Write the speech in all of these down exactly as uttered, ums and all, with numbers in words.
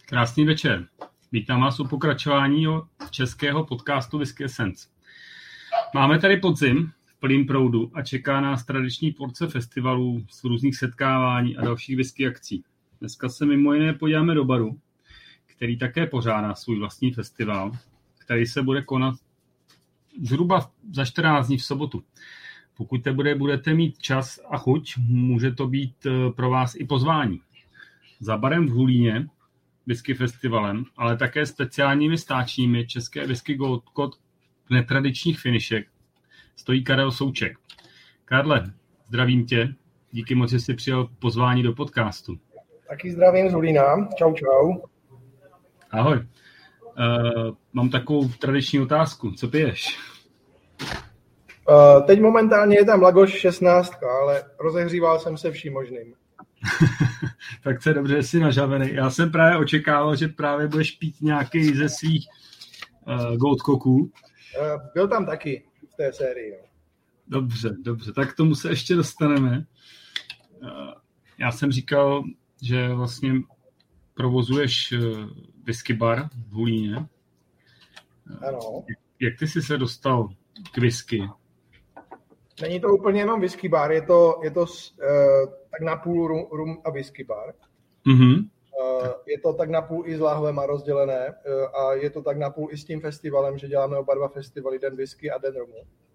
Krásný večer. Vítám vás u pokračování českého podcastu Whisky Essence. Máme tady podzim v plném proudu a čeká nás tradiční porce festivalů, z různých setkávání a dalších whisky akcí. Dneska se mimo jiné podíváme do baru, který také pořádá svůj vlastní festival, který se bude konat zhruba za čtrnáct dní v sobotu. Pokud te bude, budete mít čas a chuť, může to být pro vás i pozvání. Za barem v Hulíně, whisky festivalem, ale také speciálními stáčními české whisky Gold Code netradičních finišek stojí Karel Souček. Karle, zdravím tě. Díky moc, že jsi přijal pozvání do podcastu. Taky zdravím z Hulína. Čau, čau. Ahoj. Uh, mám takovou tradiční otázku. Co piješ? Uh, teď momentálně je tam Lagos šestnáct, ale rozehříval jsem se vším možným. Tak to je dobře, že jsi nažavený. Já jsem právě očekával, že právě budeš pít nějaký ze svých uh, Gold Cocků. Uh, byl tam taky v té sérii. No. Dobře, dobře. Tak k tomu se ještě dostaneme. Uh, já jsem říkal, že vlastně provozuješ uh, whisky bar v Hulíně. Uh, ano. Jak, jak ty jsi se dostal k whisky? Není to úplně jenom whisky bar, je to, je to uh, tak napůl rum, rum a whisky bar. Mm-hmm. Uh, je to tak napůl i s láhvema rozdělené uh, a je to tak napůl i s tím festivalem, že děláme oba dva festivaly, den whisky a den rumu.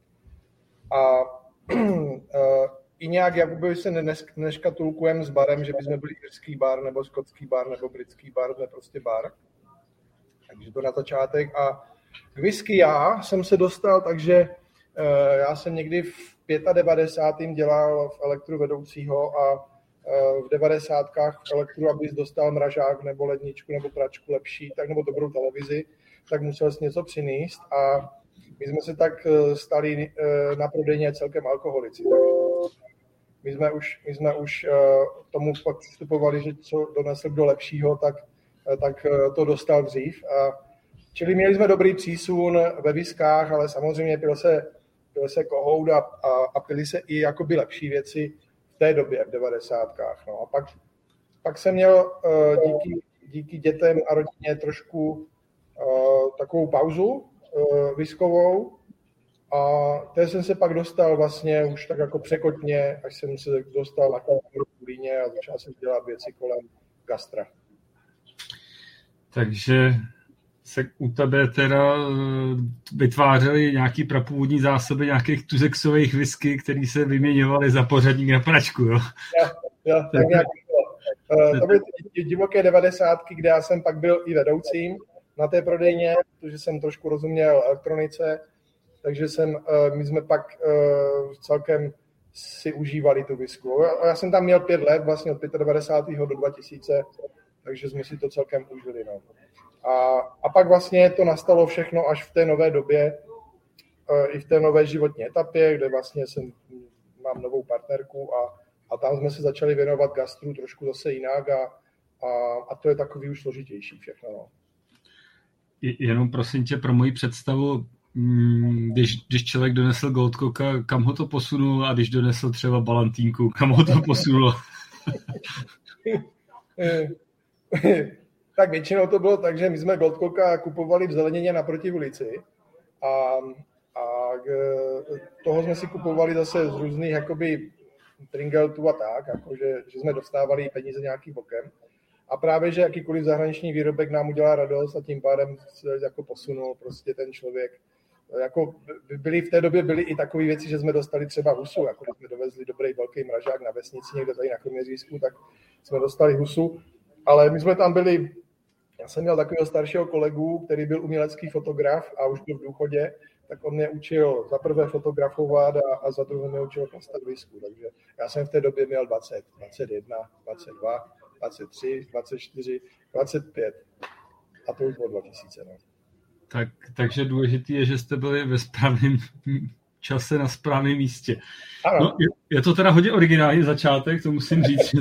A uh, i nějak jakoby se neškatulkujeme s barem, že bychom byli irský bar, nebo skotský bar, nebo britský bar, to je prostě bar. Takže to na začátek. A k whisky já jsem se dostal, takže uh, já jsem někdy v devadesátém pátém dělal v elektru vedoucího a uh, v devadesátkách v elektru, abys dostal mražák nebo ledničku nebo pračku lepší, tak nebo dobrou televizi, tak musel jsi něco přinést a my jsme se tak stali uh, na prodejně celkem alkoholici. My jsme už, my jsme už uh, tomu pak přistupovali, že co donesl kdo lepšího, tak, uh, tak uh, to dostal dřív. A, čili měli jsme dobrý přísun ve viskách, ale samozřejmě pil se, pil se kohout a, a, a pili se i jakoby lepší věci v té době, v devadesátkách. No. A pak, pak jsem měl uh, díky, díky dětem a rodině trošku uh, takovou pauzu uh, viskovou. A té jsem se pak dostal vlastně už tak jako překotně, až jsem se dostal na Hulíně a začal jsem dělat věci kolem gastra. Takže se u tebe teda vytvářely nějaký prapůvodní zásoby nějakých tuzexových whisky, které se vyměňovaly za pořadník na pračku, jo? Jo, jo, tak nějak bylo. To byly divoké devadesátky, kde já jsem pak byl i vedoucím na té prodejně, protože jsem trošku rozuměl elektronice. Takže jsem, my jsme pak celkem si užívali tu whisku. Já jsem tam měl pět let, vlastně od devadesátého pátého do dva tisíce, takže jsme si to celkem užili. No. A, a pak vlastně to nastalo všechno až v té nové době, i v té nové životní etapě, kde vlastně jsem, mám novou partnerku a, a tam jsme se začali věnovat gastru trošku zase jinak a, a, a to je takový už složitější všechno. No. Jenom prosím tě pro moji představu, Když, když člověk donesl Gold Cocka, kam ho to posunulo a když donesl třeba Balantínku, kam ho to posunulo? Tak většinou to bylo tak, že my jsme Gold Cocka kupovali v Zelenině naproti ulici a, a toho jsme si kupovali zase z různých jakoby tringeltů a tak, jakože, že jsme dostávali peníze nějakým bokem. A právě, že jakýkoliv zahraniční výrobek nám udělá radost a tím pádem se jako posunul prostě ten člověk. Jako byly, v té době byly i takové věci, že jsme dostali třeba husu, jako když jsme dovezli dobrý velký mražák na vesnici někde tady na Kroměřížsku, tak jsme dostali husu, ale my jsme tam byli, já jsem měl takového staršího kolegu, který byl umělecký fotograf a už byl v důchodě, tak on mě učil za prvé fotografovat a, a za druhé mě učil plastat whisku, takže já jsem v té době měl dvacet, dvacet jedna, dvacet dva, dvacet tři, dvacet čtyři, dvacet pět a to už bylo dva tisíce. No. Tak, takže důležitý je, že jste byli ve správném čase na správném místě. No, je, je to teda hodně originální začátek, to musím říct.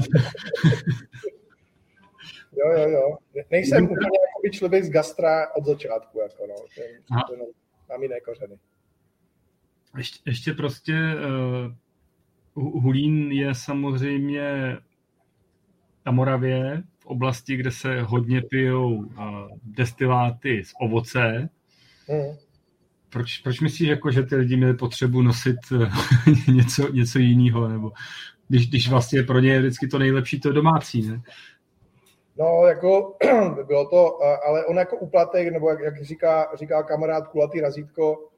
jo, jo, jo. Nejsem úplně jako člověk z gastra od začátku. Jako no. Ten, ten, mám jiné kořeny. Ještě, ještě prostě uh, Hulín je samozřejmě na Moravě, v oblasti, kde se hodně pijou destiláty z ovoce. Mm. Proč, proč myslíš, jako, že ty lidi měli potřebu nosit něco, něco jiného, nebo když, když vlastně pro ně je vždycky to nejlepší, to domácí, ne? No, jako bylo to, ale on jako úplatek, nebo jak, jak říká, říká kamarád kulatý razítko, uh,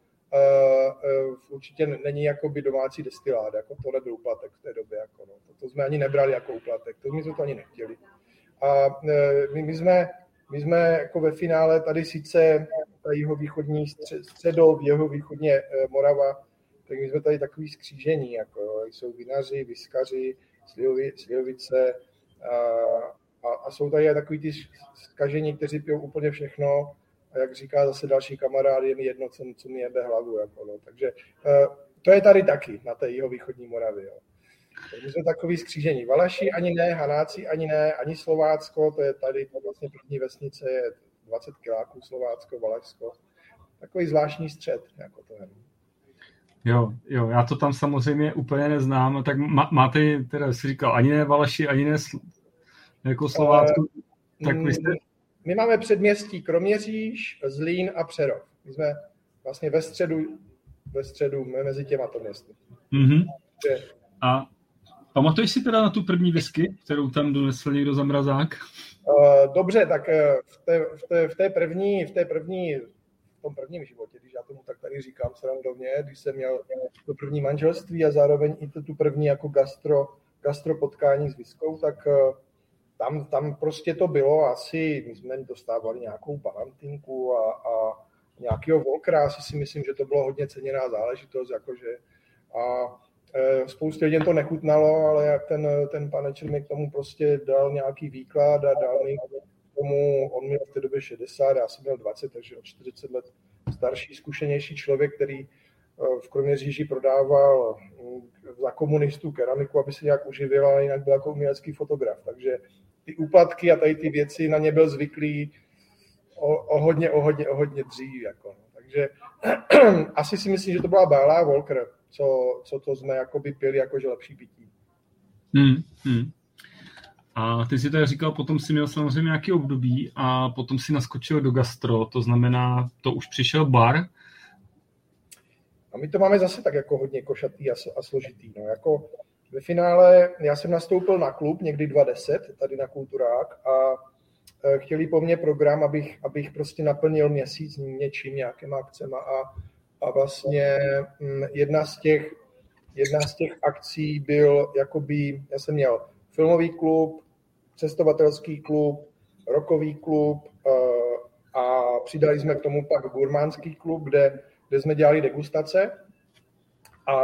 uh, určitě není jakoby domácí destilát, jako to nebyl úplatek v té době, jako no. to, to jsme ani nebrali jako úplatek, to my jsme to ani nechtěli. A uh, my, my jsme, my jsme jako ve finále tady sice ta jihovýchodní středo, jihovýchodně uh, Morava, tak my jsme tady takový skřížení, jako jo, jsou vinaři, viskaři, slivovi, slivovice, uh, A, a jsou tady takový ty zkažení, kteří pijou úplně všechno. A jak říká zase další kamarád, je mi jedno, co, co mi jebe hlavu. Jako, no. Takže uh, to je tady taky, na té jihovýchodní Moravě. Jo. Takže jsme takový skřížení. Valaši ani ne, Hanáci ani ne, ani Slovácko, to je tady vlastně první vesnice, je dvacet kiláků Slovácko, Valašsko. Takový zvláštní střed. Jako to je. Jo, jo, já to tam samozřejmě úplně neznám. Tak má, máte, teda jsi říkal, ani ne Valaši, ani ne jako Slovácko, uh, tak vy jste... My máme předměstí Kroměříž, Zlín a Přerov. My jsme vlastně ve středu, ve středu mezi těmato městy. Mm-hmm. Je... A pamatuješ si teda na tu první whisky, kterou tam donesl někdo za mrazák? Uh, dobře, tak v té, v, té, v té první, v té první, v tom prvním životě, když já tomu tak tady říkám srandovně, když jsem měl to první manželství a zároveň i tu první jako gastro, gastro potkání s whiskou, tak Tam, tam prostě to bylo asi, my jsme dostávali nějakou balantinku a, a nějakého volkra, asi si myslím, že to bylo hodně ceněná záležitost, jakože a e, spoustu lidem to nechutnalo, ale jak ten, ten panečer mi k tomu prostě dal nějaký výklad a dal mi k tomu, on měl v té době šedesát, já jsem měl dvacet, takže o čtyřicet let starší, zkušenější člověk, který v Kroměříži prodával za komunistů keramiku, aby se nějak uživil, ale jinak byl jako umělecký fotograf. Takže ty úplatky a tady ty věci na ně byl zvyklý o, o hodně, o hodně, o hodně dřív. Jako, no. Takže asi si myslím, že to byla Bála Volker, co, co to jsme jakoby pili jakože lepší pití. Hmm, hmm. A ty si tady říkal, potom si měl samozřejmě nějaký období a potom si naskočil do gastro, to znamená, to už přišel bar. A my to máme zase tak jako hodně košatý a, a složitý. No. Jako ve finále já jsem nastoupil na klub někdy dva tisíce deset tady na Kulturák a chtěli po mně program, abych, abych prostě naplnil měsíc něčím, nějakýma akcema a, a vlastně jedna z těch, jedna z těch akcí byl jakoby, já jsem měl filmový klub, cestovatelský klub, rockový klub a přidali jsme k tomu pak gurmánský klub, kde kde jsme dělali degustace a,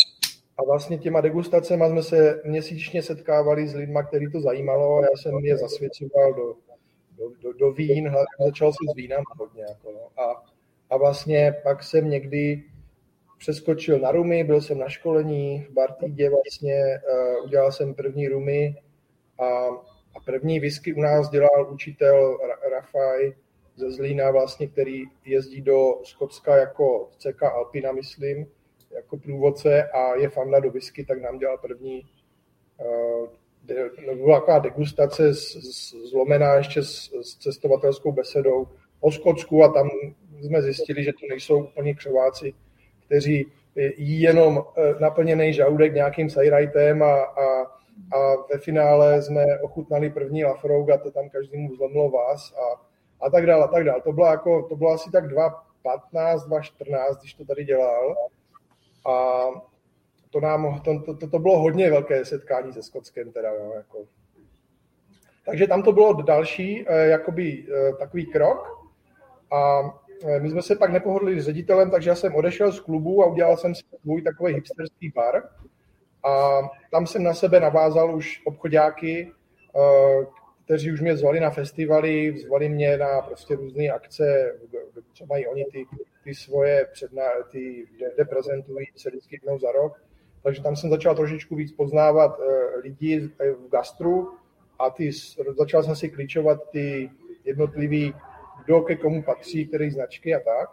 a vlastně těma degustacema jsme se měsíčně setkávali s lidma, který to zajímalo. Já jsem je zasvěcoval do, do, do, do vín, začal se s vínama hodně. Jako no. a, a vlastně pak jsem někdy přeskočil na rumy, byl jsem na školení v Bartýdě vlastně, uh, udělal jsem první rumy a, a první whisky u nás dělal učitel Rafaj ze Zlína vlastně, který jezdí do Skotska jako C K Alpina, myslím, jako průvodce a je fanda do whisky, tak nám dělal první uh, de, byla taková degustace z, z, zlomená ještě s, s cestovatelskou besedou o Skotsku a tam jsme zjistili, že to nejsou úplně křováci, kteří jí jenom uh, naplněný žaludek nějakým sajrajtem a, a, a ve finále jsme ochutnali první Lafroig a to tam každému zlomilo vás a a tak dále, a tak dále. To bylo, jako, to bylo asi tak dva patnáct, dva čtrnáct, když to tady dělal. A to, nám, to, to, to bylo hodně velké setkání se Skotskem. Teda, no, jako. Takže tam to bylo další jakoby, takový krok. A my jsme se pak nepohodli s ředitelem, takže já jsem odešel z klubu a udělal jsem si svůj takový hipsterský bar. A tam jsem na sebe navázal už obchodáky, kteří už mě zvali na festivaly, zvali mě na prostě různé akce, co mají oni ty, ty svoje předná, ty, kde prezentují se vždycky jednou za rok. Takže tam jsem začal trošičku víc poznávat uh, lidi v gastru a ty, začal jsem si klíčovat ty jednotlivý, kdo ke komu patří, které značky a tak.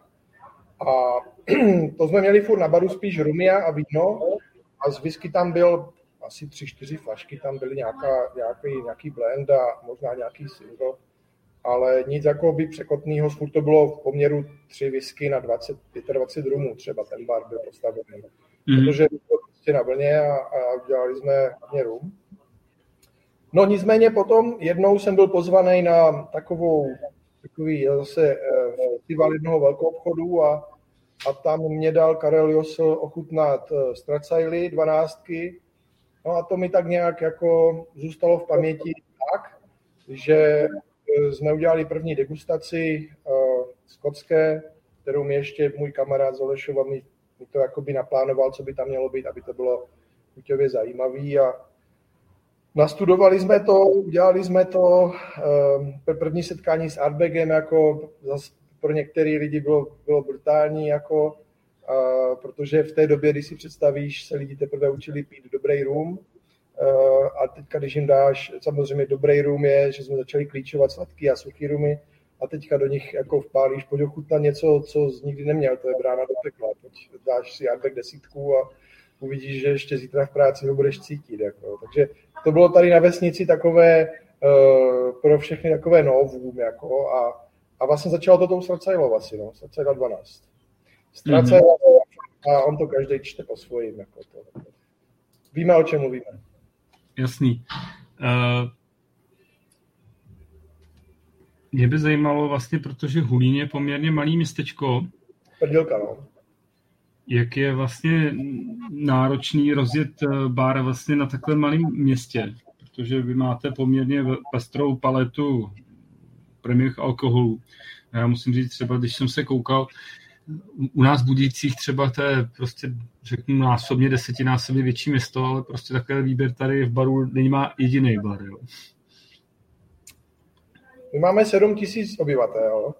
A to jsme měli furt na baru spíš rumia a víno a z whisky tam byl asi tři, čtyři flašky, tam byly nějaká, nějaký, nějaký blend a možná nějaký single, ale nic jako by překotného, furt to bylo v poměru tři whisky na dvacet, dvacet pět rumů třeba, ten bar byl postavený. Mm. Protože bylo prostě na vlně a, a udělali jsme hodně rum. No nicméně potom jednou jsem byl pozvaný na takovou, takový zase festival jednoho velkou obchodu a, a tam mě dal Karel Josl ochutnat Stracajly, dvanáctky. No a to mi tak nějak jako zůstalo v paměti tak, že jsme udělali první degustaci uh, skotské, kterou mi ještě můj kamarád z Olešova mi, mi to jakoby naplánoval, co by tam mělo být, aby to bylo chuťově zajímavý a nastudovali jsme to, udělali jsme to, um, první setkání s Artbagem, jako zas pro některé lidi bylo, bylo brutální, jako, uh, protože v té době, když si představíš, se lidi teprve učili pít dobrý rum, uh, a teďka, když jim dáš, samozřejmě dobrý rum je, že jsme začali klíčovat sladký a suchý rumy, a teďka do nich jako vpálíš, pojď ochutnat něco, co jsi nikdy neměl, to je brána do pekla, pojď dáš si Artbag desítku a uvidíš, že ještě zítra v práci ho budeš cítit. Jako. Takže to bylo tady na vesnici takové, uh, pro všechny takové novum, jako, a, a vlastně začalo to tou Stracajlou asi, no, Stracajla dvanáct. Stracajla mm-hmm. a on to každý čte po svojím. Jako to. Víme, o čem mluvíme. Jasný. Uh, mě by zajímalo vlastně, protože Hulín je poměrně malý městečko. Prdilka, no. Jak je vlastně náročný rozjet bar vlastně na takhle malém městě, protože vy máte poměrně pestrou paletu prvních alkoholů. Já musím říct třeba, když jsem se koukal, u nás v Budějcích třeba to je prostě, řeknu, násobně, desetinásobně větší město, ale prostě takový výběr tady v baru není má jediný bar. Jo. My máme sedm tisíc obyvatel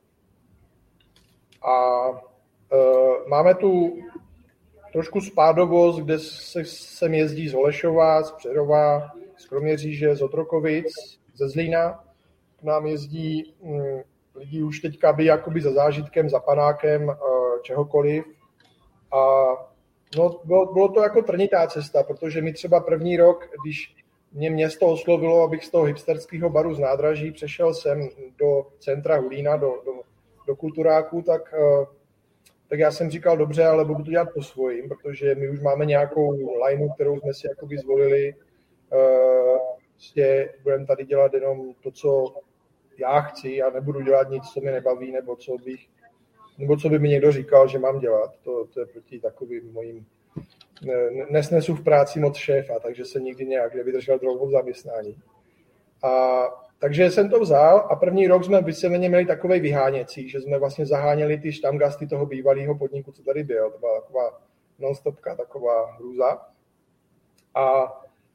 a uh, máme tu trošku spádovost, kde se sem jezdí z Holešova, z Přerova, z Kroměříže, z Otrokovic, ze Zlína. K nám jezdí um, lidi už teďka by jakoby za zážitkem, za panákem, uh, čehokoliv. A no, bylo, bylo to jako trnitá cesta, protože mi třeba první rok, když mě město oslovilo, abych z toho hipsterského baru z nádraží přešel sem do centra Hulína, do, do, do Kulturáku, tak, uh, tak já jsem říkal, dobře, ale budu to dělat po svojím, protože my už máme nějakou lineu, kterou jsme si jakoby zvolili. Uh, prostě budeme tady dělat jenom to, co já chci a nebudu dělat nic, co mě nebaví, nebo co bych, nebo co by mi někdo říkal, že mám dělat. To, to je proti takovým mojím, nesnesu v práci moc šéfa, takže jsem nikdy nějak nevydržel dlouho v zaměstnání. A, takže jsem to vzal a první rok jsme víceméně měli takovej vyháněcí, že jsme vlastně zaháněli ty štamgasty toho bývalého podniku, co tady byl. To byla taková non-stopka, taková hrůza. A, a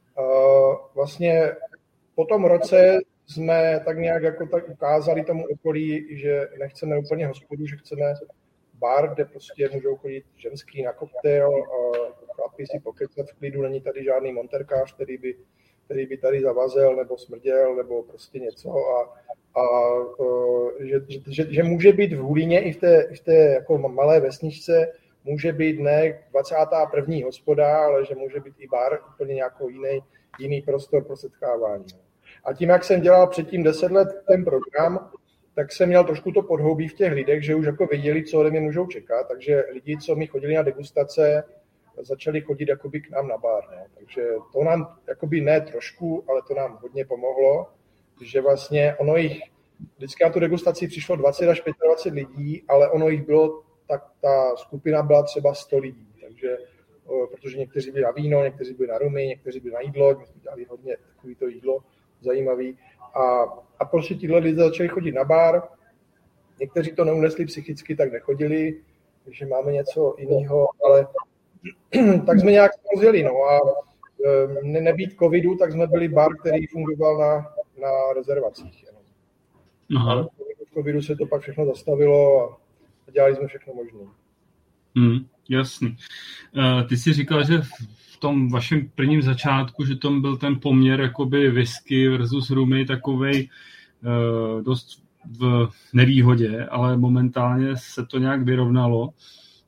vlastně po tom roce jsme tak nějak jako tak ukázali tomu okolí, že nechceme úplně hospodu, že chceme bar, kde prostě můžou chodit ženský na koktejl, chlapi si pokecat v klidu, není tady žádný monterkář, který by, který by tady zavazel nebo smrděl nebo prostě něco a, a že, že, že může být v Hulíně i v té, v té jako malé vesničce, může být ne dvacátá první hospoda, ale že může být i bar, úplně nějaký jiný, jiný prostor pro setkávání. A tím, jak jsem dělal předtím deset let ten program, tak jsem měl trošku to podhoubí v těch lidech, že už jako věděli, co ode mě můžou čekat, takže lidi, co mi chodili na degustace, začali chodit jakoby k nám na bar. Ne? Takže to nám jakoby ne trošku, ale to nám hodně pomohlo, že vlastně ono jich, vždycky na tu degustaci přišlo dvacet až dvacet pět lidí, ale ono jich bylo, tak ta skupina byla třeba sto lidí, takže protože někteří byli na víno, někteří byli na rumy, někteří byli na jídlo, my jsme dělali hodně takový to jídlo zajímavý. A, a prostě tíhle lidé začali chodit na bar. Někteří to neunesli psychicky, tak nechodili, takže máme něco jiného, ale tak jsme nějak rozjeli. No a ne, nebýt covidu, tak jsme byli bar, který fungoval na, na rezervacích. Aha. Ale v covidu se to pak všechno zastavilo a dělali jsme všechno možné. Hmm, jasný. Uh, ty jsi říkal, že v tom vašem prvním začátku, že tom byl ten poměr jakoby whisky versus rumy takovej uh, dost v nevýhodě, ale momentálně se to nějak vyrovnalo.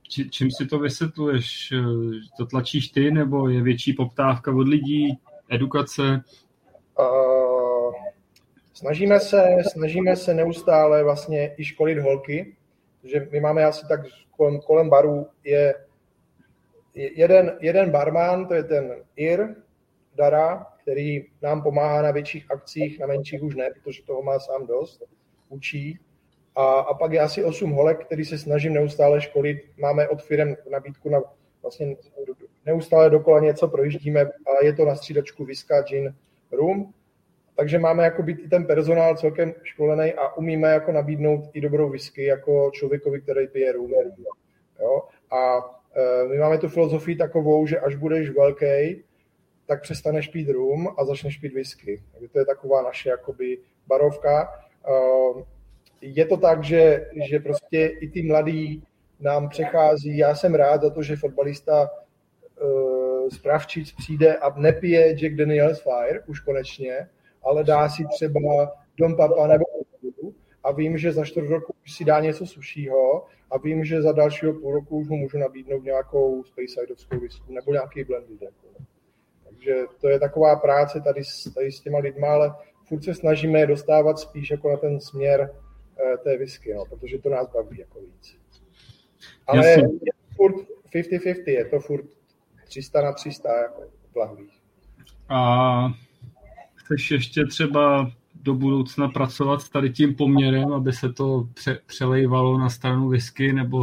či, čím si to vysvětluješ? To tlačíš ty, nebo je větší poptávka od lidí, edukace? Uh, snažíme se, snažíme se neustále vlastně i školit holky, že my máme asi tak kolem, kolem baru je jeden, jeden barman, to je ten Ir Dara, který nám pomáhá na větších akcích, na menších už ne, protože toho má sám dost, učí. A, a pak je asi osm holek, který se snažím neustále školit. Máme od firem nabídku na vlastně neustále dokola něco projíždíme a je to na střídačku Whisky, Gin, Rum. Takže máme jako být i ten personál celkem školený a umíme jako nabídnout i dobrou whisky jako člověkovi, který pije rum. Jo? A e, my máme tu filozofii takovou, že až budeš velký, tak přestaneš pít rum a začneš pít whisky. Takže to je taková naše jakoby barovka. E, je to tak, že, že prostě i ty mladí nám přechází. Já jsem rád za to, že fotbalista e, z Pravčic přijde a nepije Jack Daniel's Fire už konečně, ale dá si třeba Dom Papa nebo a vím, že za čtvrt roku už si dá něco sušího a vím, že za dalšího půl roku už mu můžu nabídnout nějakou Speysidovskou whisky nebo nějaký blended. Takže to je taková práce tady, tady s těma lidma, ale furt se snažíme je dostávat spíš jako na ten směr eh, té whisky, no, protože to nás baví jako víc. Ale je to furt padesát padesát, je to furt tři sta na tři sta jako lahví. A chceš ještě třeba do budoucna pracovat s tady tím poměrem, aby se to pře- přelejvalo na stranu whisky, nebo?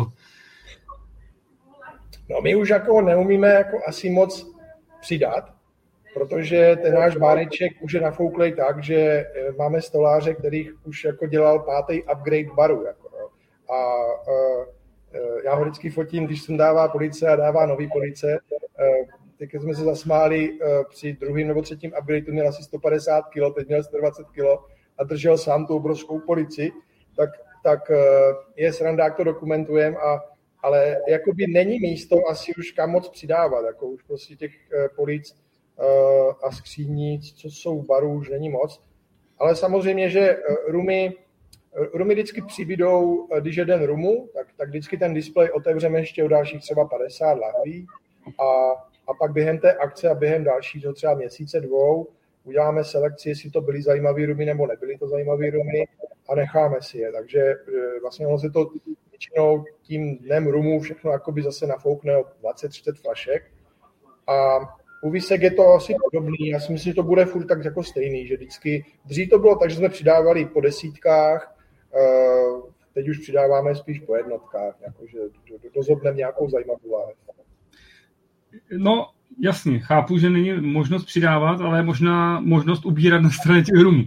No my už jako neumíme jako asi moc přidat, protože ten náš báreček už je nafouklej tak, že máme stoláře, kterých už jako dělal pátý upgrade baru. Jako, no. A uh, já ho vždycky fotím, když sem dává police a dává nový police. Uh, teď jsme se zasmáli uh, při druhém nebo třetím upgradeu, měl asi sto padesát kilo, teď měl sto dvacet kilo a držel sám tu obrovskou polici, tak, tak uh, je sranda, jak to dokumentujeme, a ale jakoby není místo asi už kam moc přidávat, jako už prostě těch uh, polic uh, a skříní, co jsou v baru, už není moc. Ale samozřejmě, že uh, rumy, uh, rumy vždycky přibydou, uh, když je den rumu, tak, tak vždycky ten displej otevřeme ještě o dalších třeba padesát lahví a A pak během té akce a během dalšího třeba měsíce, dvou, uděláme selekci, jestli to byly zajímavé rumy nebo nebyly to zajímavé rumy a necháme si je. Takže vlastně ono se to většinou tím dnem rumu všechno jakoby zase nafoukne o dvacet třicet flašek. A u výsek je to asi podobný. Já si myslím, že to bude furt tak jako stejný, že vždycky, dřív to bylo tak, že jsme přidávali po desítkách, teď už přidáváme spíš po jednotkách, jakože dozobneme nějakou zajímavou láhev. No, jasně, chápu, že není možnost přidávat, ale je možná možnost ubírat na straně těch rumů.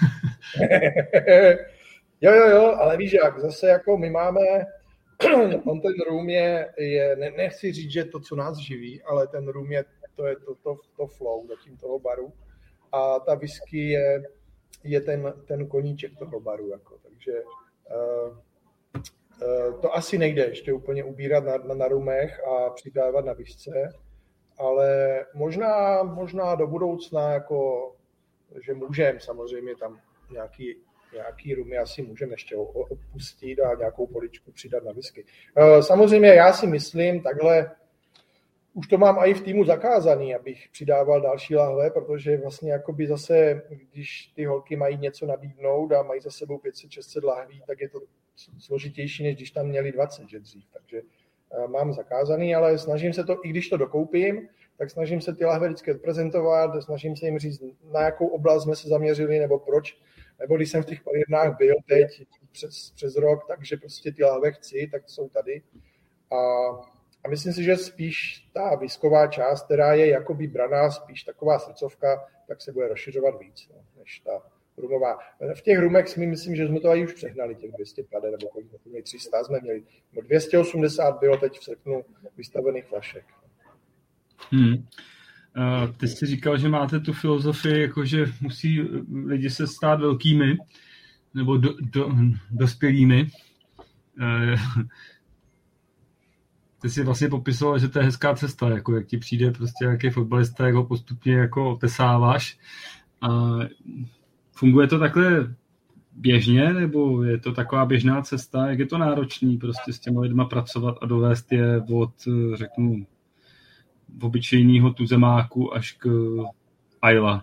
jo, jo, jo, ale víš jak, zase jako my máme, on ten rum je, je ne, nechci říct, že to, co nás živí, ale ten rum je, to je to, to, to flow zatím toho baru a ta whisky je, je ten, ten koníček toho baru, jako, takže uh, to asi nejde ještě úplně ubírat na, na, na rumech a přidávat na whisce, ale možná, možná do budoucna, jako, že můžeme samozřejmě tam nějaký, nějaký rumy asi můžeme ještě odpustit a nějakou poličku přidat na whisky. Samozřejmě já si myslím, takhle už to mám i v týmu zakázaný, abych přidával další lahve, protože vlastně jakoby zase, když ty holky mají něco nabídnout a mají za sebou pět set šest set lahví, tak je to složitější, než když tam měli dvacet, že dřív. Takže uh, mám zakázaný, ale snažím se to, i když to dokoupím, tak snažím se ty lahve vždycky odprezentovat, snažím se jim říct, na jakou oblast jsme se zaměřili, nebo proč, nebo když jsem v těch palírnách byl teď přes, přes rok, takže prostě ty lahve chci, tak jsou tady. A, a myslím si, že spíš ta whisková část, která je jakoby braná, spíš taková srdcovka, tak se bude rozšiřovat víc, no, než ta rumová. V těch rumech si myslím, že jsme to už přehnali, těch dvě stě padesát, nebo kolik jsme měli, tři sta jsme měli. dvě stě osmdesát bylo teď v srpnu vystavených flašek. Hmm. Uh, ty jsi říkal, že máte tu filozofii, jako že musí lidi se stát velkými, nebo do, do, dospělými. Uh, ty jsi vlastně popisoval, že to je hezká cesta, jako jak ti přijde prostě nějaký fotbalista, jak ho postupně jako otesáváš. Uh, Funguje to takhle běžně, nebo je to taková běžná cesta? Jak je to náročný prostě s těmi lidma pracovat a dovést je od, řeknu, obyčejného tuzemáku až k Ayla?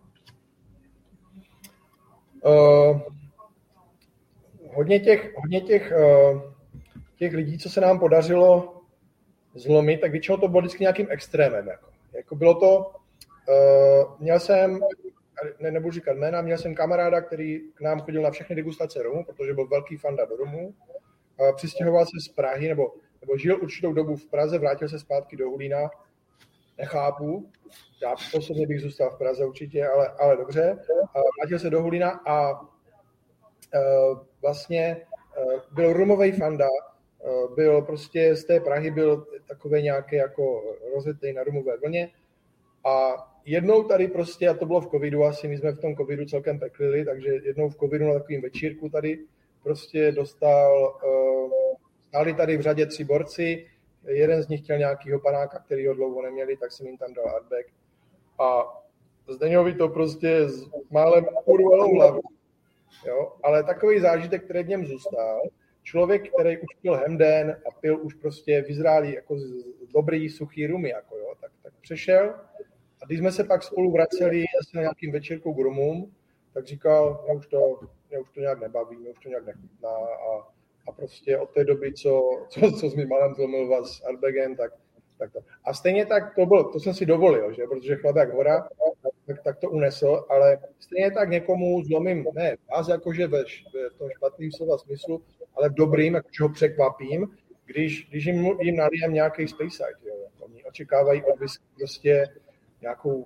Uh, hodně těch, hodně těch, uh, těch lidí, co se nám podařilo zlomit, tak většinou to bylo vždycky nějakým extrémem. Jako, jako bylo to, uh, měl jsem, ne, nebudu říkat jména, měl jsem kamaráda, který k nám chodil na všechny degustace rumu, protože byl velký fanda do rumu. Uh, přistěhoval se z Prahy, nebo, nebo žil určitou dobu v Praze, vrátil se zpátky do Hulína. Nechápu, já osobně bych zůstal v Praze určitě, ale, ale dobře. Uh, vrátil se do Hulína a uh, vlastně uh, byl rumovej fanda, uh, byl prostě z té Prahy, byl takový nějaký jako rozjetý na rumové vlně. A jednou tady prostě, a to bylo v covidu asi, my jsme v tom covidu celkem peklili, takže jednou v covidu na takovým večírku tady prostě dostal, uh, stáli tady v řadě tři borci, jeden z nich chtěl nějakýho panáka, který ho dlouho neměli, tak jsem jim tam dal hardback. A Zdeňovi to prostě s málem urvalou hlavu. Jo? Ale takový zážitek, který v něm zůstal, člověk, který už pil Hemden a pil už prostě v Izraeli jako dobrý, suchý rumy, jako jo, tak, tak přešel. A když jsme se pak spolu vraceli asi na nějakým večírku k rumům, tak říkal, mě už to, mě už to nějak nebaví, mě už to nějak nechutná a A prostě od té doby, co, co, co s mým malem zlomil vás s Ardbegem, tak, tak to. A stejně tak to bylo, to jsem si dovolil, že? Protože chlap jak hora, tak, tak to unesl, ale stejně tak někomu zlomím, ne vás jakože ve, ve tom špatným slova smyslu, ale v dobrým, jakože ho překvapím, když, když jim, jim nalijem nějaký space side, jo? Oni očekávají od whisky prostě nějakou,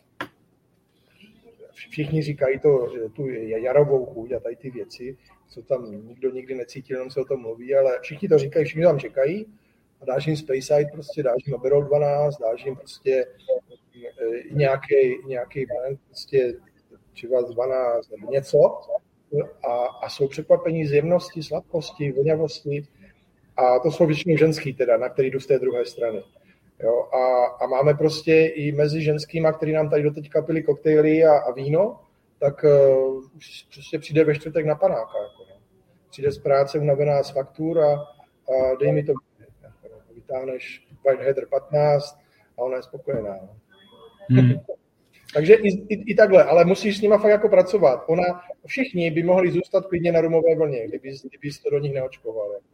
všichni říkají to, tu jarovou chuť a tady ty věci, co tam nikdo nikdy necítil, jenom se o tom mluví, ale všichni to říkají, všichni tam čekají a dáš jim Space Side, prostě dáš jim Aperol dvanáct, dáš jim prostě nějaký, nějaký blend, prostě Chivas dvanáct nebo něco a, a jsou překvapení z jemnosti, sladkosti, voňavosti a to jsou většinou ženský teda, na který jdu z té druhé strany. Jo, a, a máme prostě i mezi ženskýma, který nám tady doteďka pili koktejly a, a víno, tak uh, už prostě přijde ve čtvrtek na panáka. Jako, no. Přijde z práce unavená z faktur a, a dej mi to, jako, vytáhneš Whiteheader patnáct a ona je spokojená. No. Hmm. Takže i, i, i takhle, ale musíš s nima fakt jako pracovat. Ona, všichni by mohli zůstat klidně na rumové vlně, kdyby, kdyby to do nich neočkoval. Jako.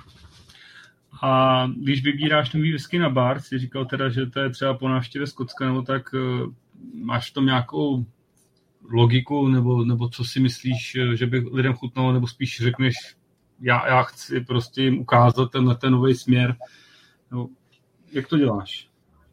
A když vybíráš nový whisky na bar, jsi říkal teda, že to je třeba po návštěvě Skotska, nebo tak uh, máš v tom nějakou logiku, nebo, nebo co si myslíš, že by lidem chutnalo, nebo spíš řekneš, já, já chci prostě jim ukázat tenhle ten nový směr. No, jak to děláš?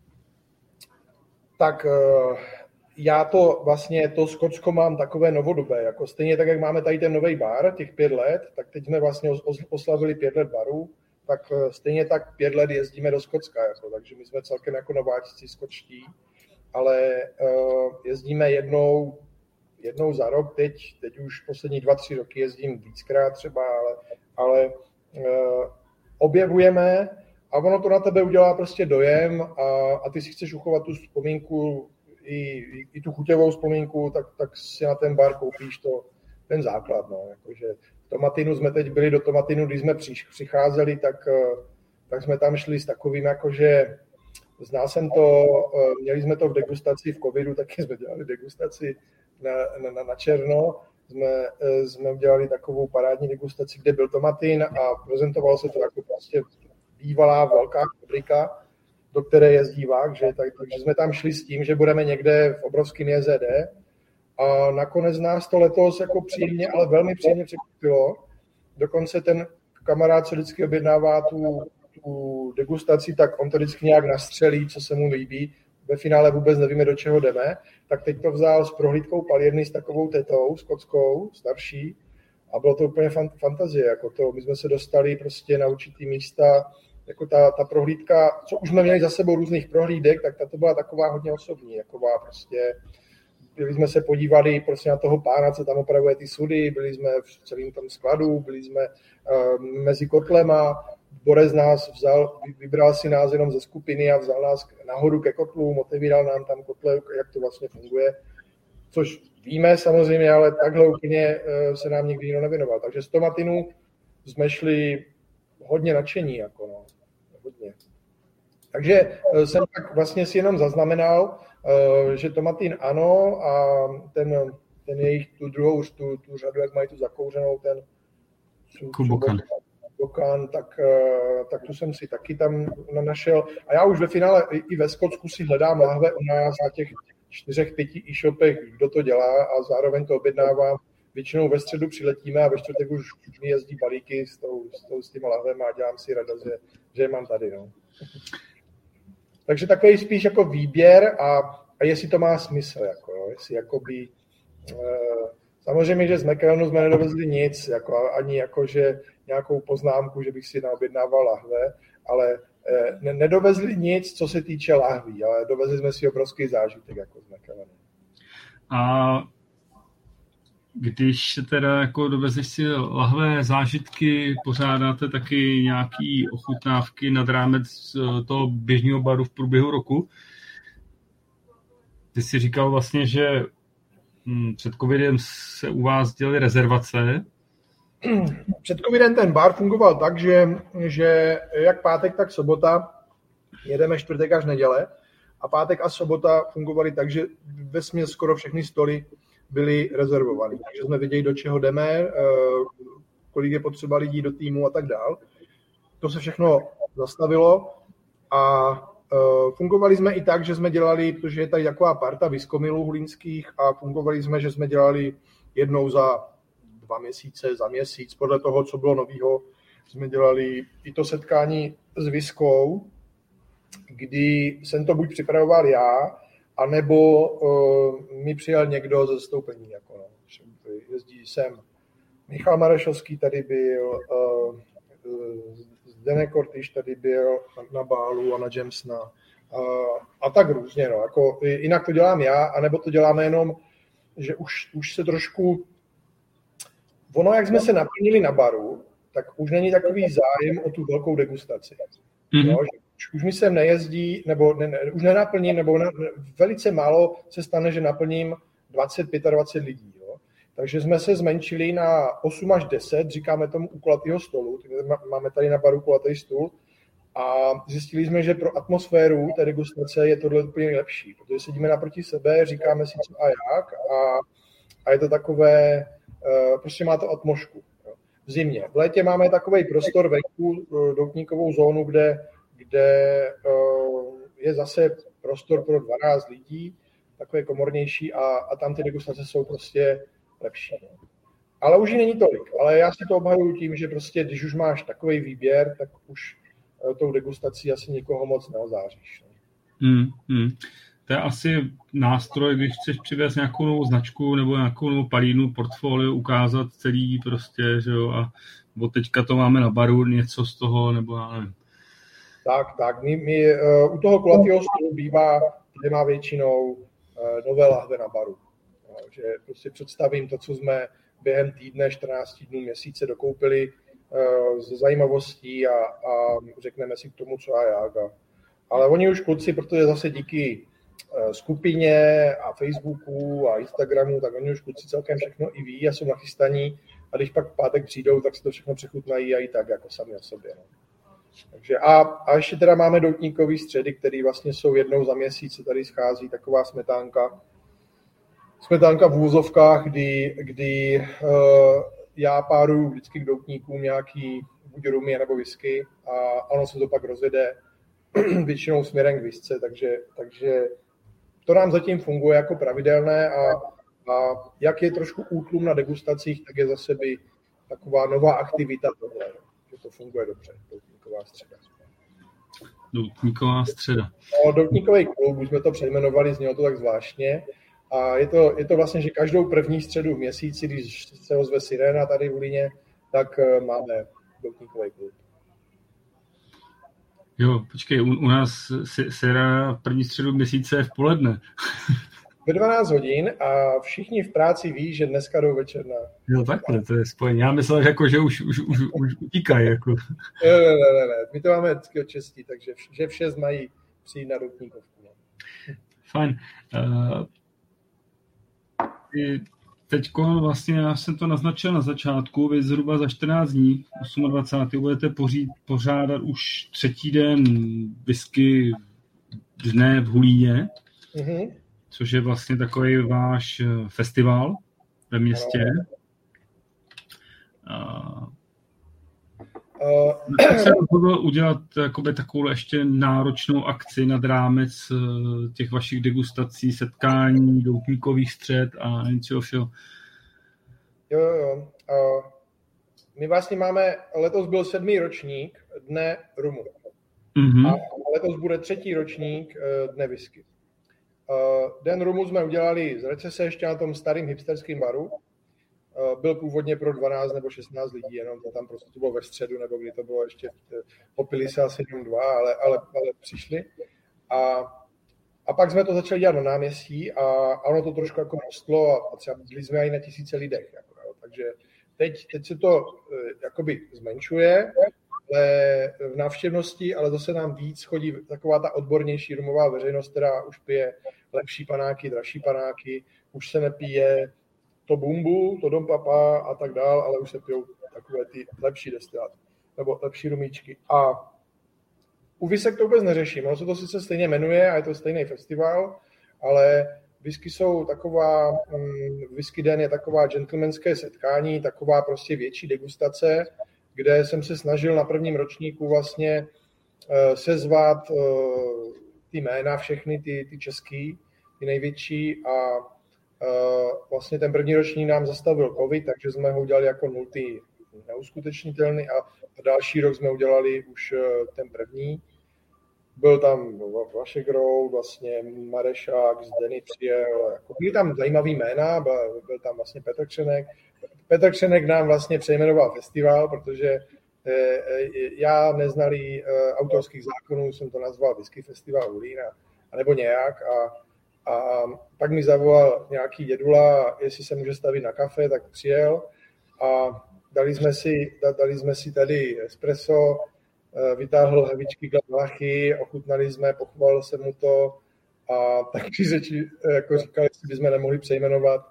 Tak uh, já to vlastně, to Skotsko mám takové novodobé, jako stejně tak, jak máme tady ten nový bar, těch pět let, tak teď jsme vlastně oslavili pět let baru, tak stejně tak pět let jezdíme do Skotska, jako, takže my jsme celkem jako nováčci skočtí, ale uh, jezdíme jednou, jednou za rok, teď, teď už poslední dva, tři roky jezdím víckrát třeba, ale, ale uh, objevujeme a ono to na tebe udělá prostě dojem a, a ty si chceš uchovat tu vzpomínku, i, i, i tu chuťovou vzpomínku, tak, tak si na ten bar koupíš to, ten základ, no, jakože Tomatinu jsme teď byli do Tomatinu, když jsme přicházeli, tak, tak jsme tam šli s takovým, jakože znal jsem to, měli jsme to v degustaci v covidu, taky jsme dělali degustaci na, na, na černo, jsme, jsme dělali takovou parádní degustaci, kde byl Tomatin a prezentovalo se to jako prostě bývalá velká fabrika, do které jezdí vák, že? Tak, takže jsme tam šli s tím, že budeme někde v obrovském J Z D. A nakonec nás to letos jako příjemně, ale velmi příjemně překvapilo. Dokonce ten kamarád, co vždycky objednává tu, tu degustaci, tak on to vždycky nějak nastřelí, co se mu líbí. Ve finále vůbec nevíme, do čeho jdeme. Tak teď to vzal s prohlídkou palírny s takovou tetou, skotskou, starší. A bylo to úplně fant- fantazie. Jako to. My jsme se dostali prostě na určitý místa, jako ta, ta prohlídka, co už jsme měli za sebou různých prohlídek, tak ta to byla taková hodně osobní, taková prostě. Byli jsme se podívali prostě na toho pána, co tam opravuje ty sudy, byli jsme v celém tom skladu, byli jsme uh, mezi kotlema, Borec nás vzal, vybral si nás jenom ze skupiny a vzal nás nahoru ke kotlům, otevíral nám tam kotle, jak to vlastně funguje. což víme samozřejmě, ale takhle úplně se nám nikdy nikdo nevěnoval. Takže z tomatinu jsme šli hodně nadšení, jako no, hodně. Takže jsem tak vlastně si jenom zaznamenal, že tomatin ano a ten, ten jejich tu druhou, tu, tu řadu, jak mají tu zakouřenou, ten Kubokan. Kubokan, tak, tak tu jsem si taky tam našel. A já už ve finále i ve Skotsku si hledám lahve u nás na těch čtyřech, pěti e-shopech, kdo to dělá a zároveň to objednávám. Většinou ve středu přiletíme a ve čtvrtek už mi jezdí balíky s, tou, s, tou, s těma lahvema a dělám si radost, že, že je mám tady. No. Takže takový spíš jako výběr a, a jestli to má smysl. Jako, jo, jestli jakoby, e, samozřejmě, že z McKellenu jsme nedovezli nic, jako, ani jako, že nějakou poznámku, že bych si naobjednával lahve, ale e, ne, nedovezli nic, co se týče lahví, ale dovezli jsme si obrovský zážitek jako z McKellenu. A když teda jako dovezeš si lahvé zážitky, pořádáte taky nějaký ochutnávky nad rámec toho běžného baru v průběhu roku? Ty jsi říkal vlastně, že před covidem se u vás dělaly rezervace. Před covidem ten bar fungoval tak, že, že jak pátek, tak sobota jedeme čtvrtek až neděle a pátek a sobota fungovaly tak, že vesměs skoro všechny stoly byly rezervovaný. Takže jsme věděli, do čeho jdeme, kolik je potřeba lidí do týmu a tak dál. To se všechno zastavilo a fungovali jsme i tak, že jsme dělali, protože je tady taková parta viskomilů hulínských a fungovali jsme, že jsme dělali jednou za dva měsíce, za měsíc, podle toho, co bylo novýho, jsme dělali i to setkání s viskou, kdy jsem to buď připravoval já, a nebo uh, mi přijel někdo ze zastoupení. Jako, no. Jezdí sem Michal Marešovský tady byl, uh, Zdeněk Kortyš tady byl na bálu a na Jamesna uh, a tak různě. No. Jako, jinak to dělám já, anebo to děláme jenom, že už, už se trošku... Ono, jak jsme se naplnili na baru, tak už není takový zájem o tu velkou degustaci. Mm-hmm. No, že už mi sem nejezdí, nebo ne, ne, už nenaplním, nebo na, velice málo se stane, že naplním dvacet dvacet pět lidí. Jo. Takže jsme se zmenšili na osm až deset, říkáme tomu u kulatého stolu. Máme tady na baru kulatý stůl a zjistili jsme, že pro atmosféru té degustace je tohle úplně lepší, protože sedíme naproti sebe, říkáme si co a jak a, a je to takové, prostě má to atmosféru. V zimě. V létě máme takový prostor venku, doutníkovou zónu, kde kde je zase prostor pro dvanáct lidí, takové komornější a, a tam ty degustace jsou prostě lepší. Ale už ji není tolik. Ale já si to obhajuju tím, že prostě, když už máš takový výběr, tak už tou degustací asi nikoho moc neozáříš. Hmm, hmm. To je asi nástroj, když chceš přivést nějakou novou značku nebo nějakou novou palínu, portfolio, ukázat celý prostě, že jo, a od teďka to máme na baru, něco z toho, nebo já nevím. Tak, tak. My, my uh, u toho kulatého stolu bývá, kde má většinou uh, nové lahve na baru. No, že prostě představím to, co jsme během týdne, čtrnáct dnů, měsíce dokoupili uh, z zajímavostí a, a řekneme si k tomu, co a jak. A, ale oni už kluci, protože zase díky uh, skupině a Facebooku a Instagramu, tak oni už kluci celkem všechno i ví a jsou nachystaní. A když pak v pátek přijdou, tak si to všechno přechutnají a i tak jako sami o sobě. No. Takže a, a ještě teda máme doutníkový středy, které vlastně jsou jednou za měsíc, se tady schází taková smetánka. Smetánka v úzovkách, kdy, kdy uh, já páruju vždycky k doutníkům nějaký buď rumy nebo whisky a ono se to pak rozjede většinou směrem k whisce, takže, takže to nám zatím funguje jako pravidelné a, a jak je trošku útlum na degustacích, tak je zase by taková nová aktivita tohle, že to funguje dobře. Doutníková středa. Doutníková středa. No, doutníkový klub, už jsme to přejmenovali, znělo to tak zvláštně. A je to, je to vlastně, že každou první středu v měsíci, když se ozve sirena tady v Líně, tak máme doutníkový klub. Jo, počkej, u, u nás sirena první středu měsíce je v poledne. Ve dvanáct hodin a všichni v práci ví, že dneska jdou večerná. Jo, takhle, to je spojení. Já myslel, že, jako, že už, už, už, už utíkají. Jako. Ne, ne, ne, ne, my to máme vždycky od šesti, takže že v šest mají přijít na doutníkovku. Fajn. Uh, teďko vlastně, já jsem to naznačil na začátku, vy zhruba za čtrnáct dní, dvacátého osmého budete pořít, pořádat už třetí den whisky dne v Hulíně, mm-hmm. což je vlastně takový váš festival ve městě. A tak se rozhodl udělat jakoby takovou ještě náročnou akci nad rámec těch vašich degustací, setkání, doutníkových střed a něčeho všeho. Jo, jo, jo. Uh, my vlastně máme, letos byl sedmý ročník Dne rumu. Mm-hmm. A letos bude třetí ročník uh, Dne whisky. Uh, Den rumu jsme udělali z recese ještě na tom starým hipsterském baru. Byl původně pro dvanáct nebo šestnáct lidí, jenom to tam prostě to bylo ve středu, nebo kdy to bylo ještě, popili se asi jenom dva, ale, ale, ale přišli. A, a pak jsme to začali dělat na náměstí a, a ono to trošku jako rostlo a třeba byli jsme i na tisíce lidech. Jako, jo. Takže teď, teď se to jakoby zmenšuje ale v návštěvnosti, ale zase nám víc chodí taková ta odbornější rumová veřejnost, která už pije lepší panáky, dražší panáky, už se nepije to bumbu, to Dom Papa a tak dál, ale už se pijou takové ty lepší destiláty, nebo lepší rumíčky. A u whisek to vůbec neřeším. Ono se to sice stejně jmenuje a je to stejný festival, ale whisky jsou taková, whisky den je taková gentlemanské setkání, taková prostě větší degustace, kde jsem se snažil na prvním ročníku vlastně sezvat ty jména, všechny ty, ty český, ty největší a vlastně ten první ročník nám zastavil covid, takže jsme ho udělali jako nultý neuskutečnitelný a další rok jsme udělali už ten první. Byl tam Vašek Roud, vlastně Marešák, Zdeny přijel, jako byly tam zajímavý jména, byl, byl tam vlastně Petr Křenek. Petr Křenek nám vlastně přejmenoval festival, protože já neznalý autorských zákonů, jsem to nazval Whisky Festival Hulín, anebo nějak a, a pak mi zavolal nějaký dědula, jestli se může stavit na kafe, tak přijel a dali jsme si, dali jsme si tady espresso, vytáhl hevičky glachy, ochutnali jsme, pochvalil jsem mu to a taky řeči, jako říkali, jestli bychom nemohli přejmenovat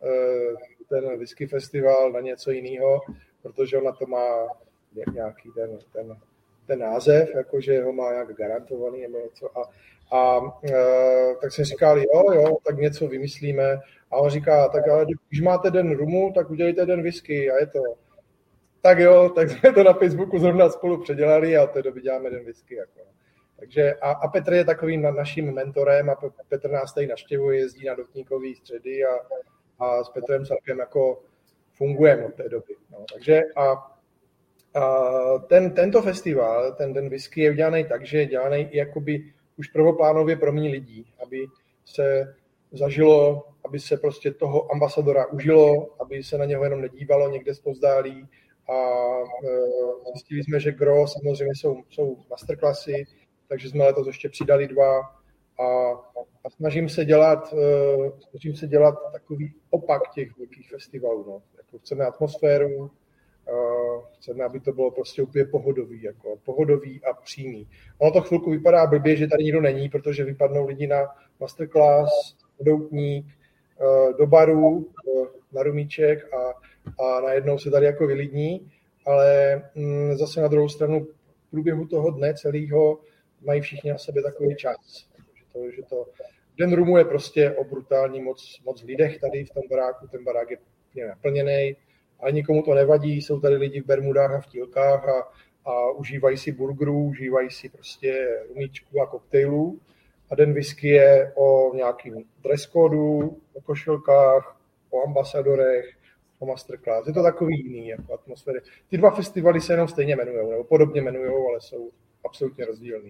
ten whisky festival na něco jiného, protože ona to má nějaký ten, ten, ten název, jakože ho má nějak garantovaný nebo něco. A, a e, tak jsem říkal, jo, jo, tak něco vymyslíme. A on říká, tak ale když máte den rumu, tak udělejte den whisky a je to. Tak jo, tak jsme to na Facebooku zrovna spolu předělali a od té doby děláme den whisky. Jako. Takže a, a Petr je takovým na, naším mentorem a Petr nás tady navštěvuje, jezdí na doutníkové středy a, a s Petrem celkem jako fungujeme od té doby. No, takže a, a ten, tento festival, ten den whisky je udělaný tak, že je dělaný i jakoby už prvoplánově pro mě lidí, aby se zažilo, aby se prostě toho ambasadora užilo, aby se na něho jenom nedívalo někde zpovzdálí. A zjistili jsme, že gro samozřejmě jsou, jsou masterclassy, takže jsme letos ještě přidali dva a, a snažím se dělat snažím se dělat takový opak těch velkých festivalů. No. Jako chceme atmosféru, chceme, aby to bylo prostě úplně pohodový, jako pohodový a přímý. Ono to chvilku vypadá blbě, že tady nikdo není, protože vypadnou lidi na masterclass, doutník, do baru, na rumíček a a najednou se tady jako vylidní, ale mm, zase na druhou stranu v průběhu toho dne celého mají všichni na sebe takový čas. Že to, že to, den rumu je prostě o brutální moc, moc lidech tady v tom baráku, ten barák je naplněný, ale nikomu to nevadí, jsou tady lidi v bermudách a v tílkách a, a užívají si burgerů, užívají si prostě rumíčků a koktejlů a den whisky je o nějakým dress kódu, o košilkách, o ambasadorech, o masterclass. Je to takový jiný jako atmosféry. Ty dva festivaly se jenom stejně jmenujou, nebo podobně jmenujou, ale jsou absolutně rozdílný.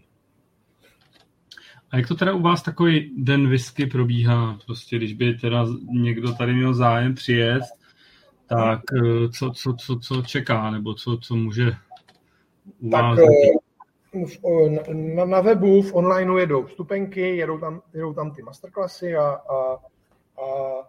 A jak to teda u vás takový den whisky probíhá? Prostě když by teda někdo tady měl zájem přijet, tak co, co, co, co čeká, nebo co, co může u vás? Tak na, na webu, v onlineu jedou vstupenky, jedou tam, jedou tam ty masterclassy a, a, a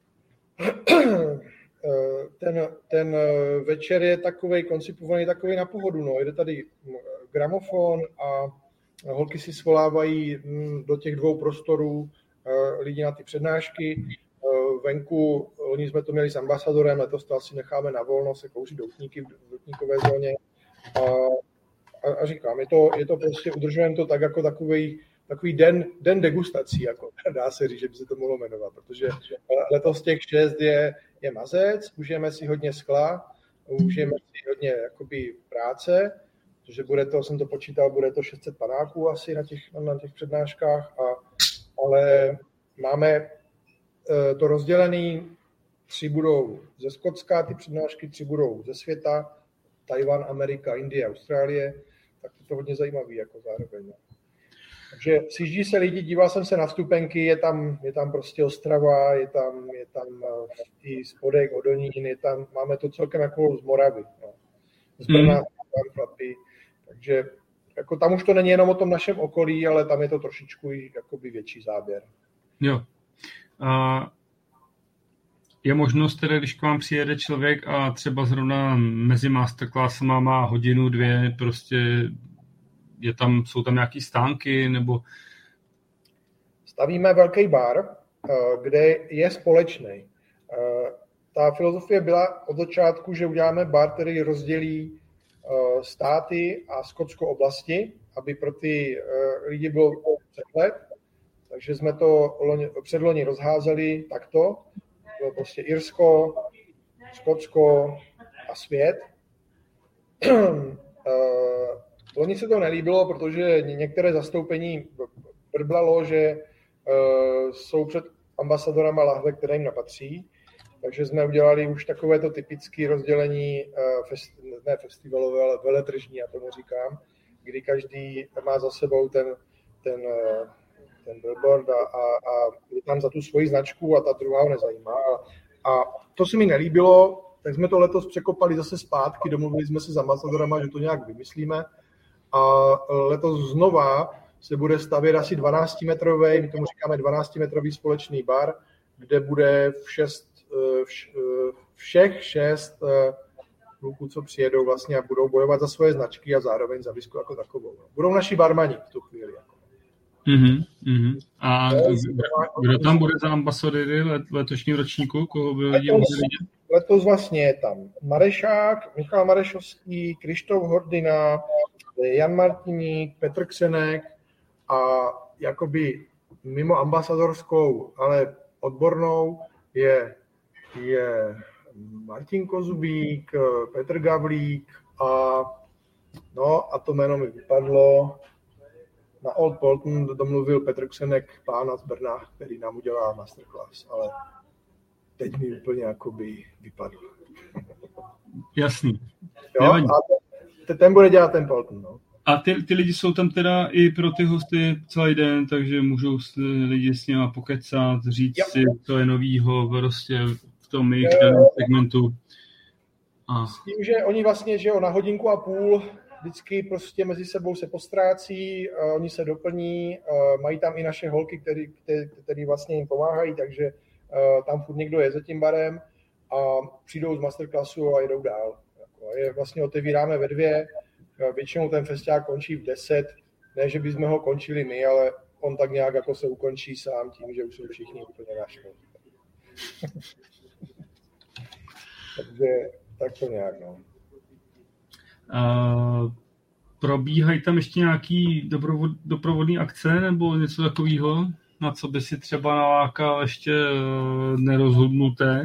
Ten, ten večer je takovej koncipovaný takovej na pohodu. No. Jde tady gramofon a holky si svolávají do těch dvou prostorů lidi na ty přednášky. venku, oni jsme to měli s ambasadorem, letos to asi necháme na volno, se kouří doutníky v doutníkové zóně. A, a, a říkám, je to, je to prostě, udržujeme to tak jako takový, takový den, den degustací, jako dá se říct, že by se to mohlo jmenovat, protože letos těch šest je, je mazec, užijeme si hodně skla, užijeme si hodně jakoby práce, protože bude to, jsem to počítal, bude to šest set panáků asi na těch, na těch přednáškách, a, ale máme to rozdělený, tři budou ze Skotska, ty přednášky, tři budou ze světa, Tajvan, Amerika, Indie, Austrálie, tak to je hodně zajímavý jako zároveň. Takže sjíždí se lidi, díval jsem se na vstupenky, je tam, je tam prostě Ostrava, je tam, je tam i Spodek, Hodonín, je tam, máme to celkem jako z Moravy, no. Z Brna, hmm. tam chlapy, takže jako tam už to není jenom o tom našem okolí, ale tam je to trošičku i jakoby větší záběr. Jo. A je možnost tedy, když k vám přijede člověk a třeba zrovna mezi masterclassama má hodinu, dvě, prostě je tam, jsou tam nějaký stánky, nebo... Stavíme velký bar, kde je společný. Ta filozofie byla od začátku, že uděláme bar, který rozdělí státy a skotskou oblasti, aby pro ty lidi bylo přehled. Takže jsme to předloni rozházeli takto. Bylo prostě Irsko, Skotsko a svět. Loni se to nelíbilo, protože některé zastoupení brblalo, že jsou před ambasadorama lahve, které jim napatří. Takže jsme udělali už takovéto typické rozdělení, ne festivalové, ale veletržní, já tomu říkám, kdy každý má za sebou ten, ten, ten billboard a, a, a je tam za tu svoji značku a ta druhá ho nezajímá. A, a to se mi nelíbilo, tak jsme to letos překopali zase zpátky, domluvili jsme se s ambasadorama, že to nějak vymyslíme. A letos znova se bude stavět asi dvanáctimetrový, my tomu říkáme dvanáctimetrový společný bar, kde bude v šest, vš, všech šest kluků, co přijedou vlastně a budou bojovat za svoje značky a zároveň za whisky jako takovou. Budou naši barmani v tu chvíli. Mm-hmm, mm-hmm. A kdo tam bude za ambasadory let, letošním ročníku? Koho by lidi mohli vidět? Letos vlastně je tam Marešák, Michal Marešovský, Krištof Hordina, Jan Martiník, Petr Křenek a jakoby mimo ambasadorskou, ale odbornou je, je Martin Kozubík, Petr Gavlík a no a to jméno mi vypadlo. Na Old Bolton domluvil Petr Křenek, pána z Brna, který nám udělá masterclass, ale teď mi úplně jakoby vypadl. Jasný. Jo, a ten bude dělat ten Bolton, no. A ty, ty lidi jsou tam teda i pro ty hosty celý den, takže můžou lidi s nimi pokecat, říct jo. si, co je novýho prostě v tom jejich daném segmentu. A... S tím, že oni vlastně, že jo, na hodinku a půl vždycky prostě mezi sebou se postrácí, uh, oni se doplní, uh, mají tam i naše holky, který, který, který vlastně jim pomáhají, takže uh, tam furt někdo je za tím barem a přijdou z masterclassu a jedou dál. Jako, je vlastně otevíráme ve dvě, uh, většinou ten festiák končí v deset, ne, že bychom ho končili my, ale on tak nějak jako se ukončí sám tím, že už jsou všichni úplně našli. Takže tak to nějak, no. Uh, probíhají tam ještě nějaký doprovod, doprovodný akce nebo něco takového, na co by si třeba nalákal ještě uh, nerozhodnuté?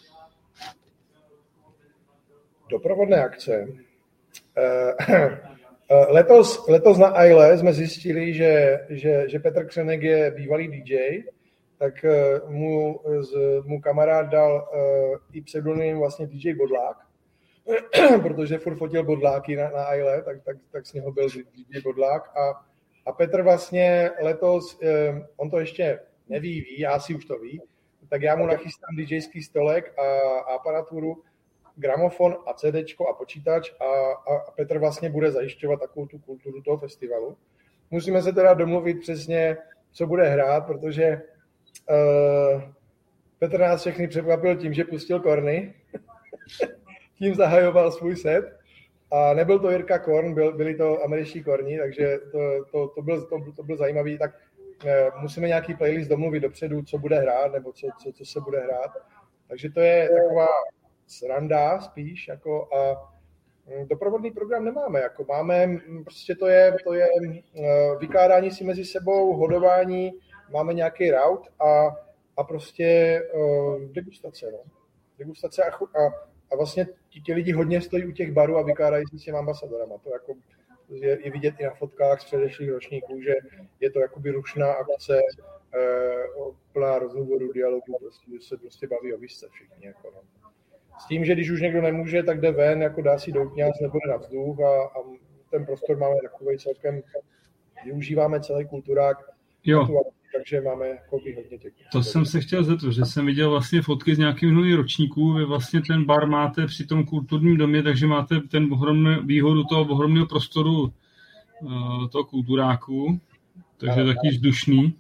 Doprovodné akce. Uh, letos, letos na Aile jsme zjistili, že, že, že Petr Křenek je bývalý dý džej, tak uh, mu, z, mu kamarád dal uh, i pseudonym vlastně dý džej Bodlák, protože furt fotil bodláky na, na Aile, tak, tak, tak s něho byl dý džej Bodlák. A, a Petr vlastně letos, um, on to ještě neví, ví, já si už to ví, tak já mu nachystám DJský stolek a, a aparaturu, gramofon a CDčko a počítač a, a Petr vlastně bude zajišťovat takovou tu kulturu toho festivalu. Musíme se teda domluvit přesně, co bude hrát, protože uh, Petr nás všechny překvapil tím, že pustil Korny. Tím zahajoval svůj set. A nebyl to Jirka Korn, byl, byli to američtí Korni, takže to, to, to, byl, to, to byl zajímavý. Tak musíme nějaký playlist domluvit dopředu, co bude hrát, nebo co, co, co se bude hrát. Takže to je taková sranda spíš, jako a doprovodný program nemáme, jako máme, prostě to je, to je vykládání si mezi sebou, hodování, máme nějaký route a, a prostě uh, degustace, no. Degustace a, a, a vlastně ti, ti lidi hodně stojí u těch barů a vykládají si s těmi ambasadorama. To jako je, je vidět i na fotkách z předešlých ročníků, že je to jakoby rušná akce, uh, plná rozhovoru, dialogu, prostě, že se prostě baví o výšce všichni, jako no. S tím, že když už někdo nemůže, tak jde ven, jako dá si doutňáz nebo na vzduch a, a ten prostor máme takovej celkem, využíváme celý kulturák, jo. Takže máme jako hodně těch. To jsem se chtěl zeptat, že jsem viděl vlastně fotky z nějakých minulých ročníků, vy vlastně ten bar máte při tom kulturním domě, takže máte ten ohromný výhodu toho ohromného prostoru toho kulturáku, takže je taky vzdušný.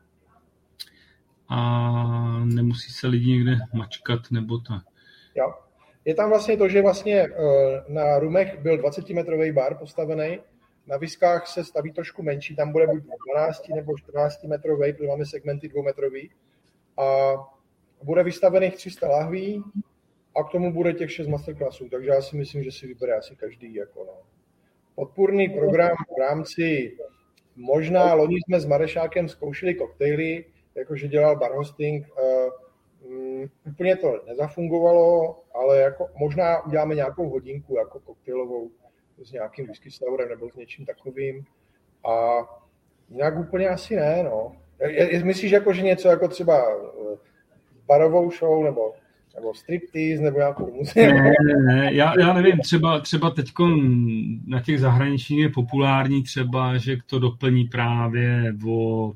A nemusí se lidi někde mačkat nebo tak. Jo. Je tam vlastně to, že vlastně na Rumech byl dvacetimetrový bar postavený, na Viskách se staví trošku menší, tam bude buď dvanáct nebo čtrnáct metrový, protože máme segmenty dvoumetrový a bude vystavených tři sta lahví a k tomu bude těch šest masterclassů, takže já si myslím, že si vybere asi každý. Jako no. Podpůrný program v rámci, možná loni jsme s Marešákem zkoušeli koktejly, jakože dělal bar hosting, Um, úplně to nezafungovalo, ale jako možná uděláme nějakou hodinku jako koktejlovou s nějakým whisky sourem nebo s něčím takovým a nějak úplně asi ne, no. Je, je, myslíš jako, že něco jako třeba barovou show nebo, nebo striptease nebo nějakou muziku? Ne, ne, ne, já, já nevím, třeba, třeba teďko na těch zahraničních je populární třeba, že to doplní právě o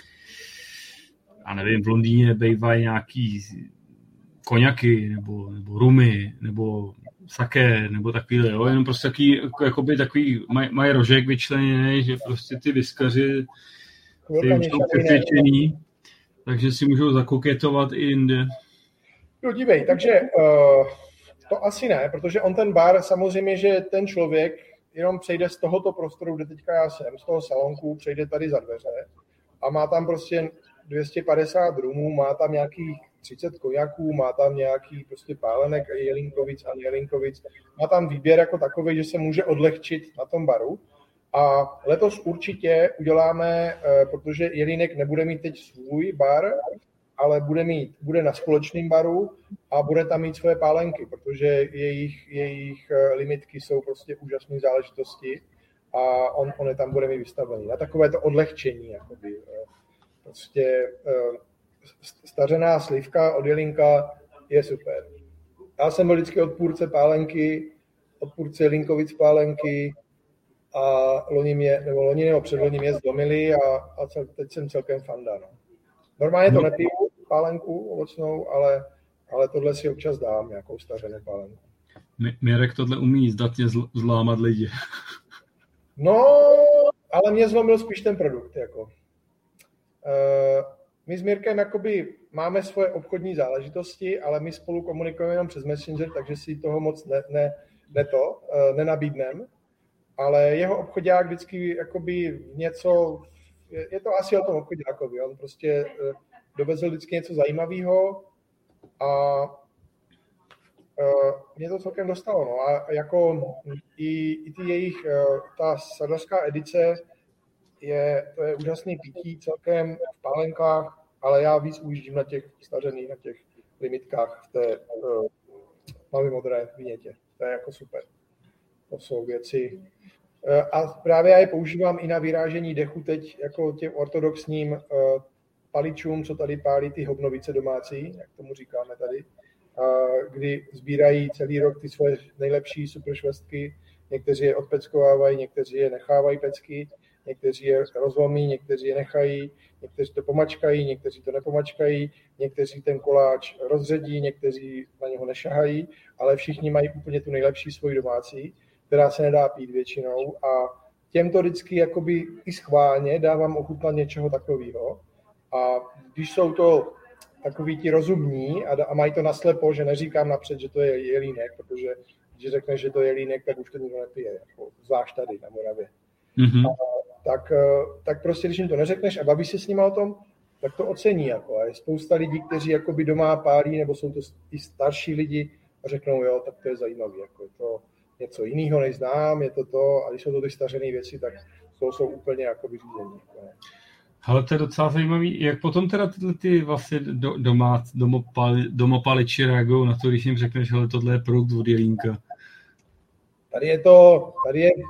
a nevím, v Londýně bývají nějaký koňaky, nebo, nebo rumy, nebo saké, nebo takovýhle, jo, jenom prostě takový, jakoby takový, maj, mají rožek vyčleněný, že prostě ty viskaři jsou přesvědčení, takže si můžou zakoketovat i jinde. No dívej, takže uh, to asi ne, protože on ten bar, samozřejmě, že ten člověk jenom přejde z tohoto prostoru, kde teďka já jsem, z toho salonku, přejde tady za dveře a má tam prostě dvě stě padesát rumů, má tam nějakých třicet koňaků, má tam nějaký prostě pálenek Jelínkovic a Jelínkovic. Má tam výběr jako takový, že se může odlehčit na tom baru. A letos určitě uděláme, protože Jelínek nebude mít teď svůj bar, ale bude mít, bude na společném baru a bude tam mít svoje pálenky, protože jejich, jejich limitky jsou prostě úžasné záležitosti a on, on je tam bude mít vystavený. Na takové to odlehčení, jakoby. Prostě stařená slivka od Jelínka je super. Já jsem byl vždycky odpůrce pálenky, odpůrce Jelínkovic pálenky a loni mě, nebo loni nebo předloni mě zlomili a, a cel, teď jsem celkem fanda. No. Normálně to nepiju, pálenku ovocnou, ale, ale tohle si občas dám, nějakou stařenou pálenku. Mirek tohle umí zdatně zl- zlámat lidi. No, ale mě zlomil spíš ten produkt, jako. My s Mirkem jakoby máme svoje obchodní záležitosti, ale my spolu komunikujeme jenom přes Messenger, takže si toho moc ne, ne, ne to, nenabídneme. Ale jeho obchodák vždycky jakoby něco, je to asi o tom obchodňákovi, on prostě dovezl vždycky něco zajímavého a mě to celkem dostalo. No. A jako i, i ty jejich, ta sadařská edice, Je, to je úžasný pití celkem v pálenkách, ale já víc ujíždím na těch stařených, na těch limitkách v té uh, malé modré vinětě. To je jako super. To jsou věci. Uh, a právě já je používám i na vyrážení dechu teď jako těm ortodoxním uh, paličům, co tady pálí ty hobnovice domácí, jak tomu říkáme tady, uh, kdy sbírají celý rok ty svoje nejlepší superšvestky. Někteří je odpeckovávají, někteří je nechávají pecky. Někteří je rozlomí, někteří je nechají, někteří to pomačkají, někteří to nepomačkají, někteří ten koláč rozředí, někteří na něho nešahají, ale všichni mají úplně tu nejlepší svoji domácí, která se nedá pít většinou a těm to vždycky jakoby i schválně dávám ochutnat něčeho takového. A když jsou to takový ti rozumní a, a mají to naslepo, že neříkám napřed, že to je jelínek, protože když řekneš, že to je jelínek, tak už to nikdo nepije, jako, zvlášť tady na Moravě. Mm-hmm. A, tak, tak prostě, když jim to neřekneš a bavíš se s nimi o tom, tak to ocení. Jako. A je spousta lidí, kteří jakoby doma pálí, nebo jsou to i starší lidi a řeknou, jo, tak to je zajímavé. Jako je to něco jiného, než znám, je to to, a když jsou to ty stařené věci, tak to jsou úplně jako vyřízení. Ale to je docela zajímavý. Jak potom teda tyhle ty vlastně do, doma, domopali, domopaliči reagují na to, když jim řekneš, že tohle je produkt od Jelínka? Tady je to, tady je,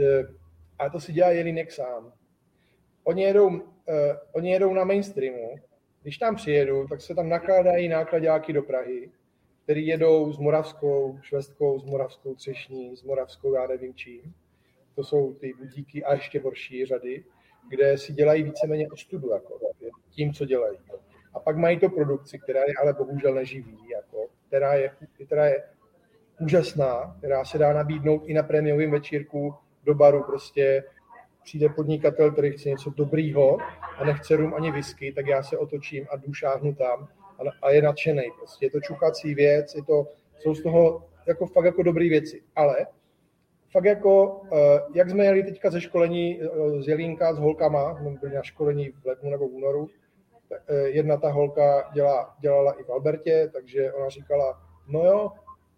a to si dělá Jelínek sám. Oni jedou, uh, oni jedou na mainstreamu. Když tam přijedou, tak se tam nakládají nákladáky do Prahy, který jedou s moravskou švestkou, s moravskou třešní, s moravskou já nevím čím. To jsou ty budíky a ještě horší řady, kde si dělají víceméně ostudu, jako, tím, co dělají. A pak mají to produkci, která je ale bohužel neživí, jako, která, je, která je úžasná, která se dá nabídnout i na prémiovém večírku do baru. Prostě přijde podnikatel, který chce něco dobrýho a nechce rum ani whisky, tak já se otočím a jdu šáhnu tam a, a je nadšenej. Prostě je to čukací věc, je to, jsou z toho jako fakt jako dobrý věci. Ale fakt jako, jak jsme jeli teďka ze školení z Jelínka s holkama, jsme byli na školení v lednu nebo v únoru, jedna ta holka dělá, dělala i v Albertě, takže ona říkala, no jo,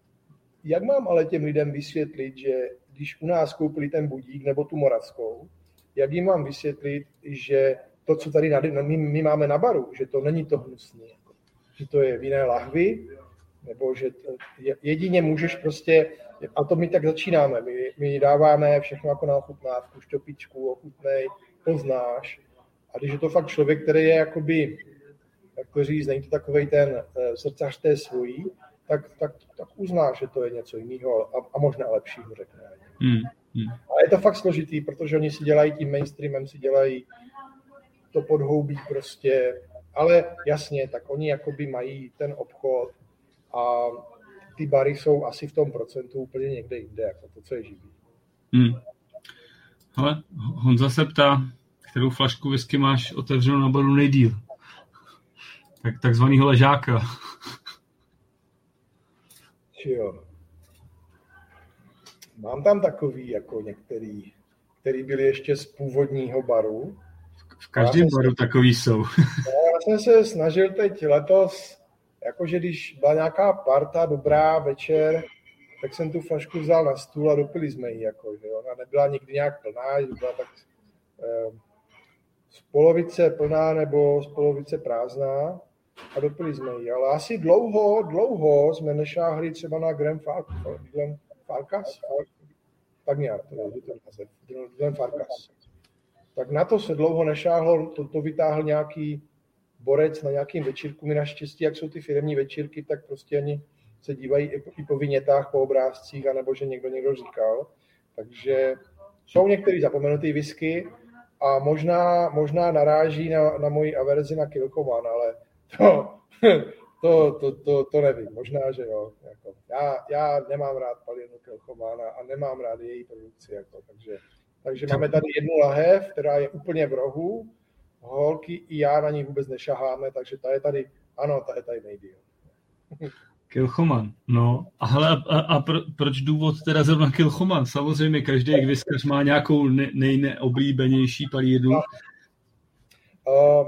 jak mám ale těm lidem vysvětlit, že když u nás koupili ten budík nebo tu moravskou, jak jim mám vysvětlit, že to, co tady my, my máme na baru, že to není to hnusný, že to je vinné lahvy, nebo že to, jedině můžeš prostě, a to my tak začínáme, my, my dáváme všechno jako na ochutnávku, šťopičku, ochutnej, poznáš. A když je to fakt člověk, který je jakoby, jak to říct, není to takovej ten srdcař té svojí, tak, tak, tak uznáš, že to je něco jiného a, a možná lepšího, řekne. Hmm. Hmm. Ale je to fakt složitý, protože oni si dělají tím mainstreamem, si dělají to podhoubí prostě, ale jasně, tak oni jakoby mají ten obchod a ty bary jsou asi v tom procentu úplně někde jinde, jako to, co je živý. Hmm. Hele, Honza se ptá, kterou flašku whisky máš otevřenou na baru nejdýl? Tak, takzvanýho ležáka. Jo. Mám tam takový, jako některý, který byli ještě z původního baru. V každém baru se, takový jsou. Já jsem se snažil teď letos, jakože když byla nějaká parta, dobrá večer, tak jsem tu flašku vzal na stůl a dopili jsme ji. Jako, že ona nebyla nikdy nějak plná, že byla tak eh, z polovice plná nebo z polovice prázdná a dopili jsme ji. Ale asi dlouho, dlouho jsme nešáhli třeba na Glen Farkas, tak nějak, to je ten název, Glen Farkas. Tak na to se dlouho nešáhlo, to, to vytáhl nějaký borec na nějakým večírku. My naštěstí, jak jsou ty firemní večírky, tak prostě oni se dívají i po vinětách, po obrázcích, anebo že někdo někdo říkal. Takže jsou některý zapomenutý whisky a možná, možná naráží na, na moji averzi na Kilchoman, ale to, to, to, to, to nevím. Možná, že jo. Jako, já, já nemám rád Palinu Kilchomana a nemám rád její produkci. Jako, takže, takže máme tady jednu lahev, která je úplně v rohu. Holky i já na ní vůbec nešaháme, takže ta je tady, ano, ta je tady nejdýl. Kilchoman, no. A hele, a, a pro, proč důvod teda zrovna Kilchoman? Samozřejmě každý whiskař má nějakou ne, nejneoblíbenější palírnu. No. Uh,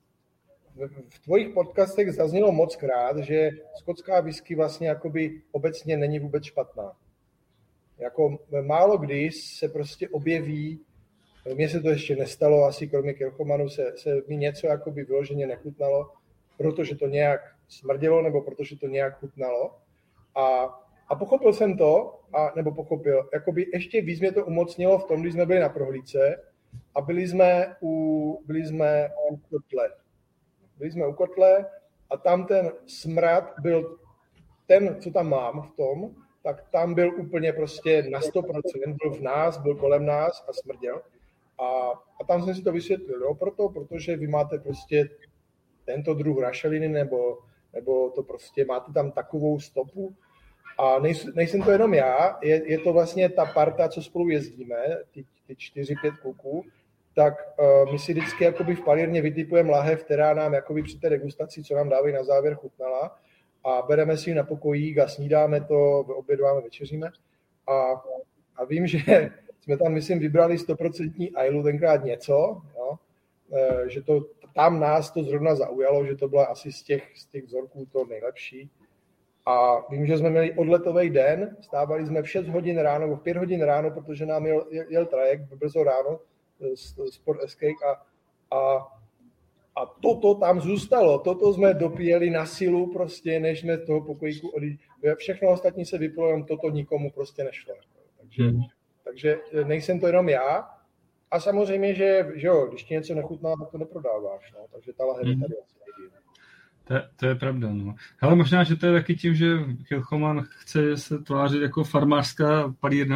v tvojich podcastech zaznělo moc krát, že skotská whisky vlastně jakoby obecně není vůbec špatná. Jako málo kdy se prostě objeví, mně se to ještě nestalo, asi kromě Kilchomanu se, se mi něco jakoby vyloženě nechutnalo, protože to nějak smrdělo, nebo protože to nějak chutnalo. A, a pochopil jsem to, a, nebo pochopil, jakoby ještě víc mě to umocnilo v tom, když jsme byli na prohlídce a byli jsme u, byli jsme u kotle. Byli jsme u kotle a tam ten smrad byl ten, co tam mám v tom, tak tam byl úplně prostě na sto procent, byl v nás, byl kolem nás a smrděl. A, a tam jsem si to vysvětlil, jo, proto, protože vy máte prostě tento druh rašeliny, nebo, nebo to prostě máte tam takovou stopu. A nejsem, nejsem to jenom já, je, je to vlastně ta parta, co spolu jezdíme, ty, ty čtyři, pět kluků, tak uh, my si vždycky jakoby v palírně vytipujeme lahev, která nám jakoby při té degustaci, co nám dávají na závěr, chutnala. A bereme si ji na pokojík a snídáme to, obědváme, večeříme. A, a vím, že jsme tam, myslím, vybrali stoprocentní Ailu tenkrát něco, jo, že to, tam nás to zrovna zaujalo, že to byla asi z těch, z těch vzorků to nejlepší. A vím, že jsme měli odletový den, stávali jsme v šest hodin ráno, v pět hodin ráno, protože nám jel, jel trajekt brzo ráno, Sport Escape a, a, a toto tam zůstalo, toto jsme dopíjeli na silu prostě, než jsme z toho pokojíku odjít. Všechno ostatní se vypilo, jenom toto nikomu prostě nešlo. Takže, hmm. takže nejsem to jenom já. A samozřejmě, že, že jo, když ti něco nechutná, tak to neprodáváš. No. Takže ta lahev hmm. tady asi nejde. To, to je pravda. No. Hele, možná, že to je taky tím, že Kilchoman chce se tvářit jako farmářská palírna.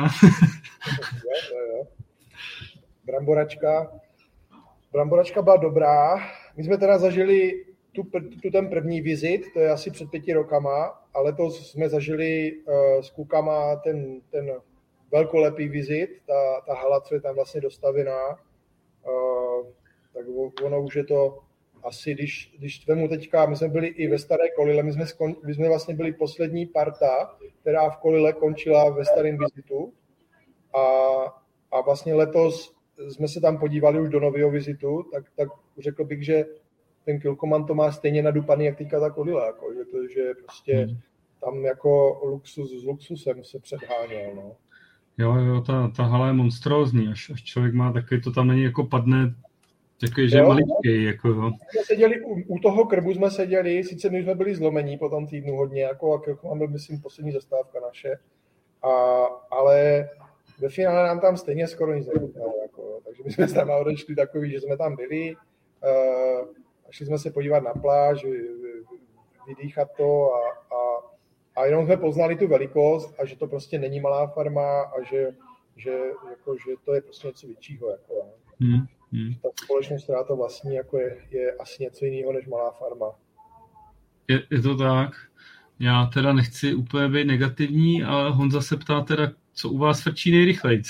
jo, jo, jo. Bramboračka. Bramboračka byla dobrá. My jsme teda zažili tu, tu ten první vizit, to je asi před pěti rokama, a letos jsme zažili uh, s klukama ten, ten velkolepý vizit, ta, ta hala, co je tam vlastně dostavená. Uh, tak ono už je to asi, když, když vemu teďka, my jsme byli i ve Staré Kolile, my jsme, skon, my jsme vlastně byli poslední parta, která v Kolile končila ve starém vizitu. A, a vlastně letos jsme se tam podívali už do nového vizitu, tak, tak řekl bych, že ten Kilchoman to má stejně nadupaný, jak teďka ta Kolila, jako, že, to, že prostě hmm. tam jako luxus s luxusem se předháněl. No. Jo, jo, ta, ta hala je monstrózní, až, až člověk má takový, to tam není jako padne, takový, že je maličký, jako jo. Jsme seděli, u, u toho krbu jsme seděli, sice my jsme byli zlomení po tom týdnu hodně, jako a Kilchoman byl, myslím, poslední zastávka naše, a, ale ve finále nám tam stejně skoro nic nechutnalo, jako, takže my jsme tam odešli takový, že jsme tam byli, uh, a šli jsme se podívat na pláž, vydýchat to a, a, a jenom jsme poznali tu velikost a že to prostě není malá farma a že, že, jako, že to je prostě něco většího. Jako, hmm, hmm. Ta společnost, která to vlastní, jako je, je asi něco jiného než malá farma. Je, je to tak. Já teda nechci úplně být negativní, ale Honza se ptá teda, co u vás frčí nejrychlejc.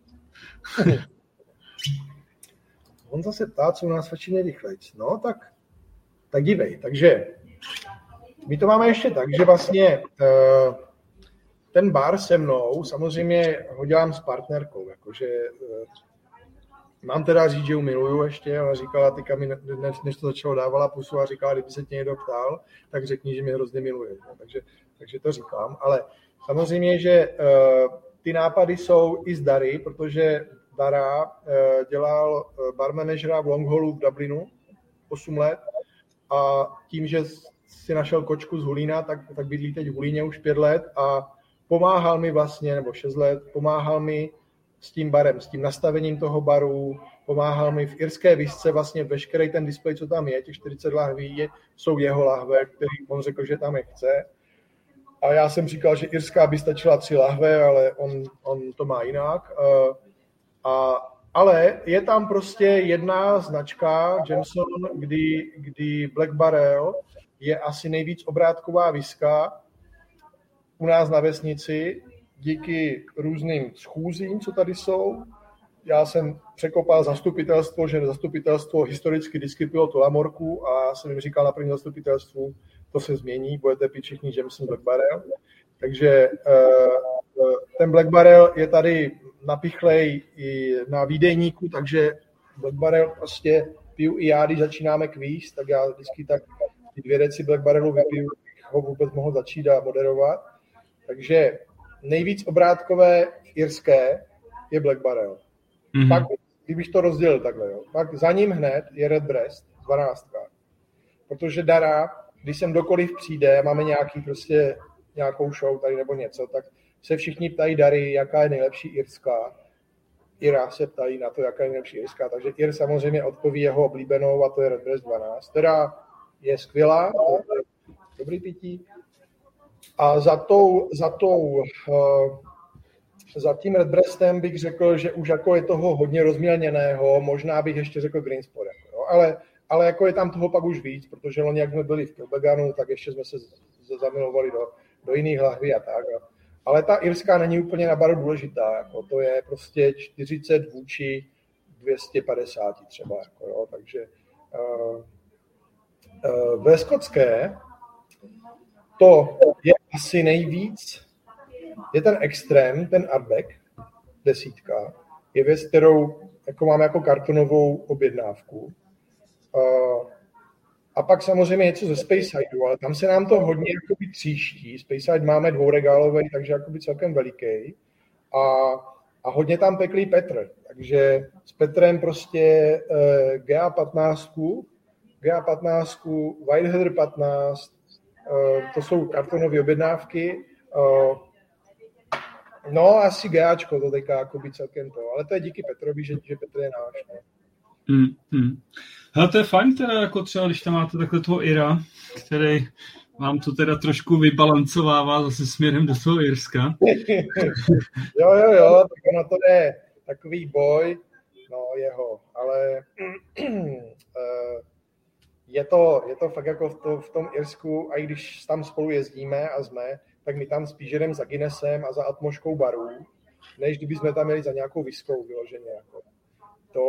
Honza se ptá, co u nás frčí nejrychlejc. No, tak, tak dívej. Takže my to máme ještě tak, že vlastně uh, ten bar se mnou, samozřejmě ho dělám s partnerkou, jakože uh, mám teda říct, že ji miluju ještě, ona říkala, tyka mi, než, než to začalo, dávala pusu a říkala, kdyby se tě někdo ptal, tak řekni, že mě hrozně miluje. No, takže, takže to říkám, ale samozřejmě, že uh, ty nápady jsou i z Dary, protože Dara uh, dělal bar manažera v Longhallu v Dublinu osm let a tím, že si našel kočku z Hulína, tak, tak bydlí teď v Hulíně už pět let a pomáhal mi vlastně, nebo šest let, pomáhal mi s tím barem, s tím nastavením toho baru, pomáhal mi v irské visce, vlastně veškerý ten displej, co tam je, těch čtyřicet lahví, je, jsou jeho lahve, který on řekl, že tam je chce. A já jsem říkal, že irská by stačila tři lahve, ale on, on to má jinak. A, ale je tam prostě jedna značka, Jameson, kdy, kdy Black Barrel je asi nejvíc obrátková viska u nás na vesnici, díky různým schůzím, co tady jsou. Já jsem překopal zastupitelstvo, že zastupitelstvo historicky vždycky pilo tu Lamorku a já jsem jim říkal na prvním zastupitelstvu, to se změní, budete pít všichni Jameson Black Barrel. Takže ten Black Barrel je tady napichlej i na výdejníku, takže Black Barrel prostě piju i já, když začínáme kvíz, tak já vždycky tak ty dvě deci Black Barrelu vypiju, ho vůbec mohl začít a moderovat. Takže nejvíc obrátkové irské je Black Barrel. Mm-hmm. Pak, kdybych to rozdělil takhle, jo, pak za ním hned je Redbreast, dvanáctka. Protože Dara, když sem kdokoliv přijde, máme nějaký prostě nějakou show tady nebo něco, tak se všichni ptají Dary, jaká je nejlepší irská. Ira se ptají na to, jaká je nejlepší irská. Takže Ir samozřejmě odpoví jeho oblíbenou a to je Redbreast dvanáct, která je skvělá, to je dobrý pití. A za tou, za tou, uh, za tím Redbreastem bych řekl, že už jako je toho hodně rozmělněného, možná bych ještě řekl Greenspot, jako, jo. ale, ale jako je tam toho pak už víc, protože loni, jak jsme byli v Kilbeganu, tak ještě jsme se zamilovali do, do jiných lahví a tak. Jo. Ale ta irská není úplně na baru důležitá, jako, to je prostě čtyřicet vůči dvě stě padesát třeba, jako, jo, takže uh, uh, ve skotské to je asi nejvíc, je ten extrém, ten Ardbeg, desítka, je věc, kterou jako máme jako kartonovou objednávku. Uh, a pak samozřejmě něco ze Speyside, ale tam se nám to hodně jakoby tříští. Speyside máme dvouregálový, takže jakoby celkem veliký. A, a hodně tam peklý Petr. Takže s Petrem prostě uh, G A patnáct, G A patnáct, Whiteheader patnáct, uh, to jsou kartonové objednávky. Uh, no, asi GAčko to teďka jakoby celkem to, ale to je díky Petrovi, že, že Petr je náš. Ne? Hmm, hmm. Hele, to je fajn teda, jako třeba, když tam máte takhle toho Ira, který vám to teda trošku vybalancovává zase směrem do toho Irska. jo, jo, jo, tak ono to je takový boj, no jeho, ale je to, je to fakt jako v, to, v tom Irsku, a i když tam spolu jezdíme a jsme, tak my tam spíš jedeme za Guinnessem a za atmoškou barů, než kdyby jsme tam jeli za nějakou viskou vyloženě. Jako. To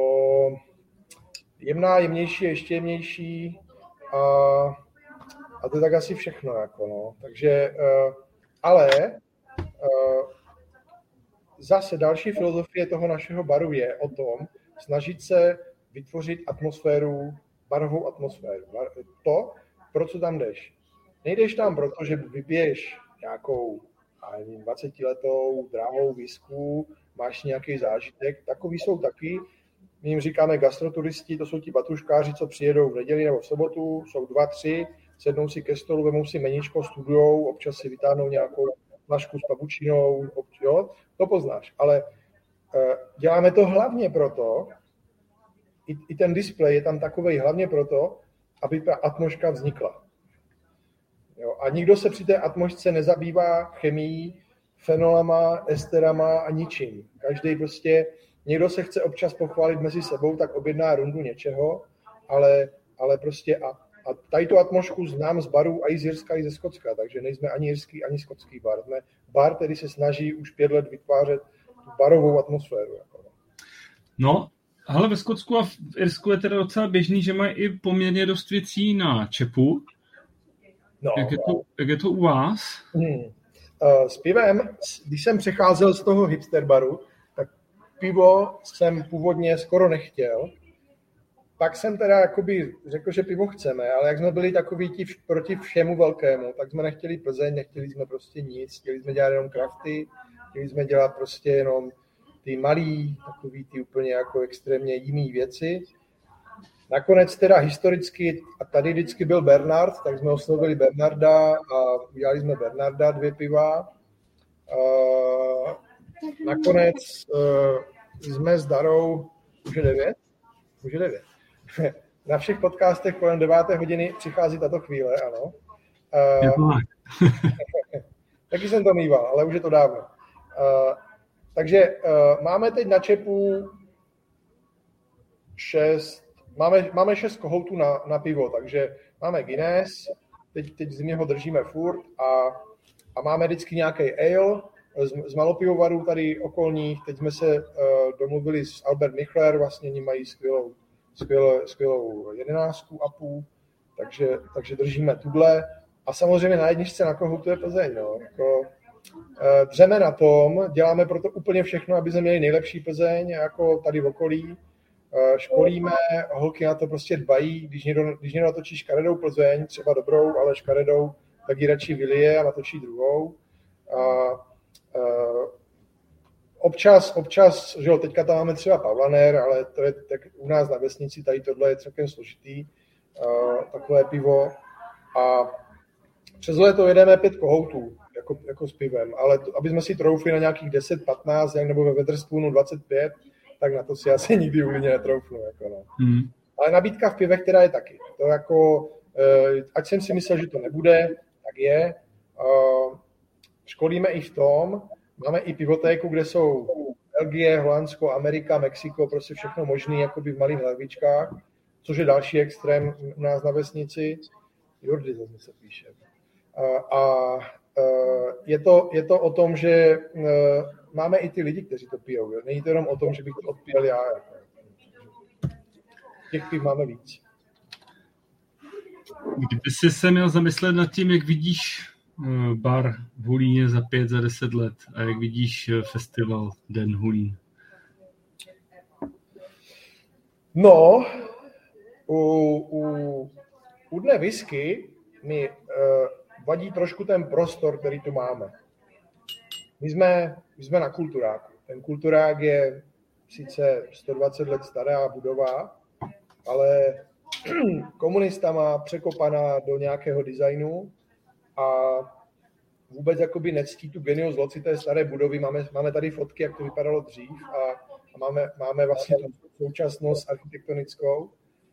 jemná, jemnější, ještě jemnější a, a to je tak asi všechno. Jako, no. Takže, uh, ale uh, zase další filozofie toho našeho baru je o tom snažit se vytvořit atmosféru, barovou atmosféru. To, pro co tam jdeš. Nejdeš tam proto, že vypiješ nějakou dvacetiletou drahou whisku, máš nějaký zážitek. Takový jsou taky. My jim říkáme gastroturisti, to jsou ti batuškáři, co přijedou v neděli nebo v sobotu, jsou dva, tři, sednou si ke stolu, vemou si meničko, studujou, občas si vytáhnou nějakou flašku s pavučinou, jo, to poznáš. Ale uh, děláme to hlavně proto, i, i ten displej je tam takovej hlavně proto, aby ta atmosféra vznikla. Jo, a nikdo se při té atmosféře nezabývá chemií, fenolama, esterama a ničím. Každý prostě, někdo se chce občas pochválit mezi sebou, tak objedná rundu něčeho, ale, ale prostě a, a tady tu atmosféru znám z barů i z Jirska, i ze Skotska, takže nejsme ani jirský, ani skotský bar. Jsme bar, který se snaží už pět let vytvářet tu barovou atmosféru. Jako. No, ale ve Skotsku a v Irsku je teda docela běžný, že mají i poměrně dost věcí na čepu. No, jak, je to, jak je to u vás? Hmm. Uh, s pivem, když jsem přecházel z toho hipster baru, tak pivo jsem původně skoro nechtěl. Pak jsem teda jakoby řekl, že pivo chceme, ale jak jsme byli takový ti proti všemu velkému, tak jsme nechtěli Plzeň, nechtěli jsme prostě nic, chtěli jsme dělat jenom crafty, chtěli jsme dělat prostě jenom ty malý, takový ty úplně jako extrémně jiný věci. Nakonec teda historicky, a tady vždycky byl Bernard, tak jsme oslovili Bernarda a udělali jsme Bernarda dvě piva. Nakonec jsme s Darou, už je devět? Už je devět. Na všech podcastech kolem deváté hodiny přichází tato chvíle, ano. Taky jsem to mýval, ale už je to dávno. Takže máme teď na čepu šest Máme, máme šest kohoutů na, na pivo, takže máme Guinness, teď, teď z něho držíme furt a, a máme vždycky nějaký ale z, z malopivovarů tady okolních. Teď jsme se uh, domluvili s Albert Michler, vlastně oni mají skvělou, skvělou, skvělou jedenáctku a půl, takže, takže držíme tuhle. A samozřejmě na jedničce na kohoutu je Plzeň. No. Jako, uh, dřeme na tom, děláme proto úplně všechno, aby jsme měli nejlepší Plzeň jako tady v okolí. Školíme, holky na to prostě dbají, když někdo, když někdo natočí škaredou Plzeň, třeba dobrou, ale škaredou, tak ji radši vylije a natočí druhou. A, a, občas, občas, že jo, teďka tam máme třeba Pavlaner, ale to je tak u nás na vesnici, tady tohle je celkem složitý, a, takové pivo. A přes léto jedeme pět kohoutů, jako, jako s pivem, ale to, aby jsme si troufli na nějakých deset patnáct, nebo ve Wetherspoonu dvacet pět, tak na to si asi nikdy u mě netroufnu. Jako no. hmm. Ale nabídka v pivech teda je taky. To jako, ať jsem si myslel, že to nebude, tak je. Školíme i v tom, máme i pivotéku, kde jsou Belgie, Holandsko, Amerika, Mexiko, prostě všechno možný, jakoby v malých lahvičkách, což je další extrém u nás na vesnici. Jordi zase se píše. A, a je, to, je to o tom, že máme i ty lidi, kteří to pijou. Není to jenom o tom, že bych to odpíjel já. Těch piv máme víc. Kdyby jsi se měl zamyslet nad tím, jak vidíš bar v Hulíně za pět, za deset let? A jak vidíš festival Den Hulín? No, u, u, u Dne whisky mi uh, vadí trošku ten prostor, který tu máme. My jsme, my jsme na Kulturáku. Ten Kulturák je sice sto dvacet let stará budova, ale komunistama překopaná do nějakého designu a vůbec jakoby nectí tu genius loci té staré budovy. Máme, máme tady fotky, jak to vypadalo dřív a, a máme, máme vlastně současnost architektonickou.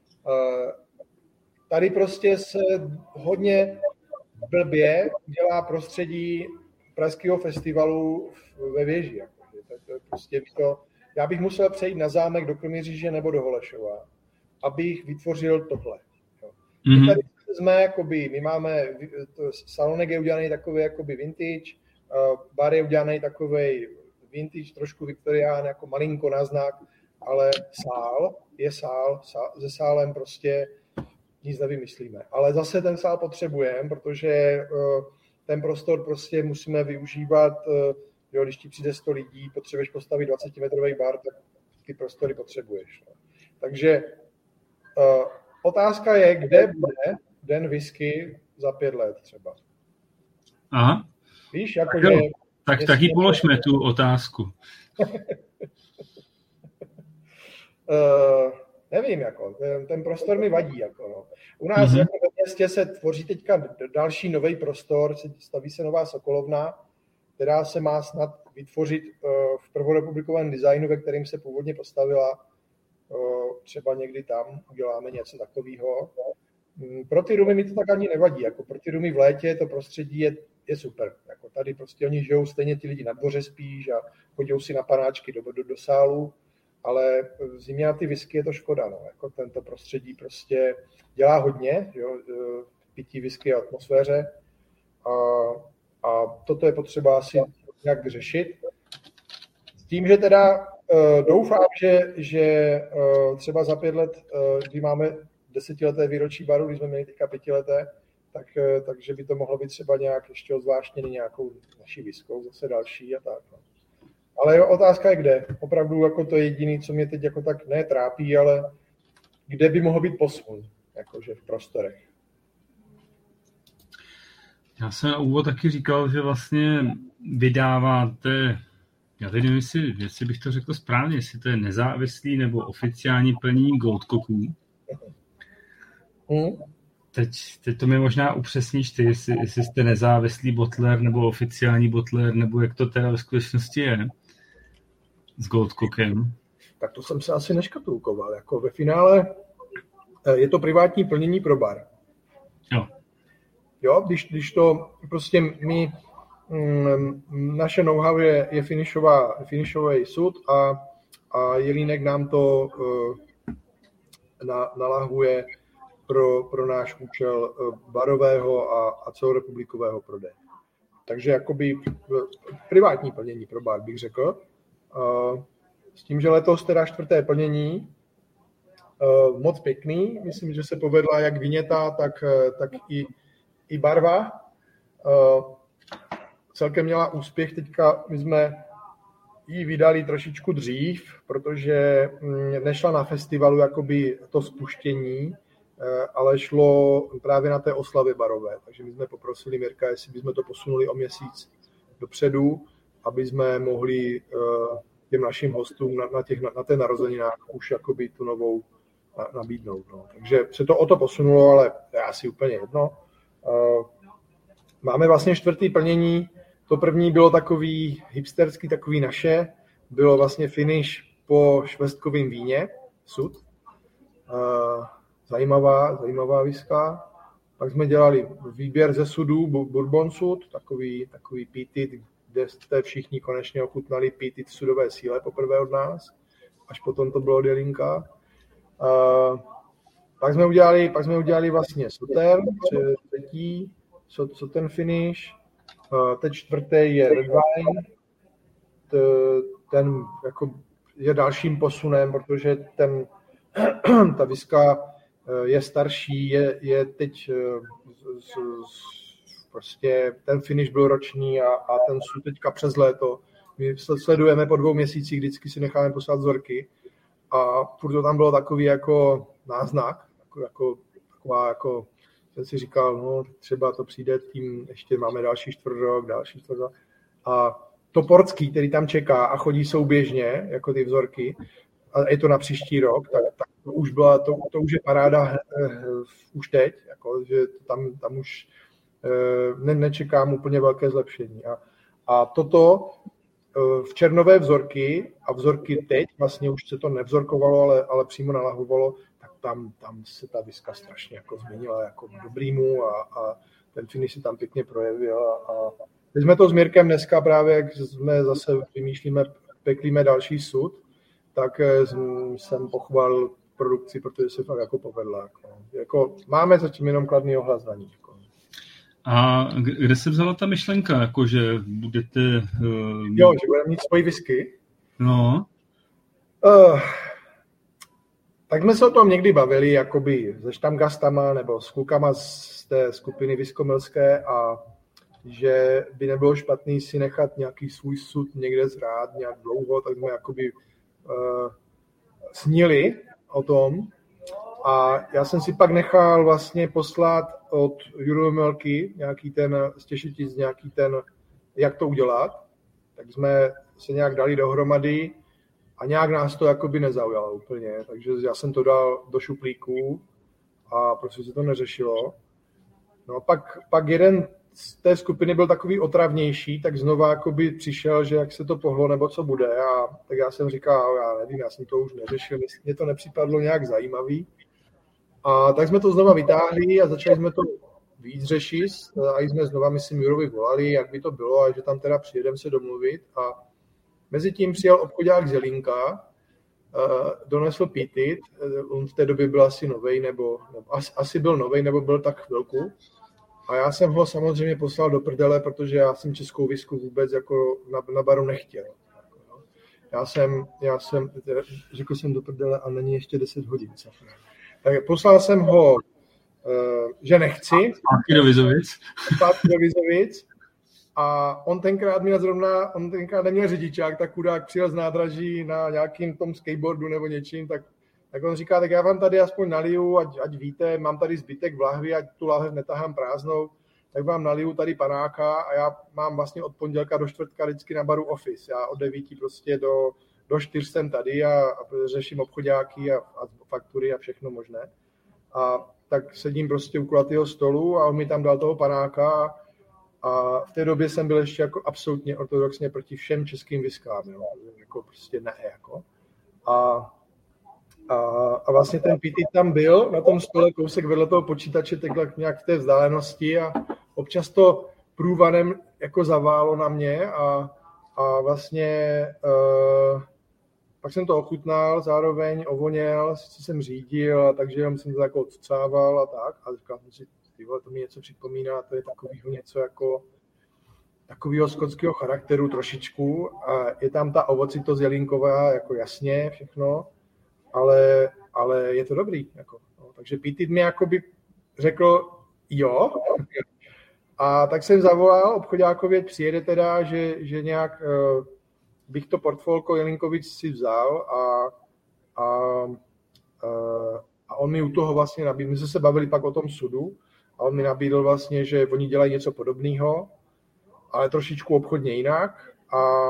Tady prostě se hodně blbě dělá prostředí pražského festivalu ve věži. Jako. To, to je prostě to, já bych musel přejít na zámek do Kroměříže nebo do Holešova, abych vytvořil tohle. Mm-hmm. My tady jsme, jakoby, my máme, to, salonek je udělaný takový jakoby vintage, bar je udělaný takový vintage, trošku viktorián, jako malinko na znak, ale sál je sál, sál, se sálem prostě nic nevymyslíme. Ale zase ten sál potřebujeme, protože uh, ten prostor prostě musíme využívat, uh, jo, když ti přijde sto lidí, potřebuješ postavit dvacetimetrový bar, tak ty prostory potřebuješ. No. Takže uh, otázka je, kde bude Den whisky za pět let třeba. Aha. Víš, jako tak, že... tak taky položme tu otázku. uh, nevím, jako, ten, ten prostor mi vadí. Jako, no. U nás mm-hmm. jako ve městě se tvoří teďka další nový prostor, staví se nová Sokolovna, která se má snad vytvořit uh, v prvorepublikovém designu, ve kterém se původně postavila. Uh, třeba někdy tam uděláme něco takového. Pro ty rumy mi to tak ani nevadí. Jako pro ty rumy v létě to prostředí je, je super. Jako tady prostě oni žijou stejně ty lidi na dvoře spíš a chodí si na panáčky do, do, do sálu, ale v zimě na ty whisky je to škoda. No. Jako tento prostředí prostě dělá hodně, jo, pití whisky a atmosféře a, a toto je potřeba asi nějak řešit. S tím, že teda uh, doufám, že, že uh, třeba za pět let, uh, kdy máme desetileté výročí baru, když jsme měli teďka pětileté, tak, takže by to mohlo být třeba nějak ještě ozvláštněný nějakou naší whiskou, zase další a tak. No. Ale jo, otázka je kde. Opravdu jako to je jediné, co mě teď jako tak ne trápí, ale kde by mohl být posun, jakože v prostorech. Já jsem na úvod taky říkal, že vlastně vydáváte, já teď nevím, jestli, jestli bych to řekl správně, jestli to je nezávislý nebo oficiální plnění Goldcocků. Hmm. Teď, teď to mi možná upřesníš ty, jestli, jestli jste nezávislý bottler nebo oficiální bottler, nebo jak to teda ve skutečnosti je s Goldcockem. Tak to jsem se asi neškatulkoval. Jako ve finále je to privátní plnění pro bar. Jo. Jo, když, když to prostě my, mm, naše know-how je, je finishová, finishový sud a, a Jelínek nám to uh, na, nalahuje Pro, pro náš účel barového a, a celorepublikového prodeje. Takže jakoby privátní plnění pro bar, bych řekl. S tím, že letos teda čtvrté plnění, moc pěkný. Myslím, že se povedla jak viněta, tak, tak i, i barva. Celkem měla úspěch. Teďka my jsme ji vydali trošičku dřív, protože nešla na festivalu jakoby to spuštění, ale šlo právě na té oslavě barové. Takže my jsme poprosili Mirka, jestli bychom to posunuli o měsíc dopředu, aby jsme mohli těm našim hostům na, na, těch, na té narozeninách už jakoby tu novou nabídnout. No. Takže se to o to posunulo, ale to je asi úplně jedno. Máme vlastně čtvrtý plnění. To první bylo takový hipsterský, takový naše. Bylo vlastně finish po švestkovém víně, sud. Zajímavá, zajímavá whisky. Pak jsme dělali výběr ze sudů, Bourbon sud, takový, takový peated, kde jste všichni konečně ochutnali peated sudové síle poprvé od nás. Až potom to bylo od Jelínka. Uh, pak jsme udělali, pak jsme udělali vlastně Southern, třetí, co, co ten finish. Uh, teď čtvrtý je Red Wine. T, ten jako je dalším posunem, protože ten, ta whisky je starší, je, je teď z, z, prostě ten finish byl roční a, a ten sud teďka přes léto. My sledujeme po dvou měsících, vždycky si necháme poslat vzorky a furt to tam bylo takový jako náznak, jako, jako, taková jako, jsem si říkal, no třeba to přijde tím, ještě máme další čtvrtrok, další čtvrtrok. A to portský, který tam čeká a chodí souběžně, jako ty vzorky, a je to na příští rok, tak, tak to už byla, to, to už je paráda eh, už teď, jako, že tam, tam už eh, ne, nečekám úplně velké zlepšení. A, a toto eh, v černové vzorky a vzorky teď, vlastně už se to nevzorkovalo, ale, ale přímo nalahovalo, tak tam, tam se ta viska strašně jako změnila jako k dobrýmu a, a ten finish se tam pěkně projevil. A, a teď jsme to s Mirkem dneska právě, jak jsme zase vymýšlíme, peklíme další sud, tak jsem pochválil produkci, protože se fakt jako povedla. Jako, jako máme zatím jenom kladný ohlas na ní. Jako. A kde se vzala ta myšlenka, jako že budete... Uh, jo, že budeme mít svoji whisky. No. Uh, tak jsme se o tom někdy bavili, jakoby se štamgastama nebo s klukama z té skupiny Viskomilské a že by nebylo špatný si nechat nějaký svůj sud někde zrát nějak dlouho, tak jsme jakoby uh, snili o tom. A já jsem si pak nechal vlastně poslat od Euromilky nějaký ten, stěšitic nějaký ten, jak to udělat. Tak jsme se nějak dali dohromady a nějak nás to jakoby nezaujalo úplně. Takže já jsem to dal do šuplíku a prostě se to neřešilo. No a pak, pak jeden z té skupiny byl takový otravnější, tak znova jakoby přišel, že jak se to pohlo, nebo co bude. A tak já jsem říkal, já nevím, já jsem to už neřešil, mně to nepřipadlo nějak zajímavý. A tak jsme to znova vytáhli a začali jsme to víc řešit. A jsme znova, myslím, Jurovi volali, jak by to bylo a že tam teda přijedeme se domluvit. A mezi tím přijel obchodák z Jelínka, donesl pítit, on v té době byl asi novej, nebo, nebo asi, asi byl novej, nebo byl tak chvilku. A já jsem ho samozřejmě poslal do prdele, protože já jsem českou visku vůbec jako na, na baru nechtěl. Já jsem, já jsem, řekl jsem do prdele a není ještě deset hodin. Tak poslal jsem ho, že nechci. Zpátky do Vizovic. Zpátky do Vizovic. A on tenkrát měl zrovna, on tenkrát neměl řidičák, tak chudák přijel z nádraží na nějakým tom skateboardu nebo něčím, tak Tak on říká, tak já vám tady aspoň naliju, ať, ať víte, mám tady zbytek v lahvi, ať tu lahev netahám prázdnou, tak vám naliju tady panáka a já mám vlastně od pondělka do čtvrtka vždycky na baru office. Já od devíti prostě do, do čtyř jsem tady a, a řeším obchodáky a, a faktury a všechno možné. A tak sedím prostě u kulatého stolu a on mi tam dal toho panáka a v té době jsem byl ještě jako absolutně ortodoxně proti všem českým viskám, jo? Jako prostě ne, jako. A A, a vlastně ten pítit tam byl na tom stole kousek vedle toho počítače, takhle nějak v té vzdálenosti a občas to průvanem jako zaválo na mě a, a vlastně uh, pak jsem to ochutnal, zároveň ovoněl, sice jsem řídil, takže jenom jsem to jako odcucával a tak a říkal jsem si, tyhle, to mi něco připomíná, to je takovýho něco jako takovýho skotského charakteru trošičku a je tam ta ovocitost jelínková, jako jasně všechno, Ale, ale je to dobrý. Jako, no. Takže Pítit mi jakoby řekl jo. A tak jsem zavolal obchodákovi, přijede teda, že, že nějak uh, bych to portfolko Jelínkovic si vzal a, a, uh, a on mi u toho vlastně nabídl. My jsme se bavili pak o tom sudu a on mi nabídl vlastně, že oni dělají něco podobného, ale trošičku obchodně jinak. A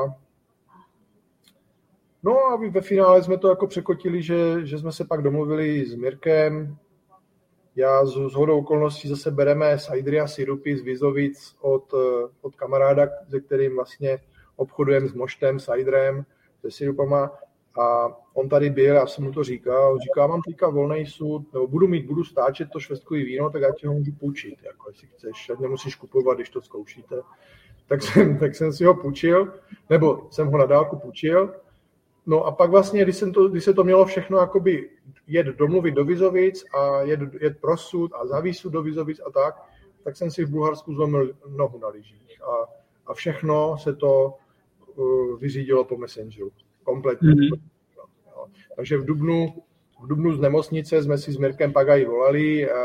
no a ve finále jsme to jako překotili, že, že jsme se pak domluvili s Mirkem. Já s, s hodou okolností zase bereme cidery a sirupy z Vizovic od, od kamaráda, se kterým vlastně obchodujeme s moštem, ciderem, se sirupama. A on tady byl, já jsem mu to říkal, on říká, mám teďka volnej sud, nebo budu mít, budu stáčet to švestkový víno, tak já ti ho můžu půjčit, jako jestli chceš, ať nemusíš kupovat, když to zkoušíte. Tak jsem, tak jsem si ho půjčil, nebo jsem ho na dálku půjčil. No a pak vlastně, když, jsem to, když se to mělo všechno jakoby jet domluvit do Vizovic a jet, jet pro sud a za výsud do Vizovic a tak, tak jsem si v Bulharsku zlomil nohu na lyžích. A, a všechno se to uh, vyřídilo po Messengeru. Kompletně. Mm-hmm. No. Takže v Dubnu, v Dubnu z nemocnice jsme si s Mirkem Pagají volali, uh,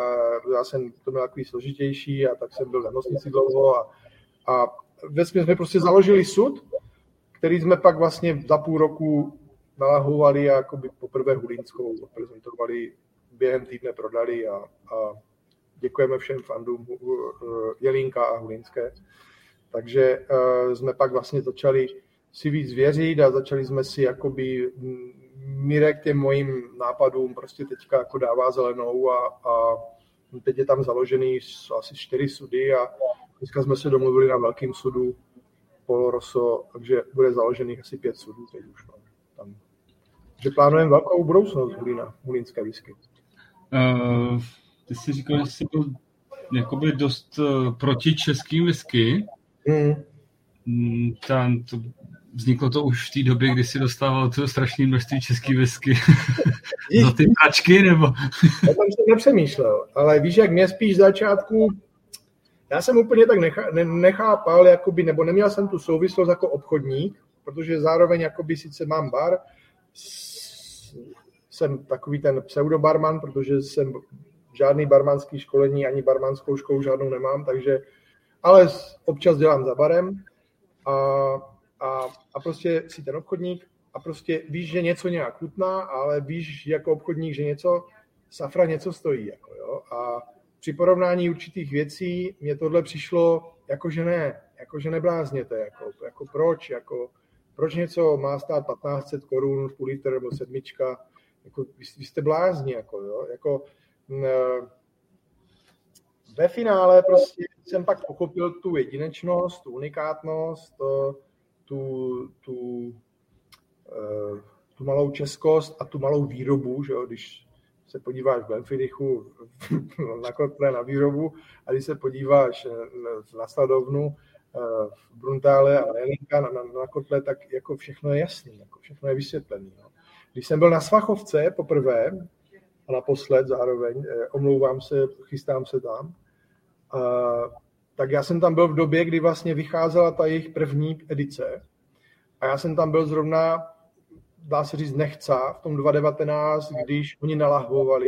já jsem to měl takový složitější a tak jsem byl v nemocnici dlouho a, a vesměs jsme prostě založili sud, který jsme pak vlastně za půl roku nalahovali a jakoby poprvé Hulínskou prezentovali, během týdne prodali a, a děkujeme všem fandům Jelínka a Hulínské. Takže uh, jsme pak vlastně začali si víc věřit a začali jsme si jakoby Mirek těm mojím nápadům prostě teďka jako dává zelenou a, a teď je tam založený asi čtyři sudy a dneska jsme se domluvili na velkým sudu Polo Rosso, takže bude založených asi pět sudů teď už. No, tam. Takže plánujeme velkou budoucnost Hulína, Hulínské whisky. Uh, ty jsi říkal, že jsi byl jakoby dost uh, proti českým whisky. Mm. Mm, tam to vzniklo to už v té době, kdy si dostával to strašné množství český whisky za ty pračky, nebo? Já tam jsem nepřemýšlel, ale víš, jak mě spíš z začátku, já jsem úplně tak nechá, ne, nechápal, jakoby, nebo neměl jsem tu souvislost jako obchodník, protože zároveň jakoby sice mám bar, jsem takový ten pseudobarman, protože jsem žádný barmanský školení, ani barmanskou školu žádnou nemám, takže, ale občas dělám za barem a, a, a prostě si ten obchodník a prostě víš, že něco nějak chutná, ale víš jako obchodník, že něco, safra něco stojí. Jako, jo? A při porovnání určitých věcí mě tohle přišlo, jakože ne, jakože neblázněte, jako, jako proč, jako, proč něco má stát patnáct set korun, půl litr nebo sedmička, jako, vy, vy jste blázni, jako, jo? Jako, ve finále prostě jsem pak pochopil tu jedinečnost, tu unikátnost, tu, tu, tu malou českost a tu malou výrobu, že jo? Když se podíváš v Glenfiddichu na kotle na výrobu a když se podíváš na sladovnu v Bruntále a Jelinka na, na, na kotle, tak jako všechno je jasný, jako všechno je vysvětlený. No. Když jsem byl na Svachovce poprvé a naposled zároveň, omlouvám se, chystám se tam, a, tak já jsem tam byl v době, kdy vlastně vycházela ta jejich první edice a já jsem tam byl zrovna, dá se říct, nechca v tom dva tisíce devatenáct, když oni nalahvovali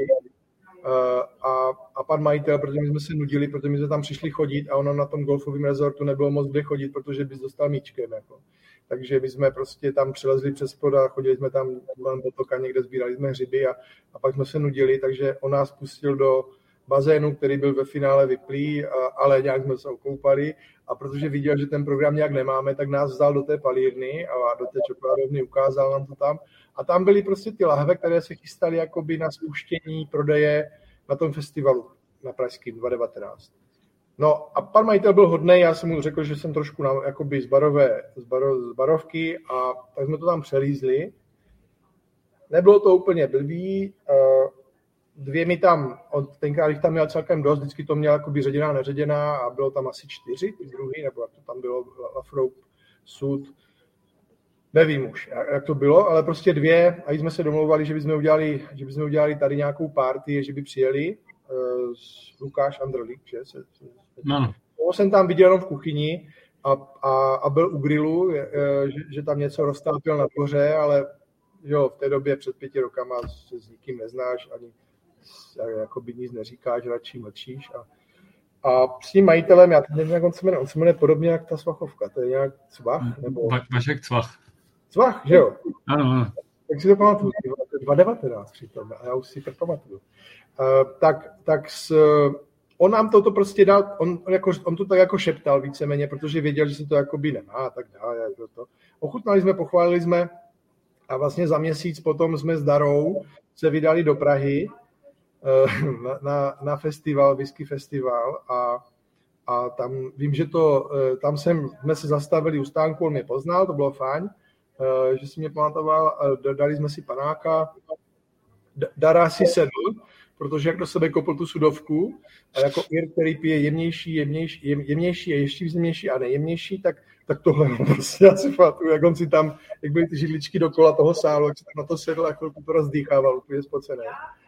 a, a pan majitel, protože my jsme se nudili, protože my jsme tam přišli chodit a ono na tom golfovém rezortu nebylo moc kde chodit, protože bys dostal míčkem. Jako. Takže my jsme prostě tam přelezli přes pod a chodili jsme tam kolem potoka, někde sbírali jsme hřiby a, a pak jsme se nudili, takže on nás pustil do bazénu, který byl ve finále vyplý, a, ale nějak jsme se okoupali a protože viděl, že ten program nějak nemáme, tak nás vzal do té palírny a do té čokoládovny, ukázal nám to tam a tam byly prostě ty lahve, které se chystaly jakoby na spuštění prodeje na tom festivalu na pražským dva tisíce devatenáct. No a pan majitel byl hodnej, já jsem mu řekl, že jsem trošku na, jakoby z, barové, z, baro, z barovky a tak jsme to tam přelízli. Nebylo to úplně blbý, dvě mi tam, tenkrát jich tam měl celkem dost, vždycky to měl jakoby ředěná, neředěná a bylo tam asi čtyři, ty druhý, nebo jak to tam bylo, Lafroig, Sud, nevím už, jak to bylo, ale prostě dvě a jsme se domlouvali, že bychom udělali, že bychom udělali tady nějakou party, že by přijeli uh, Lukáš Andrlík, že se, se no. Toho jsem tam viděl jenom v kuchyni a, a, a byl u grilu, že, že tam něco roztápil na dvoře, ale jo, v té době před pěti rokama se s nikým neznáš, ani jakoby nic neříkáš, radši mlčíš. A, a s tím majitelem, já teď nevím, jak on se jmenuje, on se jmenuje podobně jak ta Svachovka, to je nějak Cvach? Nebo... Vašek Cvach. Cvach, že jo? Ano, ano. Tak si to pamatuju, dva tisíce devatenáct přitom, a já už si to pamatuju. Uh, tak, tak s, on nám toto prostě dal, on, on, jako, on to tak jako šeptal víceméně, protože věděl, že se to jakoby nemá a tak dále. Jako to. Ochutnali jsme, pochválili jsme a vlastně za měsíc potom jsme s Darou se vydali do Prahy uh, na, na, na festival, whisky festival a, a tam vím, že to, uh, tam jsem, jsme se zastavili u stánku, on mě poznal, to bylo fajn, uh, že si mě pamatoval, uh, dali jsme si panáka, Dara si sedl, protože jak do sebe kopl tu sudovku a jako Ir, který pije jemnější, jemnější, jem, jemnější a ještě jemnější a nejjemnější, tak, tak tohle prostě já si pamatuju, jak on si tam, jak byly ty židličky dokola toho sálu, jak si tam na to sedl a chvilku to rozdýchával, úplně spocené.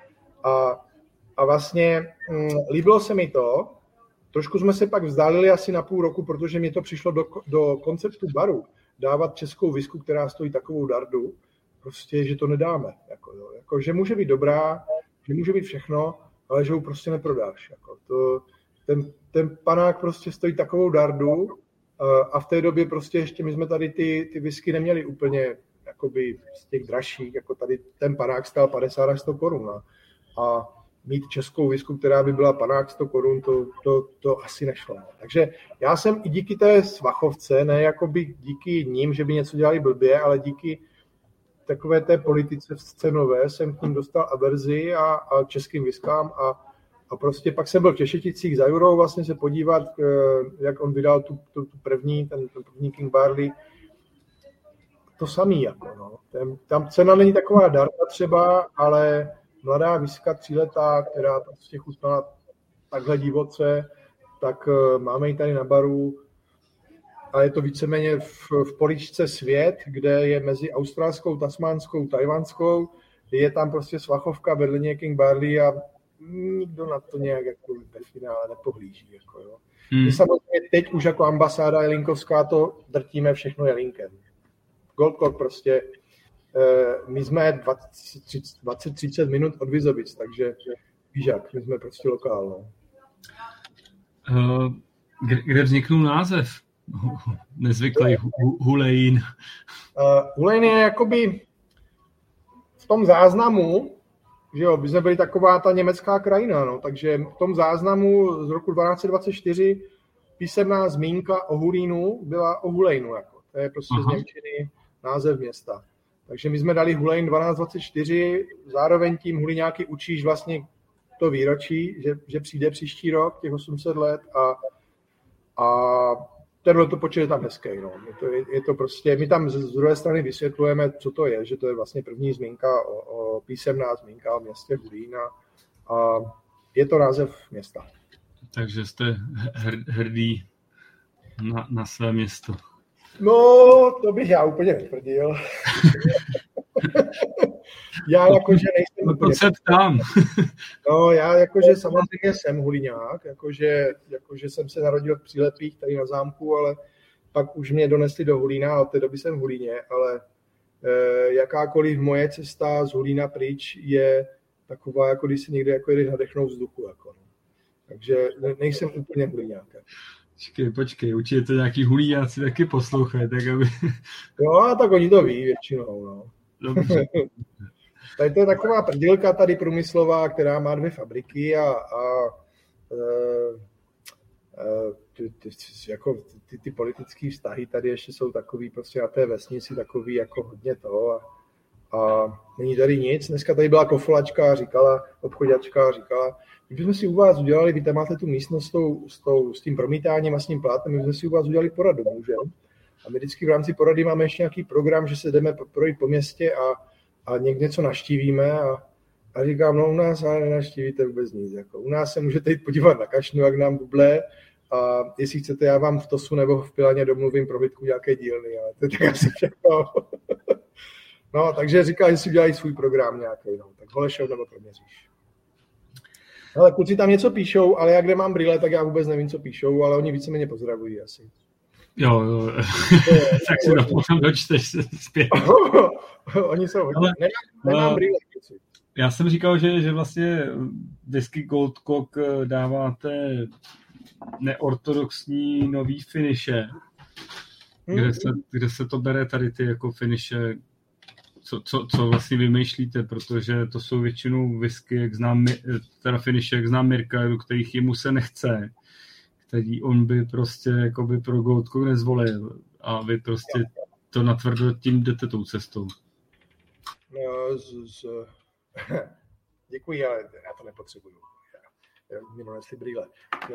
A, a vlastně hm, líbilo se mi to, trošku jsme se pak vzdálili asi na půl roku, protože mi to přišlo do, do konceptu baru, dávat českou whisky, která stojí takovou dardu, prostě, že to nedáme. Jako, jo. Jako, že může být dobrá, že může být všechno, ale že ho prostě neprodáš. Jako to, ten, ten panák prostě stojí takovou dardu a v té době prostě ještě my jsme tady ty, ty whisky neměli úplně jakoby z těch dražších, jako tady ten panák stál padesát až sto korun. A, a mít českou whisku, která by byla panák sto korun, to, to, to asi nešlo. Takže já jsem i díky té svachovce, ne jakoby díky ním, že by něco dělali blbě, ale díky takové té politice cenové jsem k ním dostal averzi a, a českým whiskám a, a prostě pak jsem byl v Češeticích za Jurou vlastně se podívat, jak on vydal tu, tu, tu první, ten, ten první King Barley. To samý, jako no. Tam, tam cena není taková darta třeba, ale mladá whisky tříletá, která prostě chutnala takhle divoce, tak uh, máme ji tady na baru a je to víceméně v, v poličce Svět, kde je mezi australskou, tasmánskou, tajvanskou, je tam prostě svachovka, vedle něj King Barley a nikdo na to nějak jako ve finále nepohlíží. Jako, jo. Hmm. My samozřejmě teď už jako ambasáda jelinkovská to drtíme všechno jelinkem. Gold Corp prostě, my jsme dvacet třicet minut od Vizovic, takže víš jak, my jsme prostě lokál. No. Uh, kde, kde vzniknul název? Nezvyklý Hulejn. Uh, Hulejn je jakoby v tom záznamu, že jo, my jsme byli taková ta německá krajina, no, takže v tom záznamu z roku dvanáct dvacet čtyři písemná zmínka o Hulínu byla o Hulejnu, jako. To je prostě z němčiny název města. Takže my jsme dali Hulejn dvanáct dvacet čtyři, zároveň tím Huliňáky učíš vlastně to výročí, že, že přijde příští rok, těch osm set let a, a tenhle to počet je tam hezký. No. Je, to, je, je to prostě, my tam z, z druhé strany vysvětlujeme, co to je, že to je vlastně první zmínka, o, o písemná zmínka o městě Hulín a, a je to název města. Takže jste hr, hrdý na, na své město. No, to bych já úplně netvrdil. Já jakože nejsem... To se ptám. No, já jakože samozřejmě jsem Huliňák, jakože, jakože jsem se narodil v Přílepích tady na zámku, ale pak už mě donesli do Hulína a od té doby jsem v Hulíně, ale eh, jakákoliv moje cesta z Hulína pryč je taková, jako když si někde jako jdeš nadechnout vzduchu. Jako, no. Takže ne, nejsem úplně Huliňák. Počkej, počkej, určitě to nějaký Hulíňáci taky poslouchají, tak aby... Jo, tak oni to ví většinou, no. Dobře. Tady to je taková prdilka tady průmyslová, která má dvě fabriky a, a e, e, ty, ty, jako ty, ty politické vztahy tady ještě jsou takový prostě na té vesnici takový jako hodně toho a, a není tady nic. Dneska tady byla kofolačka a říkala, obchodačka a říkala, kdybychom si u vás udělali, vy tam máte tu místnost s, tou, s, tou, s tím promítáním a s tím plátem, my jsme si u vás udělali poradu, můžeme. A my vždycky v rámci porady máme ještě nějaký program, že se jdeme projít po městě a, a někde něco navštívíme a, a říkám, no u nás ale nenaštívíte vůbec nic. Jako. U nás se můžete jít podívat na kašnu, jak nám bublé a jestli chcete, já vám v Tosu nebo v Pilaně domluvím prohlídku nějaké dílny, ale to je tak asi všechno. No, takže říkal, že si udělají svůj program nějaký, no, tak Holešov nebo Kroměříž. Ale kluci tam něco píšou, ale já kde mám brýle, tak já vůbec nevím, co píšou, ale oni víceméně pozdravují asi. Jo, jo. Tak si to potom dočteš zpět. Oni jsou hodně. Nemám, nemám brýle. Já jsem říkal, že, že vlastně whisky Gold Cock dáváte neortodoxní nový finiše, hmm. kde, se, kde se to bere tady ty jako finiše, co, co, co vlastně vymýšlíte, protože to jsou většinou whisky, jak znám, teda finiše, jak znám Mirka, do kterých jemu se nechce, který on by prostě jakoby pro Gold Cock nezvolil a vy prostě to natvrdo tím jdete tou cestou. No, z, z... Děkuji, ale já to nepotřebuju. Já, já mě donesli brýle.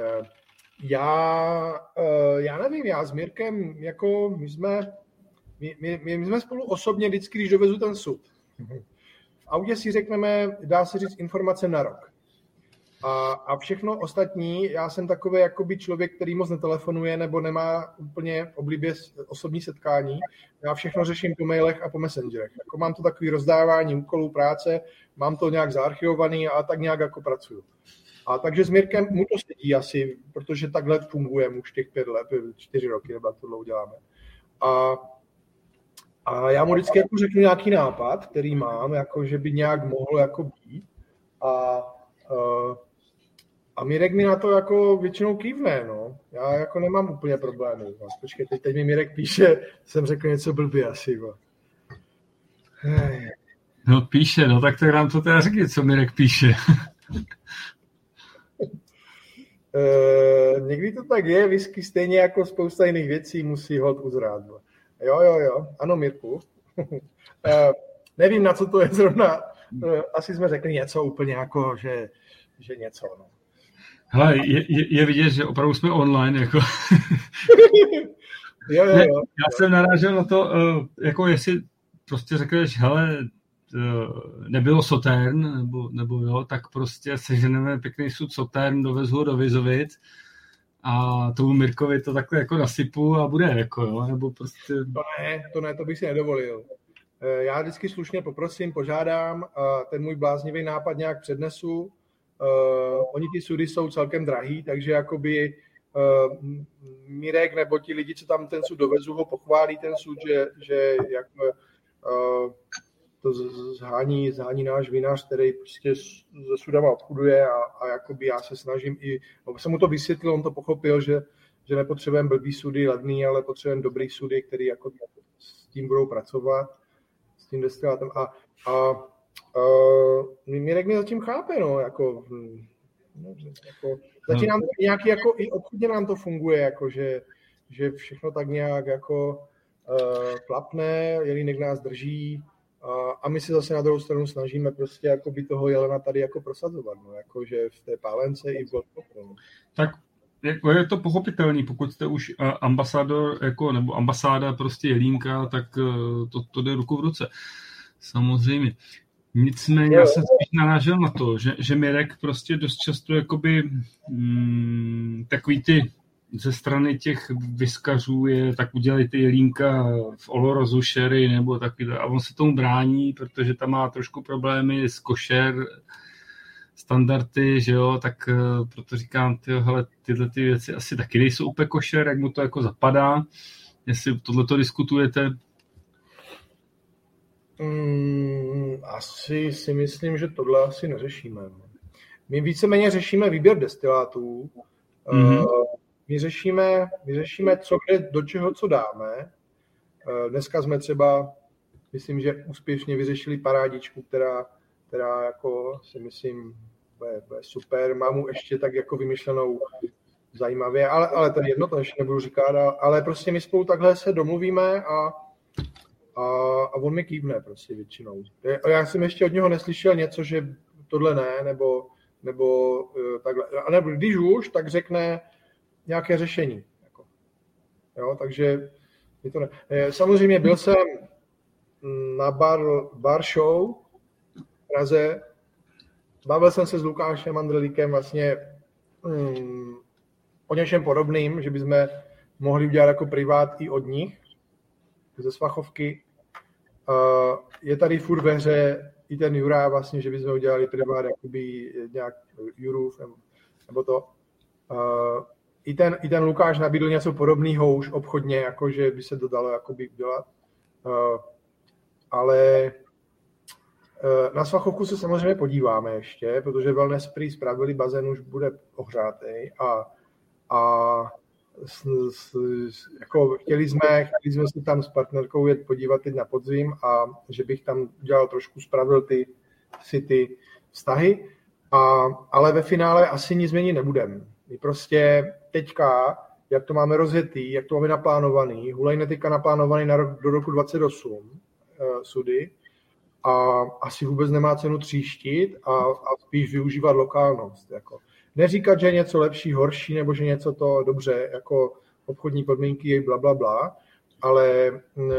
Já, já nevím, já s Mirkem, jako my jsme, my, my, my jsme spolu osobně vždycky, když dovezu ten sud. V autě si řekneme, dá se říct, informace na rok. A, a všechno ostatní, já jsem takový jakoby člověk, který moc netelefonuje nebo nemá úplně oblibě osobní setkání. Já všechno řeším po mailech a po messengerech. Jako mám to takový rozdávání úkolů, práce, mám to nějak zaarchivovaný a tak nějak jako pracuju. A takže s Mirkem mu to sedí asi, protože takhle funguje už těch pět let, čtyři roky, nebo jak to dlouho děláme. A, a já mu vždycky jako řeknu nějaký nápad, který mám, jako že by nějak mohl jako být. A uh, a Mirek mi na to jako většinou kývne, no. Já jako nemám úplně problémy. No. Počkej, teď, teď mi Mirek píše, jsem řekl něco blbě asi. No. No píše, no tak to nám to teda řekni, co Mirek píše. Uh, někdy to tak je, whisky stejně jako spousta jiných věcí musí hod uzrát. Jo, jo, jo, ano, Mirku. uh, nevím, na co to je zrovna. Uh, asi jsme řekli něco úplně jako, že, že něco. No. Hele, je, je, je vidět, že opravdu jsme online. Jako. jo, jo, jo. Já jo. jsem narážel na to, uh, jako jestli prostě řekneš, hele, nebylo Sotern, nebo, nebo jo, tak prostě seženeme pěkný sud Sotern, dovezu ho do Vizovic a tomu Mirkovi to takhle jako nasypu a bude jako, jo, nebo prostě... To ne, to ne, to bych si nedovolil. Já vždycky slušně poprosím, požádám, ten můj bláznivý nápad nějak přednesu. Uh, oni ty sudy jsou celkem drahý, takže jakoby uh, Mirek nebo ti lidi, co tam ten sud dovezu, ho pochválí ten sud, že, že jak, uh, to zhání, zhání náš vinař, který prostě se sudama obchoduje a, a jakoby já se snažím i, no, jsem mu to vysvětlil, on to pochopil, že, že nepotřebujeme blbý sudy, levný, ale potřebujeme dobrý sudy, který jako s tím budou pracovat, s tím destilátem a, a uh, Mirek mě zatím chápe, no, jako, no, jako zatím nám to nějaký, jako i obchodně nám to funguje, jako, že, že všechno tak nějak jako uh, klapne, Jelínek nás drží, a my si zase na druhou stranu snažíme prostě jako by toho jelena tady jako prosazovat, no, jako že v té pálence i v Goldpopu. Tak jako je to pochopitelný, pokud jste už ambasador jako, nebo ambasáda prostě jelínka, tak to, to jde ruku v ruce. Samozřejmě. Nicméně já jsem spíš narážel na to, že, že Mirek prostě dost často jakoby mm, takový ty ze strany těch vyskařů je, tak udělejte jelínka v Olorozu sherry nebo takový, a on se tomu brání, protože tam má trošku problémy s košer standardy, že jo, tak proto říkám, tyjo, hele, tyhle ty věci asi taky nejsou úplně košer, jak mu to jako zapadá, jestli tohleto diskutujete. Mm, asi si myslím, že tohle asi neřešíme. My víceméně řešíme výběr destilátů, mm-hmm. My řešíme, my řešíme, co kde, do čeho, co dáme. Dneska jsme třeba, myslím, že úspěšně vyřešili parádičku, která, která jako si myslím, bude, bude super. Mám mu ještě tak jako vymyšlenou zajímavě, ale, ale to je jedno, to ještě nebudu říkat, ale prostě my spolu takhle se domluvíme a, a, a on mi kývne prostě většinou. Já jsem ještě od něho neslyšel něco, že tohle ne, nebo, nebo takhle. A nebo když už, tak řekne nějaké řešení. Jako. Jo, takže je to ne. Samozřejmě byl jsem na bar, bar show v Praze, bavil jsem se s Lukášem Andrlíkem vlastně mm, o něčem podobným, že bychom mohli udělat jako privát i od nich, ze Svachovky. Uh, je tady furt ve hře i ten Jura vlastně, že bychom udělali privát jakoby nějak Jurův nebo, nebo to. Uh, I ten, I ten Lukáš nabídl něco podobného už obchodně, jako že by se to dalo jakoby udělat. Uh, ale uh, na Svachovku se samozřejmě podíváme ještě, protože Wellness prý spravili, bazén už bude ohřátej a, a s, s, jako chtěli jsme, chtěli jsme se tam s partnerkou jet podívat teď na podzim a že bych tam udělal trošku, spravil ty, si ty vztahy, a, ale ve finále asi nic změnit nebudeme. My prostě teďka, jak to máme rozjetý, jak to máme naplánovaný, Hulajn je teďka naplánovaný na rok, do roku dvacet osm uh, sudy a asi vůbec nemá cenu tříštit a, a spíš využívat lokálnost. Jako. Neříkat, že je něco lepší, horší, nebo že něco to dobře, jako obchodní podmínky, bla, bla, bla, ale uh,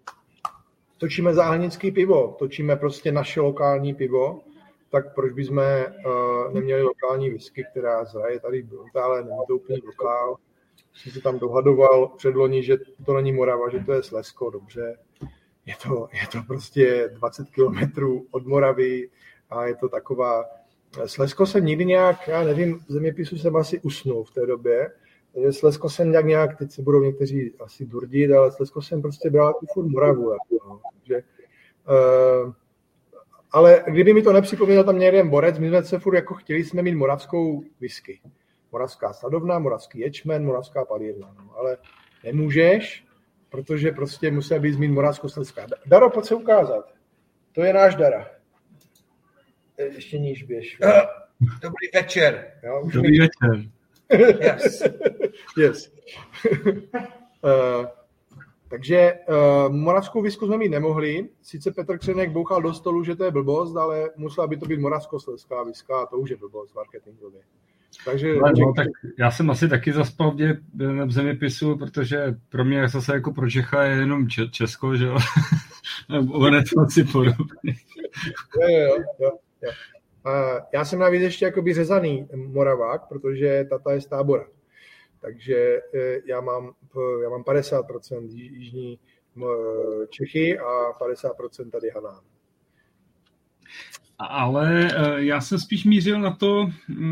točíme záhradnický pivo, točíme prostě naše lokální pivo, tak proč bychom uh, neměli lokální whisky, která zraje tady v Bruntále, není to úplně lokál. Jsem se tam dohadoval předloni, že to není Morava, že to je Slezsko, dobře. Je to, je to prostě dvacet kilometrů od Moravy a je to taková... Slezsko jsem nikdy nějak, já nevím, v zeměpisu jsem asi usnul v té době, takže Slezsko jsem nějak, nějak teď se budou někteří asi durdit, ale Slezsko jsem prostě bral jako furt Moravu. Jako, no. Takže, uh, Ale kdyby mi to nepřipomněl tam někde borec, my jsme se furt jako chtěli jsme mít moravskou whisky. Moravská sladovna, moravský ječmen, moravská palírna. No, ale nemůžeš, protože prostě musí být zmín moravskoslezská. Daro, pojď se ukázat. To je náš Dara. Ještě níž běž. Dobrý večer. Jo, už Dobrý mi... večer. Yes. Yes. uh, takže uh, moravskou whisku jsme mít nemohli. Sice Petr Křenek bouchal do stolu, že to je blbost, ale musela by to být moravskoslezská whisky a to už je blbost marketingově. Takže no, no, tak já jsem asi taky zaspal v zeměpisu, protože pro mě zase jako pro Čecha je jenom Česko, že jo? Ono to asi podobně. Jo, jo, jo, jo. A já jsem navíc ještě jakoby řezaný Moravák, protože tata je z Tábora. Takže já mám, já mám padesát procent jižní Čechy a padesát procent tady Hanán. Ale já jsem spíš mířil na to,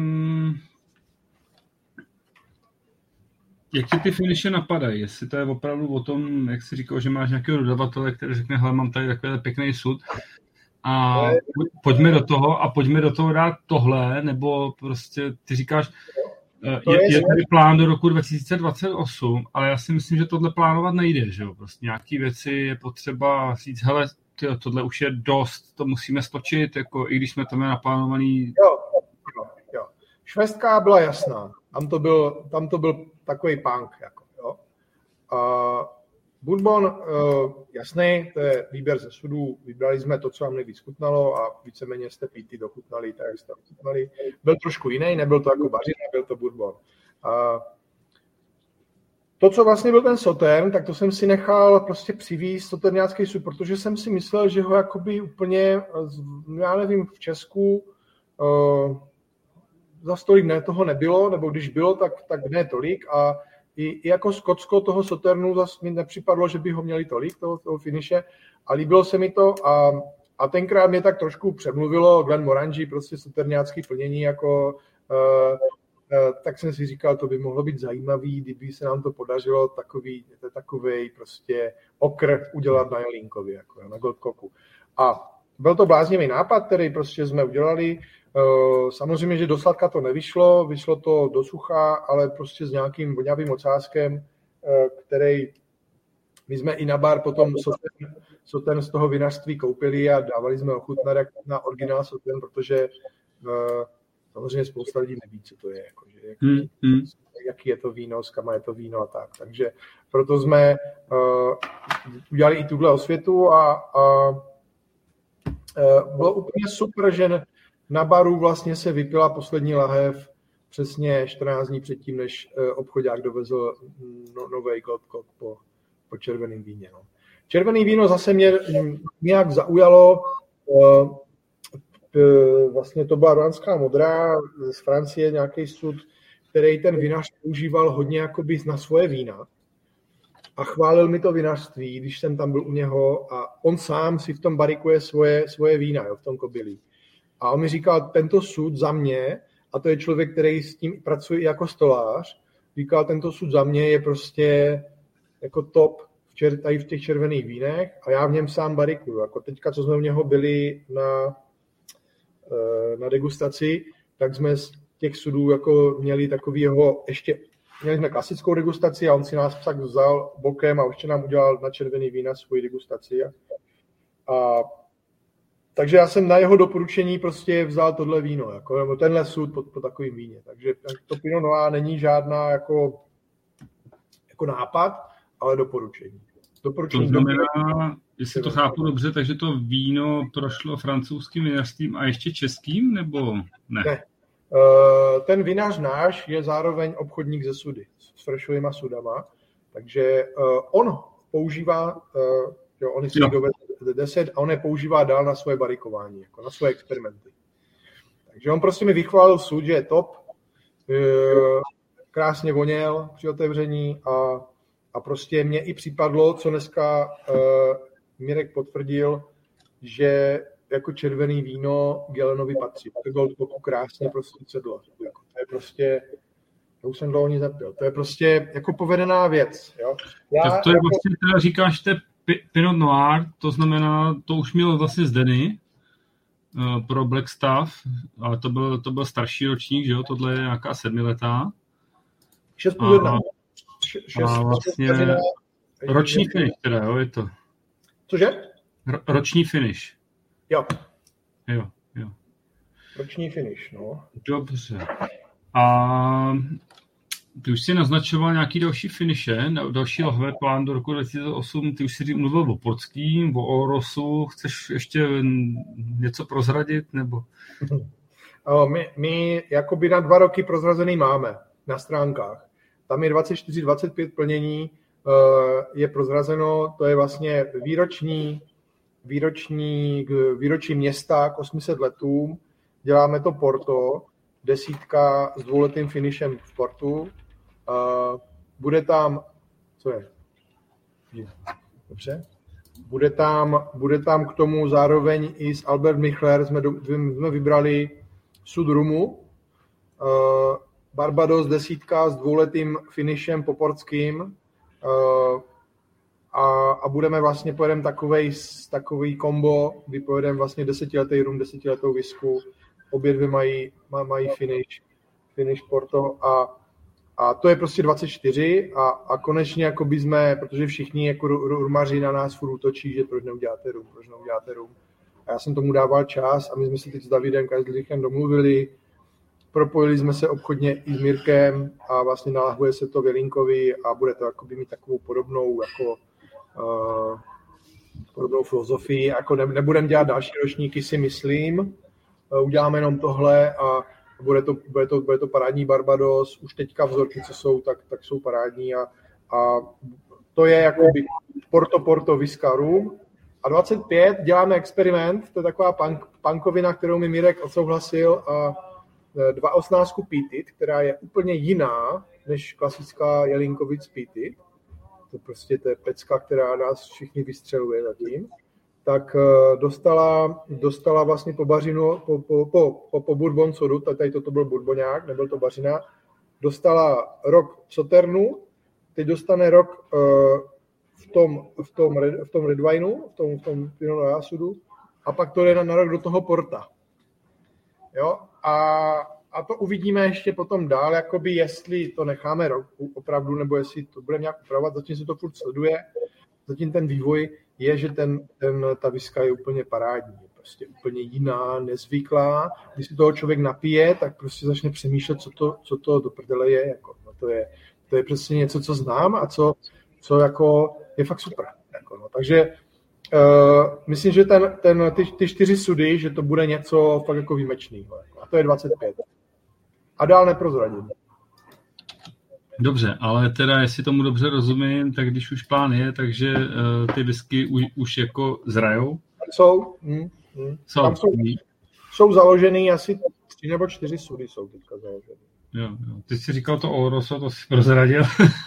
jak ti ty finiše napadají. Jestli to je opravdu o tom, jak jsi říkal, že máš nějakého dodavatele, který řekne, hele, mám tady takový pěkný sud a pojďme do toho a pojďme do toho dát tohle, nebo prostě ty říkáš, je, je tady plán do roku dva tisíce dvacet osm, ale já si myslím, že tohle plánovat nejde, že jo? Prostě nějaký věci je potřeba říct, hele, tyjo, tohle už je dost, to musíme stočit, jako i když jsme to měli naplánovaný. Jo, jo, jo. Švestka byla jasná, tam to byl, tam to byl takový punk, jako, jo. A Bourbon, uh, jasný, to je výběr ze sudů, vybrali jsme to, co nám nejvíc chutnalo a víceméně jste píty dochutnali, tak jste dochutnali. Byl trošku jiný, nebyl to jako bařina, byl to Bourbon. Uh, to, co vlastně byl ten Sauternes, tak to jsem si nechal prostě přivízt sauterňácký sud, protože jsem si myslel, že ho jakoby úplně, já nevím, v Česku uh, za stolik ne, toho nebylo, nebo když bylo, tak, tak ne tolik a I, i jako Skotsko toho Sauternu zase mi nepřipadlo, že by ho měli tolik, toho, toho finiše, a líbilo se mi to a, a tenkrát mě tak trošku přemluvilo Glenmorangie, prostě sauterňácký plnění, jako, uh, uh, tak jsem si říkal, to by mohlo být zajímavý, kdyby se nám to podařilo takový, takovej prostě okr udělat na Jelínkovi, jako na Goldcocku. A byl to bláznivý nápad, který prostě jsme udělali. Samozřejmě, že do sladka to nevyšlo, vyšlo to do sucha, ale prostě s nějakým voňavým ocáskem, který my jsme i na bar potom Sauternes z toho vinařství koupili a dávali jsme ochutnat jak na originál Sauternes, protože samozřejmě spousta lidí neví, co to je, jako, že jaký, hmm, hmm. jaký je to víno, s kama je to víno a tak. Takže proto jsme uh, udělali i tuhle osvětu a, a uh, bylo úplně super, že na baru vlastně se vypila poslední lahev přesně čtrnáct dní předtím, než obchodák dovezl no, nový Goldcock po, po červeném víně. No. Červený víno zase mě nějak zaujalo. Vlastně to byla ruanská modrá z Francie, nějaký sud, který ten vinař používal hodně jakoby na svoje vína. A chválil mi to vinařství, když jsem tam byl u něho a on sám si v tom barikuje svoje, svoje vína, jo, v tom kobylí. A on mi říkal, tento sud za mě, a to je člověk, který s tím pracuje jako stolář, říkal, tento sud za mě je prostě jako top v čer, tady v těch červených vínech a já v něm sám barikuju. Jako teďka, co jsme u něho byli na, na degustaci, tak jsme z těch sudů jako měli takový jeho, ještě měli jsme klasickou degustaci a on si nás tak vzal bokem a ještě nám udělal na červený vína svoji degustaci. A, a takže já jsem na jeho doporučení prostě vzal tohle víno, jako, nebo tenhle sud po, po takovým víně. Takže to Pinot Noir není žádná jako, jako nápad, ale doporučení. doporučení to znamená, doporučení. Jestli to chápu dobře, takže to víno prošlo francouzským vinařstvím a ještě českým, nebo ne? Ne. Ten vinař náš je zároveň obchodník ze sudy, s frešovýma sudama, takže on používá, jo, on si dovede deset a on je používá dál na svoje barikování, jako na svoje experimenty. Takže on prostě mi vychválil sud, že je top, krásně voněl při otevření a, a prostě mě i připadlo, co dneska Mirek potvrdil, že jako červený víno Gelenovi patří. To Goldcocku krásně prostě sedlo. Jako, to je prostě, to už jsem dlouho nic nepil. To je prostě jako povedená věc. Jo? Já, tak to je jako, vlastně, teda říkáš, to je Pinot Noir, to znamená, to už měl vlastně z Denny uh, pro Black Staff, ale to byl, to byl starší ročník, že jo? Tohle je nějaká sedmiletá. šest plus jedna. A vlastně roční finish teda, jo, je to. Cože? Ro, roční finish. Jo. Jo, jo. Roční finish, no. Dobře. A ty už si naznačoval nějaký další finiše, další lahve plán do roku dva tisíce osm, ty už si mluvil o Portským, o Orosu, chceš ještě něco prozradit, nebo? My, my jakoby na dva roky prozrazený máme na stránkách. Tam je dvacet čtyři dvacet pět plnění, je prozrazeno, to je vlastně výroční, výroční, výročí města k osmi set letům, děláme to Porto, desítka s dvouletým finishem v Portu. Bude tam, co je? Dobře. Bude tam, bude tam k tomu zároveň i s Albert Michler, jsme, do, jsme vybrali Sudrumu, Barbados desítka s dvouletým finishem po portským a, a budeme vlastně, pojedeme takovej, takový kombo, kdy pojedeme vlastně desetiletý rum, desetiletou visku, obě dvě mají, mají finish, finish Porto a, a to je prostě dvacet čtyři a, a konečně jako by jsme, protože všichni jako rumaři na nás furt útočí, že proč neuděláte rum, proč neuděláte rum. A já jsem tomu dával čas a my jsme si teď s Davidem Kajzlichem domluvili, propojili jsme se obchodně i s Mirkem a vlastně nalahuje se to v Jelínkovi a bude to jakoby mít takovou podobnou jako uh, podobnou filozofii, jako ne, nebudeme dělat další ročníky, si myslím, uh, uděláme jenom tohle a bude to, bude to, bude to parádní Barbados, už teďka vzorky, co jsou, tak, tak jsou parádní a, a to je jakoby Porto, Porto, Viska, Rum. A dvacet pět děláme experiment, to je taková punk, punkovina, kterou mi Mirek odsouhlasil a dva osmnáctku Pítit, která je úplně jiná než klasická Jelínkovic Pítit. To prostě to je pecka, která nás všichni vystřeluje zatím. Tak dostala, dostala vlastně po bařinu, po, po, po, po, po bourbon sodu, tady toto byl bourbonák, nebyl to bařina, dostala rok Sauternu, teď dostane rok uh, v tom, v tom, red, v tom red wineu, v tom, v tom Pinot Noir sudu, a pak to jde na, na rok do toho Porta. Jo? A, a to uvidíme ještě potom dál, jakoby jestli to necháme rok opravdu, nebo jestli to budeme nějak upravovat, zatím se to furt sleduje, zatím ten vývoj je, že ten, ten, ta viska je úplně parádní, prostě úplně jiná, nezvyklá. Když si toho člověk napije, tak prostě začne přemýšlet, co to, co to do prdele je. Jako, no to je. To je přesně něco, co znám a co, co jako je fakt super. Jako, no. Takže uh, myslím, že ten, ten, ty, ty čtyři sudy, že to bude něco fakt jako výjimečného. Jako, a to je dvacet pět. A dál neprozradím. Dobře, ale teda, jestli tomu dobře rozumím, tak když už plán je, takže uh, ty whisky už, už jako zrajou? Jsou. Hmm, hmm. jsou. Tam jsou, jsou založený asi tři nebo čtyři sudy jsou teďka založený. Jo, jo. Ty jsi říkal to Oroso, to jsi prozradil.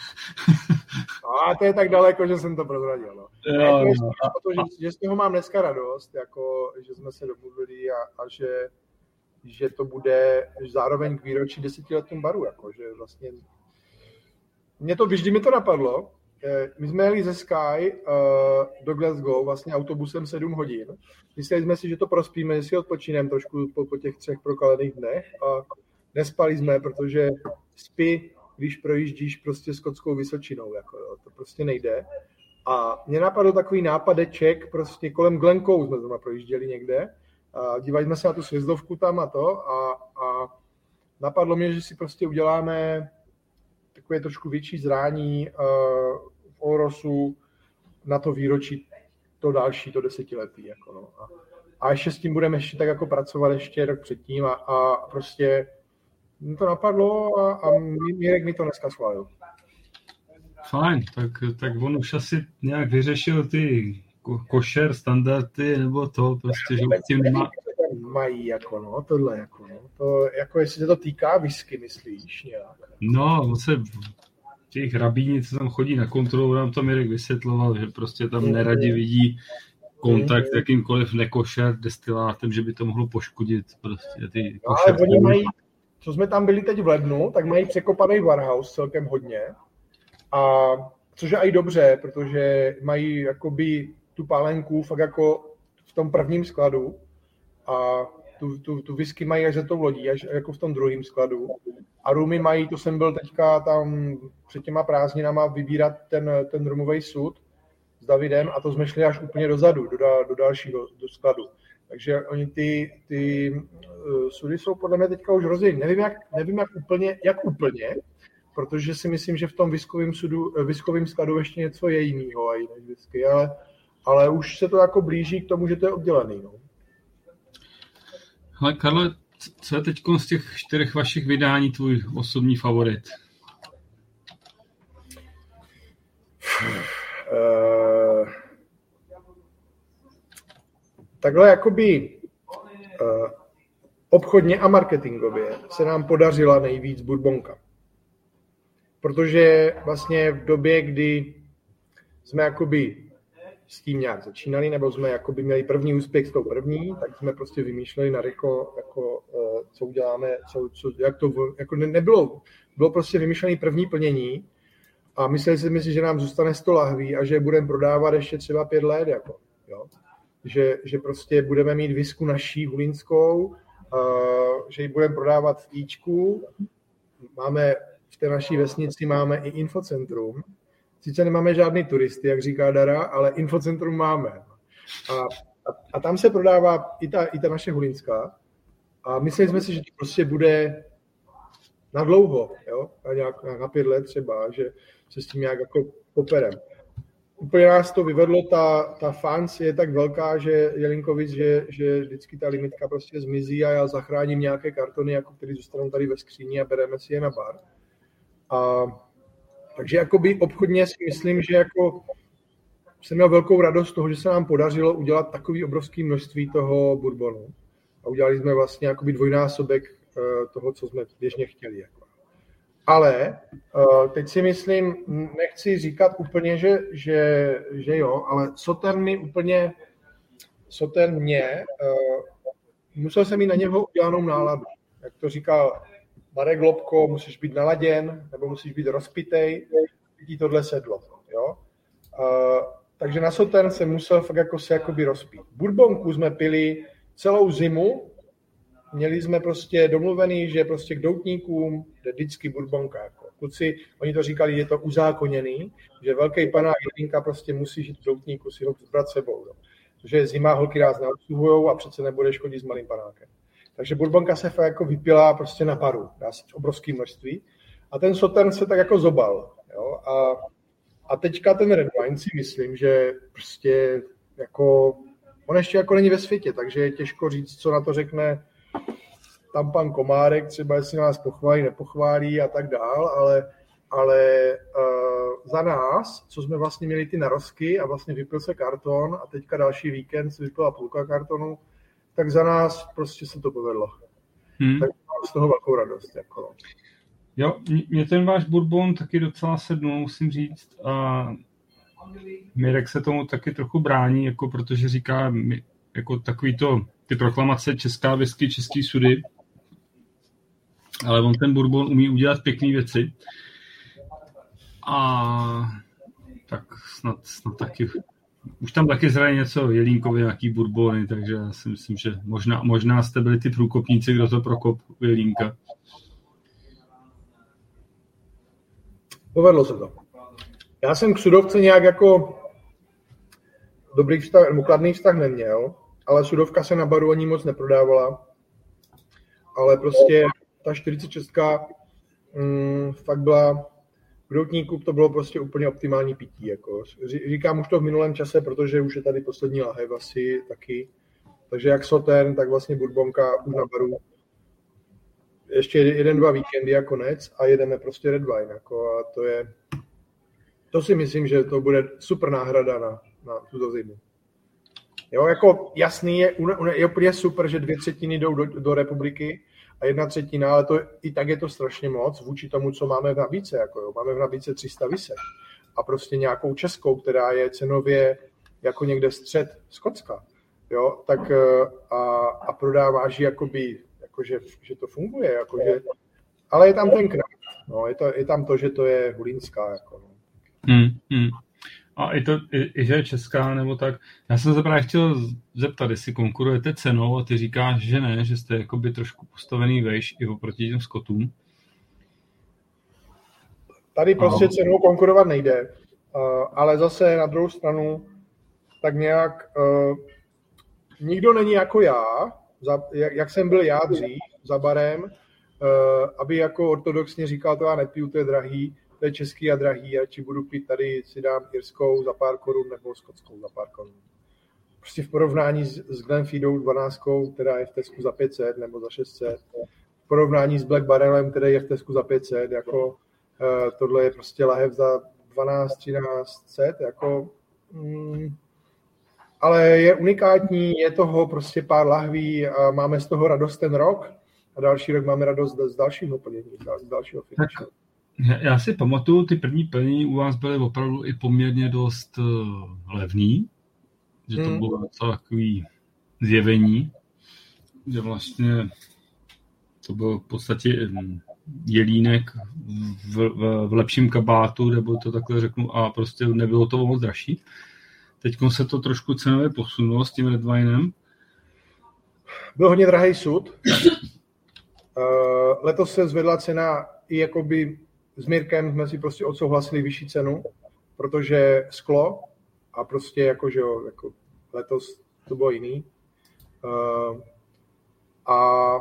A to je tak daleko, že jsem to prozradil. No. Jo, ne, to je jo. to, že, že z toho mám dneska radost, jako, že jsme se domluvili a, a že, že to bude zároveň k výročí desetiletým baru. Jako, že vlastně mě to, vždy mi to napadlo. My jsme jeli ze Sky uh, do Glasgow vlastně autobusem sedm hodin. Mysleli jsme si, že to prospíme, že si odpočíneme trošku po, po těch třech prokalených dnech a nespali jsme, protože spí, když projíždíš prostě skotskou Vysočinou, jako jo, to prostě nejde. A mě napadl takový nápadeček, prostě kolem Glencoe jsme zrovna projížděli někde, a dívali jsme se na tu sjezdovku tam a to a, a napadlo mě, že si prostě uděláme takové trošku větší zrání uh, v Orosu na to výročí, to další, to desetiletí. Jako no. a, a ještě s tím budeme ještě tak jako pracovat ještě rok předtím a, a prostě mě to napadlo a, a Mirek mi to dneska schválil. Fajn, tak, tak on už asi nějak vyřešil ty ko- košer standardy, nebo to prostě, že s tím nemá... Mají jako no, tohle jako no, to jako jestli se to týká whisky, myslíš nějak? No, on se těch rabíní, co tam chodí na kontrolu, nám to Mirek vysvětloval, že prostě tam neradi vidí kontakt s jakýmkoliv nekošer destilátem, že by to mohlo poškodit prostě ty no, ale oni mají, co jsme tam byli teď v lednu, tak mají překopaný warehouse celkem hodně. A což je i dobře, protože mají jakoby tu pálenku fakt jako v tom prvním skladu a tu, tu, tu whisky mají až za tou lodí, až jako v tom druhém skladu. A rumy mají, to jsem byl teďka tam před těma prázdninama vybírat ten, ten rumový sud s Davidem a to jsme šli až úplně dozadu, do, do dalšího do skladu. Takže oni ty, ty uh, sudy jsou podle mě teďka už rozdělení. Nevím, jak, nevím jak, úplně, jak úplně, protože si myslím, že v tom whiskovém sudu, whiskovém skladu ještě něco je jinýho a jiné whisky, ale, ale už se to jako blíží k tomu, že to je oddělený. No. Hele, Karle, co je teď z těch čtyřech vašich vydání tvůj osobní favorit? Uh, takhle jakoby uh, obchodně a marketingově se nám podařila nejvíc bourbonka. Protože vlastně v době, kdy jsme jakoby s tím nějak začínali, nebo jsme jakoby měli první úspěch s tou první, tak jsme prostě vymýšleli narychlo, jako, co uděláme, co, co, jak to jako nebylo. Bylo prostě vymýšlené první plnění a mysleli jsme si, že nám zůstane sto lahví a že budeme prodávat ještě třeba pět let. Jako, jo? Že, že prostě budeme mít whisku naší hulínskou, uh, že ji budeme prodávat v Íčku. Máme v té naší vesnici máme i infocentrum. Sice nemáme žádný turisty, jak říká Dara, ale infocentrum máme. A, a, a tam se prodává i ta, i ta naše hulínská. A mysleli jsme si, že to prostě bude na dlouho, jo? A nějak, nějak na pět let třeba, že se s tím nějak jako poperem. Úplně nás to vyvedlo, ta, ta fans je tak velká, že Jelinkovic, že, že vždycky ta limitka prostě zmizí a já zachráním nějaké kartony, jako které zůstanou tady ve skříni a bereme si je na bar. A takže jakoby obchodně si myslím, že jako jsem měl velkou radost z toho, že se nám podařilo udělat takový obrovský množství toho bourbonu. A udělali jsme vlastně jakoby dvojnásobek toho, co jsme běžně chtěli. Jako. Ale teď si myslím, nechci říkat úplně, že, že, že jo, ale Sauternes mi úplně, Sauternes mě, musel jsem mít na něho udělanou náladu. Jak to říkal Marek Lobko, musíš být naladěn, nebo musíš být rozpitej, ti tohle sedlo. Jo? Uh, takže na Sauternes jsem musel fakt jako se jakoby rozpít. Bourbonku jsme pili celou zimu, měli jsme prostě domluvený, že prostě k doutníkům jde vždycky bourbonka. Jako. Kluci, oni to říkali, je to uzákoněný, že velký panák jedinka prostě musí žít v doutníku, si ho brát sebou. Jo? Protože zima holky nás neobsluhujou a přece nebude škodit s malým panákem. Takže bourbonka se fakt jako vypila prostě na paru, dá se obrovské množství. A ten Sauternes se tak jako zobal. Jo? A, a teďka ten red wine si myslím, že prostě jako, on ještě jako není ve světě, takže je těžko říct, co na to řekne tam pan Komárek, třeba jestli nás pochválí, nepochválí a tak dál, ale, ale uh, za nás, co jsme vlastně měli ty narozky a vlastně vypil se karton a teďka další víkend se vypila půlka kartonu, tak za nás prostě se to povedlo. Hmm. Tak mám z toho velkou radost. Jako. Jo, mě ten váš bourbon taky docela sednul, musím říct. A Mirek se tomu taky trochu brání, jako protože říká jako takový to, ty proklamace česká whisky, český sudy. Ale on ten bourbon umí udělat pěkné věci. A tak snad, snad taky už tam taky zraje něco Jelínkovi, nějaký bourbony, takže já si myslím, že možná, možná jste byli ty průkopníci, kdo to prokop u Jelínka. Povedlo se to. Já jsem k sudovce nějak jako dobrý vztah, nebo kladný vztah neměl, ale sudovka se na baru ani moc neprodávala. Ale prostě ta čtyřicet šest mm, fakt byla v doutníku, to bylo prostě úplně optimální pití. Jako. Říkám už to v minulém čase, protože už je tady poslední lahev asi taky. Takže jak Sauternes, tak vlastně bourbonka už na baru. Ještě jeden, dva víkendy a konec a jedeme prostě red wine. Jako, a to je, to si myslím, že to bude super náhrada na, na tuto zimu. Jo, jako jasný je, je úplně super, že dvě třetiny jdou do, do republiky a jedna třetina, ale to, i tak je to strašně moc vůči tomu, co máme v nabídce. Jako, jo. Máme v nabídce tři sta visek a prostě nějakou českou, která je cenově jako někde střed Skotska. Jo, tak a, a prodáváš ji jakoby, jako, že, že to funguje. Jako, že, ale je tam ten krát. No, je, to, je tam to, že to je hulínská. Jako, no. Hmm, hmm. A i to, i, i že je česká, nebo tak. Já jsem se právě chtěl zeptat, jestli konkurujete cenou a ty říkáš, že ne, že jste jakoby trošku postavený vejš i oproti těm Skotům. Tady prostě cenou konkurovat nejde, ale zase na druhou stranu tak nějak uh, nikdo není jako já, za, jak, jak jsem byl já dřív za barem, uh, aby jako ortodoxně říkal, to já nepiju, to je drahý, to je český a drahý, a či budu pít tady, si dám irskou za pár korun nebo skotskou za pár korun. Prostě v porovnání s, s Glenfidou dvanáctkou, která je v Tesku za pět set nebo za šest set, v porovnání s Black Barrelem, který je v Tesku za pět set, jako uh, tohle je prostě lahev za dvanáct třináct set, jako... Mm, ale je unikátní, je toho prostě pár lahví a máme z toho radost ten rok a další rok máme radost z dalšího plnění, z dalšího finishu. Já si pamatuju, ty první plnění u vás byly opravdu i poměrně dost levný, že to hmm. bylo docela takový zjevení, že vlastně to byl v podstatě jelínek v, v, v lepším kabátu, nebo to takhle řeknu, a prostě nebylo to moc dražší. Teď se to trošku cenově posunulo s tím Red Winem. Byl hodně drahý sud. Letos se zvedla cena i jakoby s Mirkem jsme si prostě odsouhlasili vyšší cenu, protože sklo a prostě jako, že jo, jako letos to bylo jiný. A,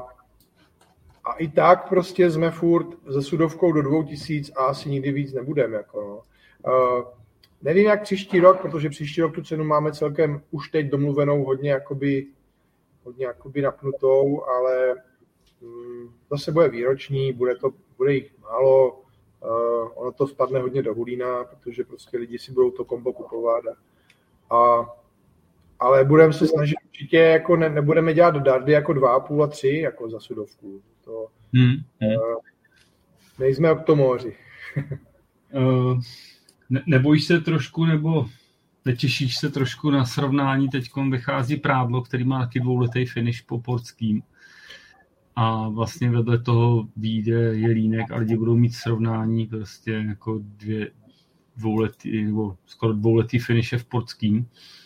a i tak prostě jsme furt se sudovkou do dvou tisíc a asi nikdy víc nebudeme. Jako no. Nevím, jak příští rok, protože příští rok tu cenu máme celkem už teď domluvenou hodně jakoby, hodně jakoby napnutou, ale mm, zase bude výroční, bude, to, bude jich málo, uh, ono to spadne hodně do hulína, protože prostě lidi si budou to kombo kupovat. A, ale budeme se snažit určitě, jako ne, nebudeme dělat dardy jako dva a půl a tři, jako za sudovku. To, hmm. uh, nejsme oktomoři. uh... Ne, nebojíš se trošku, nebo netěšíš se trošku na srovnání? Teď vychází Prádlo, který má taky dvouletý finish po portským. A vlastně vedle toho vyjde Jelínek a lidi budou mít srovnání prostě jako dvě dvouletý, nebo skoro dvouletý finiše v portským.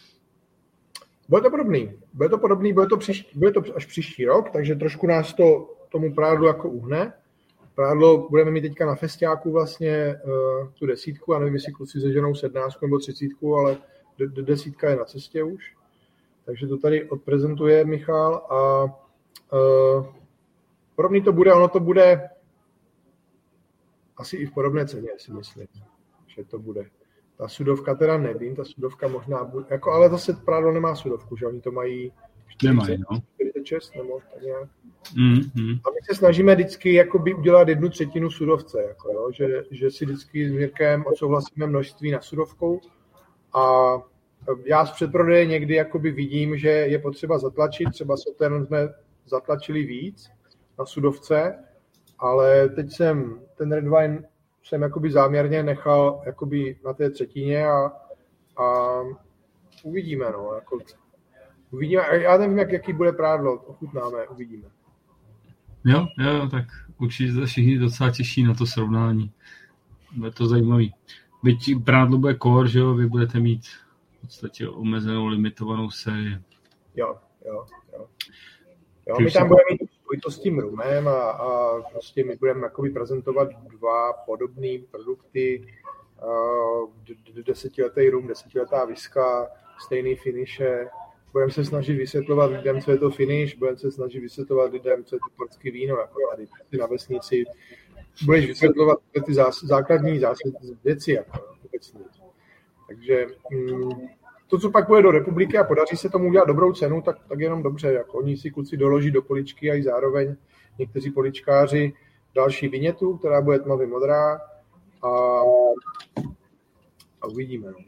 Bude to podobný. Bude to podobný, bude to, příští, bude to až příští rok, takže trošku nás to tomu Prádlu jako uhne. Prádlo budeme mít teďka na festiáku vlastně uh, tu desítku, a nevím, jestli kluci seženou sednáctku nebo třicítku, ale d- d- desítka je na cestě už. Takže to tady odprezentuje Michal a uh, podobný to bude, ono to bude asi i v podobné ceně, si myslím, že to bude. Ta sudovka teda nevím, ta sudovka možná bude, jako, ale zase Prádlo nemá sudovku, že oni to mají čtyřicet, no. čtyřicet šest nebo tak nějak. Mm-hmm. A my se snažíme vždycky jakoby udělat jednu třetinu sudovce, jako, jo? Že, že si vždycky s Mirkem odsouhlasíme množství na sudovkou a já z předprodeje někdy jakoby vidím, že je potřeba zatlačit, třeba Sauternes jsme zatlačili víc na sudovce, ale teď jsem ten Red Wine jsem jakoby záměrně nechal jakoby na té třetině a, a uvidíme, no, jako, uvidíme, já nevím, jak, jaký bude Prádlo, ochutnáme, uvidíme. Jo, jo, tak určitě se všichni docela těší na to srovnání. Bude to zajímavý. Byť Prádlo bude core, že jo, vy budete mít v podstatě omezenou, limitovanou sérii. Jo, jo, jo. Jo, my tam budeme mít to s tím rumem a, a prostě my budeme jakoby prezentovat dva podobné produkty, uh, desetiletý rum, desetiletá viska, stejný finiše. Budeme se snažit vysvětlovat lidem, co je to finish, budeme se snažit vysvětlovat lidem, co je to portský víno, jako tady na vesnici. Budeš vysvětlovat ty zás, základní zásad, věci, jako obecně. Takže mm, to, co pak bude do republiky a podaří se tomu udělat dobrou cenu, tak, tak jenom dobře. Jako oni si kluci doloží do poličky a i zároveň někteří poličkáři další vinětu, která bude tmavě modrá a, a uvidíme. No.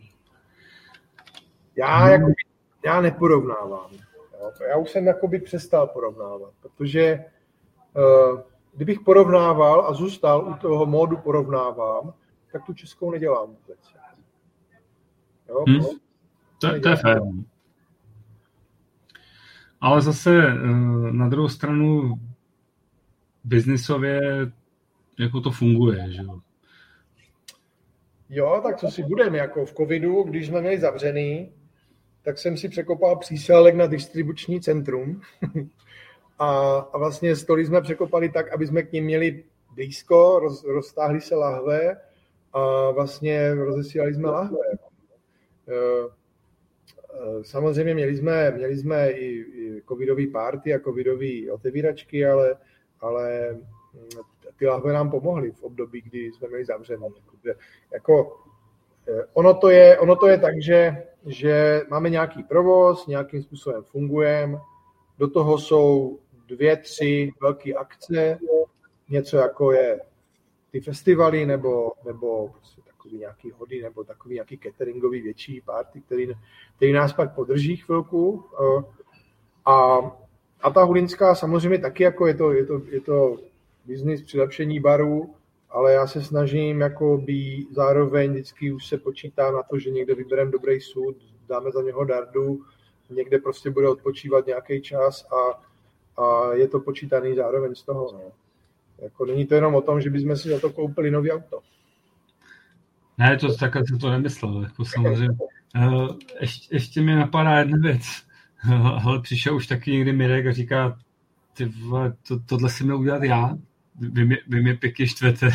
Já, jako, já neporovnávám. Jo. Já už jsem jakoby přestal porovnávat, protože uh, kdybych porovnával a zůstal u toho módu porovnávám, tak tu českou nedělám vůbec. Jo, hmm. To, to je fér. Ale zase na druhou stranu biznisově jako to funguje, že jo? Jo, tak co si budeme, jako v covidu, když jsme měli zavřený, tak jsem si překopal přísálek na distribuční centrum a, a vlastně stoly jsme překopali tak, aby jsme k ním měli blízko, roz, roztáhly se lahve a vlastně rozesílali jsme lahve. Samozřejmě měli jsme, měli jsme i, i covidový party a covidový otevíračky, ale, ale ty lahve nám pomohly v období, kdy jsme měli zavřené. Jako, ono, to je, ono to je tak, že, že máme nějaký provoz, nějakým způsobem fungujeme, do toho jsou dvě, tři velké akce, něco jako je ty festivaly nebo, nebo prostě takový nějaký hody nebo takový nějaký cateringový větší party, který, který nás pak podrží chvilku. A, a ta Hulinská samozřejmě taky jako je to, je to, je to biznis přilepšení baru, ale já se snažím jako by zároveň vždycky už se počítá na to, že někde vybereme dobrý sud, dáme za něho dardu, někde prostě bude odpočívat nějaký čas a, a je to počítaný zároveň z toho. No. Jako není to jenom o tom, že bychom si za to koupili nový auto. Ne, to takhle jsem to nemyslel. Jako samozřejmě. Ještě, ještě mi napadá jedna věc. Hele, přišel už taky někdy Mirek a říká, ty vole, to, tohle si měl udělat já. Vy mě, vy mě pěkně štvete.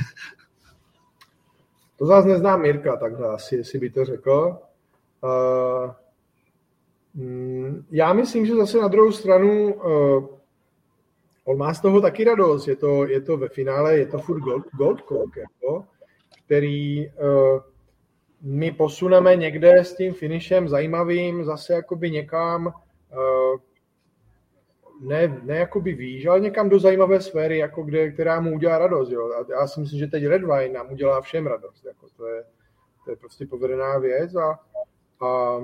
To zase neznám Mirka, takhle asi, jestli by to řekl. Uh, mm, já myslím, že zase na druhou stranu uh, on má z toho taky radost. Je to, je to ve finále, je to furt Gold, gold Coke, jako, který uh, my posuneme někde s tím finishem zajímavým zase jakoby někam uh, ne, ne jakoby výš, ale někam do zajímavé sféry, jako kde, která mu udělá radost. Jo. A já si myslím, že teď Red Wine nám udělá všem radost. Jako to, je, to je prostě povedená věc. A, a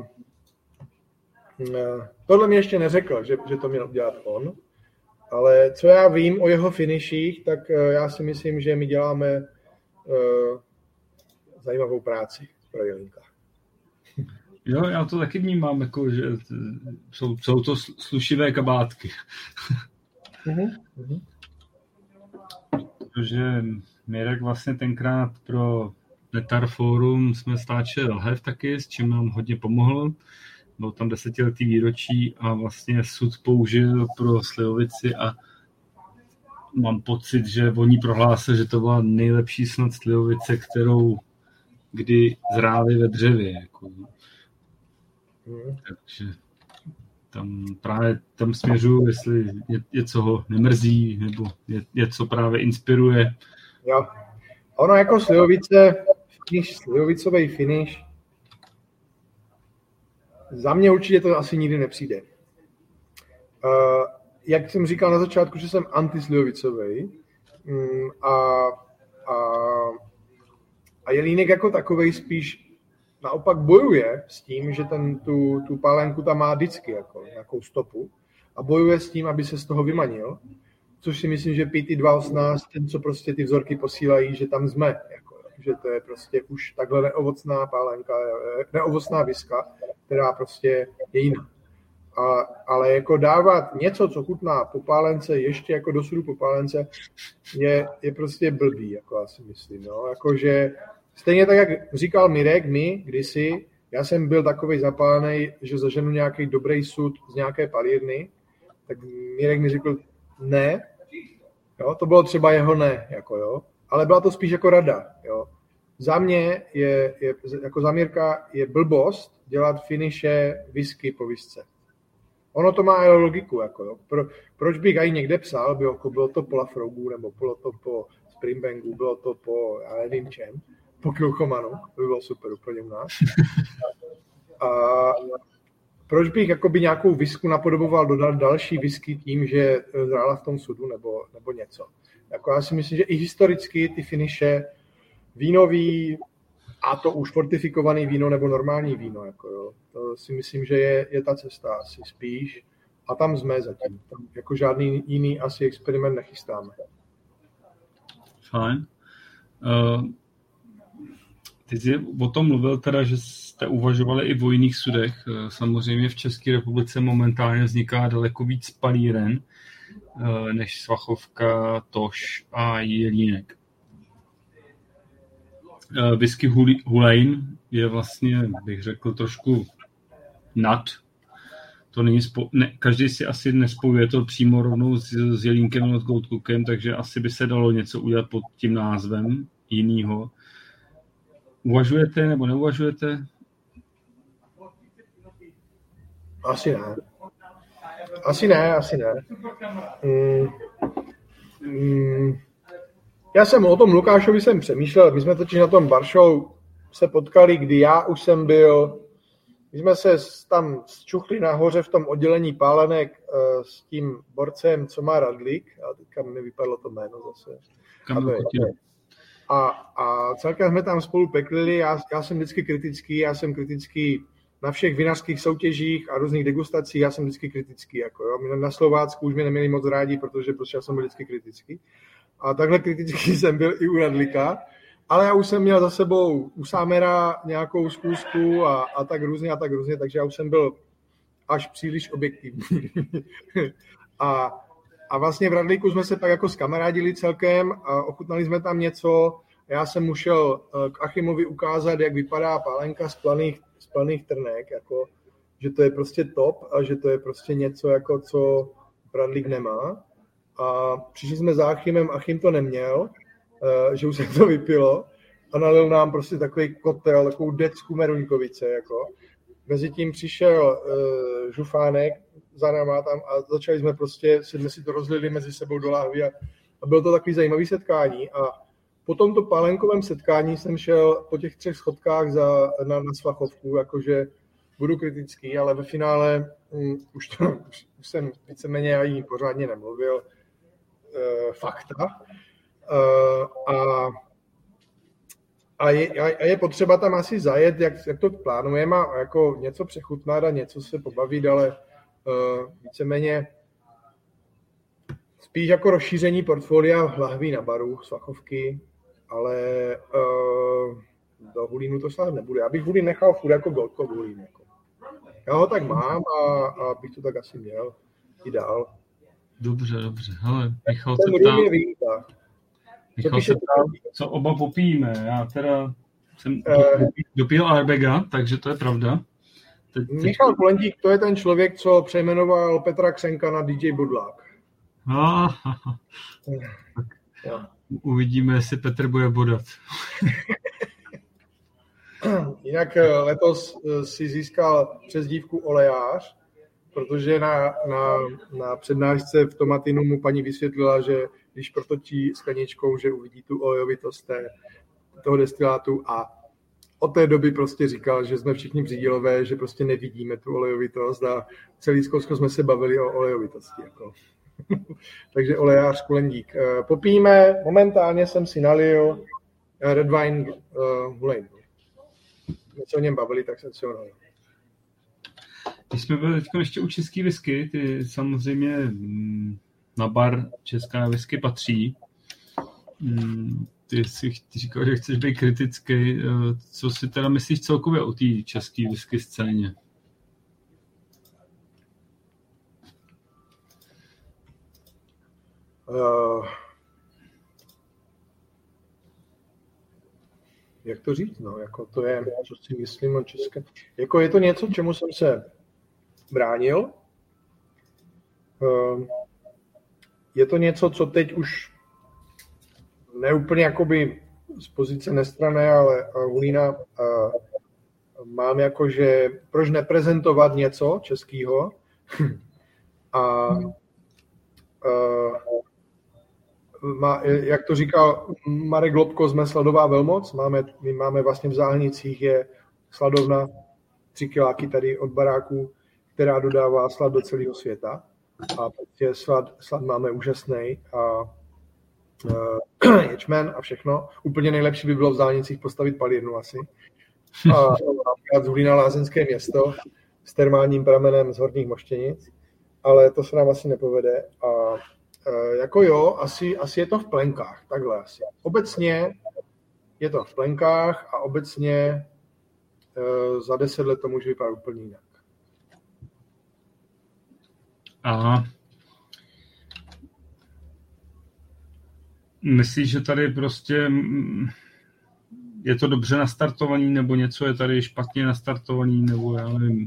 tohle mi ještě neřekl, že, že to měl udělat on. Ale co já vím o jeho finishích, tak já si myslím, že my děláme uh, zajímavou práci pro Jelinka. Jo, já to taky vnímám, jako, že jsou, jsou to slušivé kabátky. Mm-hmm. Protože Mirek vlastně tenkrát pro Netar Forum jsme stáčeli lahev taky, s čím nám hodně pomohl. Byl tam desetiletý výročí a vlastně sud použil pro slivovici a mám pocit, že oni prohlásil, že to byla nejlepší snad slivovice, kterou kdy zráli ve dřevě. Jako. Hmm. Takže tam právě tam směřuju, jestli je, je co ho nemrzí, nebo je, je co právě inspiruje. Jo. Ono jako slivovice, finish, slivovicový finish, za mě určitě to asi nikdy nepřijde. Uh, jak jsem říkal na začátku, že jsem antislivovicový um, a, a, a Jelínek jako takovej spíš naopak bojuje s tím, že ten, tu, tu pálenku tam má vždycky jako nějakou stopu a bojuje s tím, aby se z toho vymanil, což si myslím, že P T dva osmnáct, ten, co prostě ty vzorky posílají, že tam jsme, jako, že to je prostě už takhle neovocná pálenka, neovocná viska, která prostě je jiná. A, ale jako dávat něco, co chutná po pálence, ještě jako do sudu po pálence, je, je prostě blbý, jako já si myslím, no, jakože stejně tak, jak říkal Mirek, my kdysi, já jsem byl takovej zapálený, že zaženu nějaký dobrý sud z nějaké palírny, tak Mirek mi řekl ne, jo, to bylo třeba jeho ne, jako jo, ale byla to spíš jako rada, jo. Za mě je, je jako za Mirka je blbost dělat finishe whisky po visce. Ono to má ale logiku, jako jo. Pro, proč bych aj někde psal, bylo, jako bylo to po Lafrogu, nebo bylo to po Springbangu, bylo to po, já nevím čem, po Kilchomanu, to by bylo super úplně u nás. A proč bych jakoby nějakou visku napodoboval dodat další whisky tím, že zrála v tom sudu nebo, nebo něco. Jako já si myslím, že i historicky ty finishe vínový, a to už fortifikovaný víno nebo normální víno, jako jo, to si myslím, že je, je ta cesta asi spíš. A tam jsme zatím. Tam jako žádný jiný asi experiment nechystáme. Fajn. Uh... Ty jsi o tom mluvil teda, že jste uvažovali i o jiných sudech. Samozřejmě v České republice momentálně vzniká daleko víc palíren než Svachovka, Toš a Jelínek. Uh, whisky Hulane je vlastně, bych řekl, trošku nad. To není spo... ne, každý si asi nespojuje to přímo rovnou s, s jelínkem nebo s Gold Cookem, takže asi by se dalo něco udělat pod tím názvem jinýho. Uvažujete nebo neuvažujete? Asi ne. Asi ne, asi ne. Mm. Mm. Já jsem o tom Lukášovi jsem přemýšlel, my jsme totiž na tom bar show se potkali, kdy já už jsem byl, my jsme se tam zčuchli nahoře v tom oddělení pálenek uh, s tím borcem, co má Radlík, a teďka mi vypadlo to jméno zase. A, a celkem jsme tam spolu peklili, já, já jsem vždycky kritický, já jsem kritický na všech vinařských soutěžích a různých degustacích, já jsem vždycky kritický. Jako, jo. Na Slovácku už mě neměli moc rádi, protože prostě já jsem byl vždycky kritický. A takhle kritický jsem byl i u Radlíka, ale já už jsem měl za sebou u Sámera nějakou zkoušku a, a tak různě a tak různě, takže já už jsem byl až příliš objektivní. a, a vlastně v Radlíku jsme se tak jako skamarádili celkem a ochutnali jsme tam něco. Já jsem mu šel k Achimovi ukázat, jak vypadá pálenka z planých, z planých trnek, jako, že to je prostě top a že to je prostě něco, jako, co Radlík nemá. A přišli jsme za Achimem, Achim to neměl, že už se to vypilo a nalil nám prostě takový kotel, takovou decku meruňkovice. Jako. Mezitím přišel uh, Žufánek za náma tam a začali jsme prostě, jsme si to rozlili mezi sebou do láhví a, a bylo to takový zajímavý setkání. A po tomto pálenkovém setkání jsem šel po těch třech schodkách za, na, na Svachovku, jakože budu kritický, ale ve finále um, už, to, už, už jsem víceméně ani pořádně nemluvil. Uh, fakta. Uh, a, a, je, a je potřeba tam asi zajet, jak, jak to plánujeme, a jako něco přechutnat a něco se pobavit, ale uh, víceméně spíš jako rozšíření portfolia lahví na baru, Svachovky, ale uh, do Hulínu to snad nebude. Já bych Hulín nechal furt jako Goldco Hulín. Jako. Já ho tak mám a, a bych to tak asi měl i dál. Dobře, dobře. Hele, Michal se ptá, Michal se ptá, co oba popijeme. Já teda jsem uh, dopil Arbega, takže to je pravda. Teď, teď... Michal Kulendík, to je ten člověk, co přejmenoval Petra Křenka na D J Budlák. Ah, uvidíme, jestli Petr bude bodat. Jinak letos si získal přezdívku Olejář, protože na, na, na přednášce v Tomatinu mu paní vysvětlila, že když protočí skleničkou, že uvidí tu olejovitost té, toho destilátu a od té doby prostě říkal, že jsme všichni břídilové, že prostě nevidíme tu olejovitost a celý zkoušku jsme se bavili o olejovitosti. Jako. Takže Olejář Kulendík. Popijeme, momentálně jsem si nalil Red Wine uh, Hulane. My se o něm bavili, tak jsem si ho nalil. Když jsme byli teď ještě u český whisky, ty samozřejmě na bar česká whisky patří. Ty jsi říkal, že chceš být kritický. Co si teda myslíš celkově o té české whisky scéně? Uh, jak to říct? No, jako to je, co si myslím o české. Jako je to něco, čemu jsem se bránil. Uh, je to něco, co teď už neúplně jakoby z pozice nestranné, ale Hulína uh, mám jako, že proč neprezentovat něco českého a uh, má, jak to říkal Marek Lobko, jsme sladová velmoc, máme, my máme vlastně v Záhnicích je sladovna tři kiláky tady od baráku, která dodává slad do celého světa a prostě slad, slad máme úžasný a uh, ječmen a všechno. Úplně nejlepší by bylo v Záhnicích postavit palírnu asi. A například z Hulína lázeňské město s termálním pramenem z Horních Moštěnic, ale to se nám asi nepovede a uh, jako jo, asi, asi je to v plenkách, takhle asi. Obecně je to v plenkách a obecně uh, za deset let to může vypadat úplně jinak. Aha. Myslíš, že tady prostě je to dobře nastartovaný, nebo něco je tady špatně nastartovaný, nebo já nevím.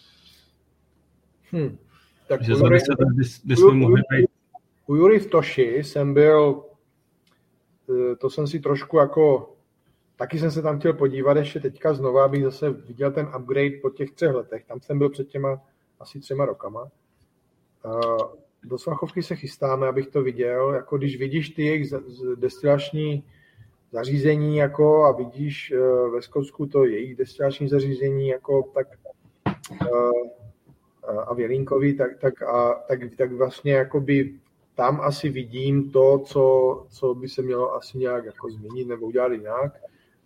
Hmm. Tak že za deset let bychom mohli být. U Jury v Toši jsem byl, to jsem si trošku jako, taky jsem se tam chtěl podívat ještě teďka znova, abych zase viděl ten upgrade po těch třech letech. Tam jsem byl před těma asi třema rokama. Do Svachovky se chystáme, abych to viděl. Jako když vidíš ty jejich destilační zařízení jako, a vidíš ve Skotsku to jejich destilační zařízení, jako, tak a v Jelínkovi, tak, tak, a, tak, tak vlastně jakoby tam asi vidím to, co, co by se mělo asi nějak jako změnit nebo udělat jinak.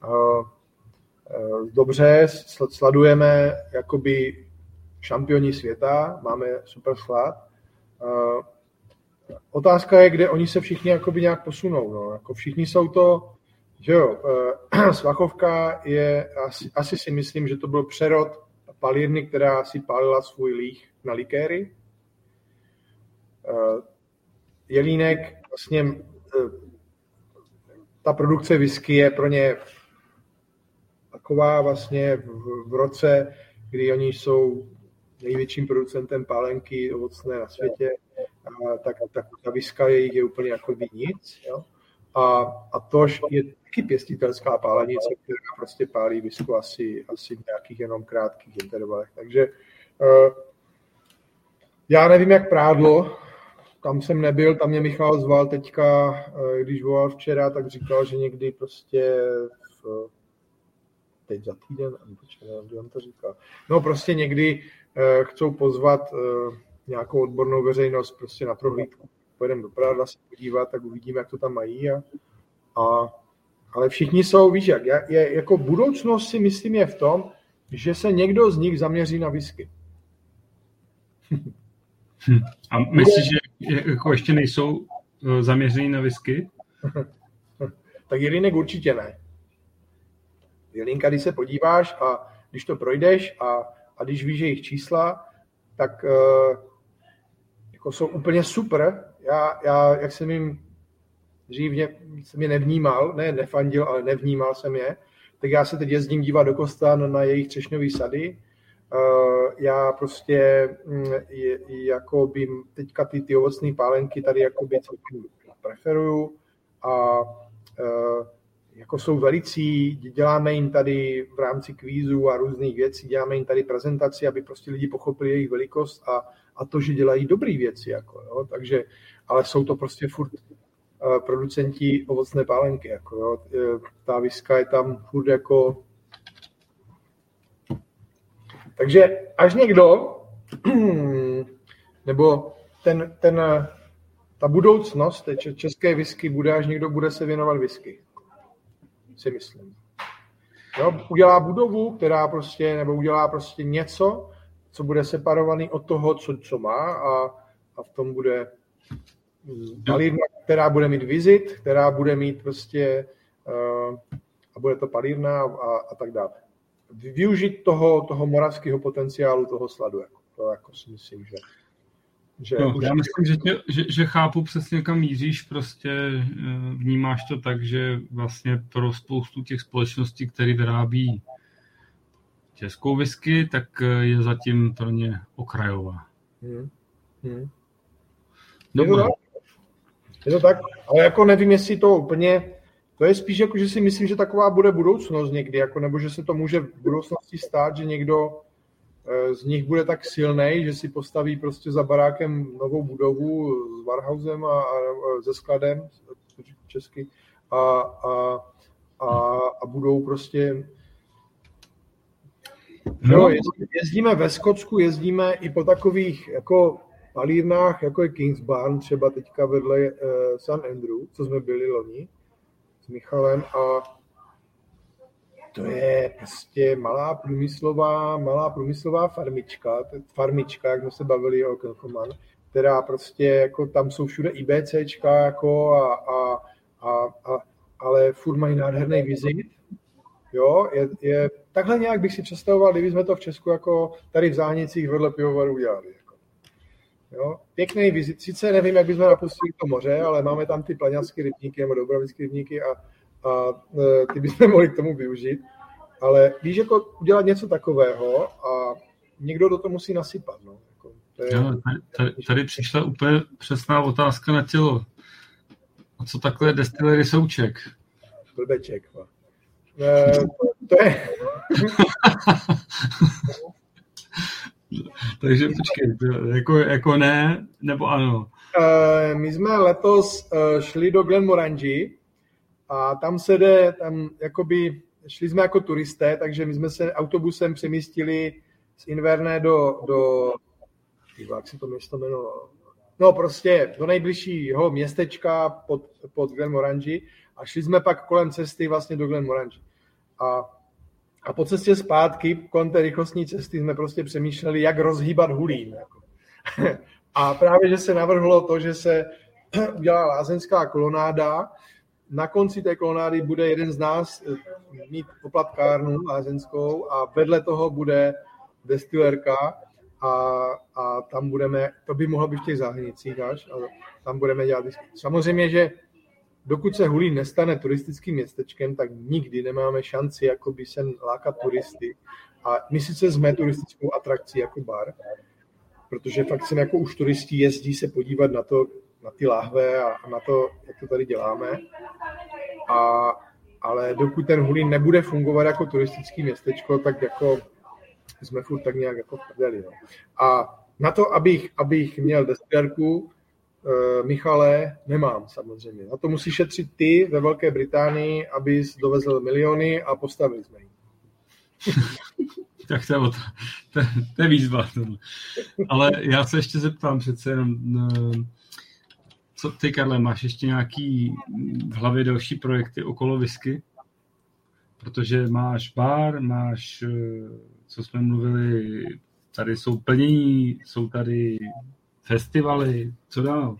Dobře, sledujeme jakoby šampioni světa, máme super slad. Otázka je, kde oni se všichni jakoby nějak posunou. No. Jako všichni jsou to, že jo, Svachovka je, asi, asi si myslím, že to byl přerod palírny, která si pálila svůj líh na likéry. Jelínek, vlastně ta produkce whisky je pro ně taková vlastně v, v roce, kdy oni jsou největším producentem pálenky ovocné na světě, a tak, tak ta whisky jejich je úplně jako by nic. Jo? A, a tož je taky pěstitelská pálenice, která prostě pálí whisky asi, asi v nějakých jenom krátkých intervalech. Takže uh, já nevím, jak Prádlo, tam jsem nebyl, tam mě Michal zval teďka, když volal včera, tak říkal, že někdy prostě v, teď za týden, nevím, on to říkal. No prostě někdy uh, chcou pozvat uh, nějakou odbornou veřejnost prostě na prohlídku. Pojedeme do Prádla se podívat, tak uvidíme, jak to tam mají. A, a, ale všichni jsou, víš jak, je, je, jako budoucnost si myslím je v tom, že se někdo z nich zaměří na whisky. A myslíš, že jako ještě nejsou zaměření na whisky? Tak Jelínek určitě ne. Jelínka, když se podíváš a když to projdeš a, a když víš jejich čísla, tak uh, jako jsou úplně super. Já, já jak jsem jim dřív jsem je nevnímal, ne nevandil, ale nevnímal jsem je, tak já se teď jezdím dívat do Kosta na, na jejich třešňový sady. Uh, já prostě je, jako by teďka ty, ty ovocné pálenky tady jakoby celkem preferuju a uh, jako jsou velicí, děláme jim tady v rámci kvízu a různých věcí, děláme jim tady prezentaci, aby prostě lidi pochopili jejich velikost a, a to, že dělají dobré věci, jako, jo, takže, ale jsou to prostě furt uh, producenti ovocné pálenky, jako, jo, ta whisky je tam furt jako. Takže až někdo, nebo ten, ten, ta budoucnost té české whisky bude, až někdo bude se věnovat whisky, si myslím. Jo, udělá budovu, která prostě, nebo udělá prostě něco, co bude separovaný od toho, co, co má a, a v tom bude palírna, která bude mít vizit, která bude mít prostě, uh, a bude to palírna a, a tak dále. Využít toho, toho moravského potenciálu, toho sladu. Jako, to jako si myslím, že... že no, už... Já myslím, že, tě, že, že chápu přesně, kam míříš, prostě vnímáš to tak, že vlastně pro spoustu těch společností, které vyrábí českou whisky, tak je zatím pro ně okrajová. Hmm. Hmm. Je, to tak? je to tak, ale jako nevím, jestli to úplně... To je spíš jako, že si myslím, že taková bude budoucnost někdy, jako, nebo že se to může v budoucnosti stát, že někdo z nich bude tak silnej, že si postaví prostě za barákem novou budovu s warehousem a, a se skladem česky a, a, a, a budou prostě... No, jezdíme ve Skotsku, jezdíme i po takových jako palírnách, jako je Kingsbarn, třeba teďka vedle uh, San Andrew, co jsme byli loni s Michalem, a to je prostě malá průmyslová, malá průmyslová farmička, farmička, jak jsme se bavili o Kilchoman, která prostě, jako tam jsou všude IBCčka, jako a, a, a, a, ale furt mají nádherný vizit. Jo, je, je, takhle nějak bych si představoval, kdyby jsme to v Česku jako tady v Záhnicích vedle pivovaru udělali. Jako. Jo, pěkný vizit, sice nevím, jak bychom napustili to moře, ale máme tam ty plaňanské rybníky nebo dobravické rybníky a, a ty bychom mohli k tomu využít. Ale víš, jako udělat něco takového a někdo do toho musí nasypat. No. Jako, to je... jo, tady, tady přišla úplně přesná otázka na tělo. A co takhle destillery Souček? Blbeček. E, to, to je... Takže počkej, jako, jako ne, nebo ano? E, my jsme letos e, šli do Glenmorangie a tam se jde, tam jakoby, šli jsme jako turisté, takže my jsme se autobusem přemístili z Inverné do, do jak se to město jmenovalo? No prostě do nejbližšího městečka pod, pod Glenmorangie a šli jsme pak kolem cesty vlastně do Glenmorangie. A, a po cestě zpátky, kolem té rychlostní cesty, jsme prostě přemýšleli, jak rozhýbat Hulín. Jako. A právě, že se navrhlo to, že se udělá lázeňská kolonáda. Na konci té kolonády bude jeden z nás mít poplatkárnu lázeňskou a vedle toho bude destilérka a, a tam budeme, to by mohlo být v těch záhradnicích až, a tam budeme dělat. Samozřejmě, že dokud se Hulín nestane turistickým městečkem, tak nikdy nemáme šanci jakoby sem lákat turisty. A my sice jsme turistickou atrakcí jako bar, protože fakt sem jako už turisti jezdí se podívat na to, na ty láhve a na to, jak to tady děláme. A, ale dokud ten Hulín nebude fungovat jako turistický městečko, tak jako jsme furt tak nějak jako v prdeli. No. A na to, abych, abych měl destilérku, e, Michale, nemám samozřejmě. Na to musí šetřit ty ve Velké Británii, abys dovezl miliony a postavili jsme ji. Tak to je, to, je, to je výzva. Ale já se ještě zeptám přece jenom, co ty, Karle, máš ještě nějaký v hlavě další projekty okolo whisky? Protože máš bar, máš, co jsme mluvili, tady jsou plnění, jsou tady festivaly, co dál?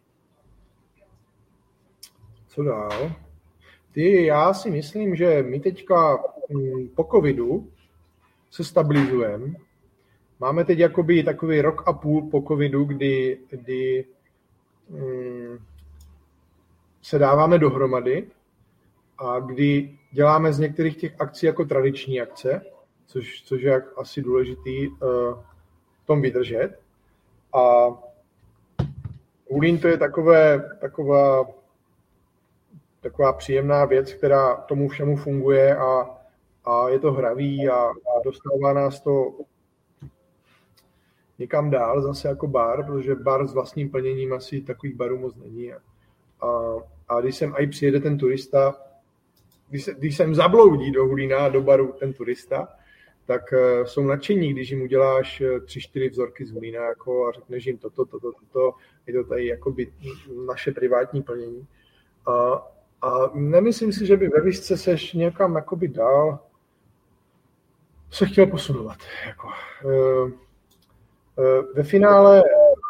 Co dál? Ty, já si myslím, že my teďka po covidu se stabilizujeme. Máme teď jakoby takový rok a půl po covidu, kdy, kdy um, se dáváme dohromady a kdy děláme z některých těch akcí jako tradiční akce, což, což je asi důležitý uh, v tom vydržet. A Hulín to je takové, taková, taková příjemná věc, která tomu všemu funguje a, a je to hravý a, a dostává nás to někam dál zase jako bar, protože bar s vlastním plněním asi takových barů moc není. A, a když sem aj přijede ten turista, když, se, když sem zabloudí do Hulína, do baru ten turista, tak uh, jsou nadšení, když jim uděláš tři, čtyři vzorky z Hulína jako, a řekneš jim toto, toto, toto, je to tady jakoby naše privátní plnění. A, a nemyslím si, že by ve whisce seš někam jakoby dál se chtěl posunovat. Jako. Uh, uh, ve finále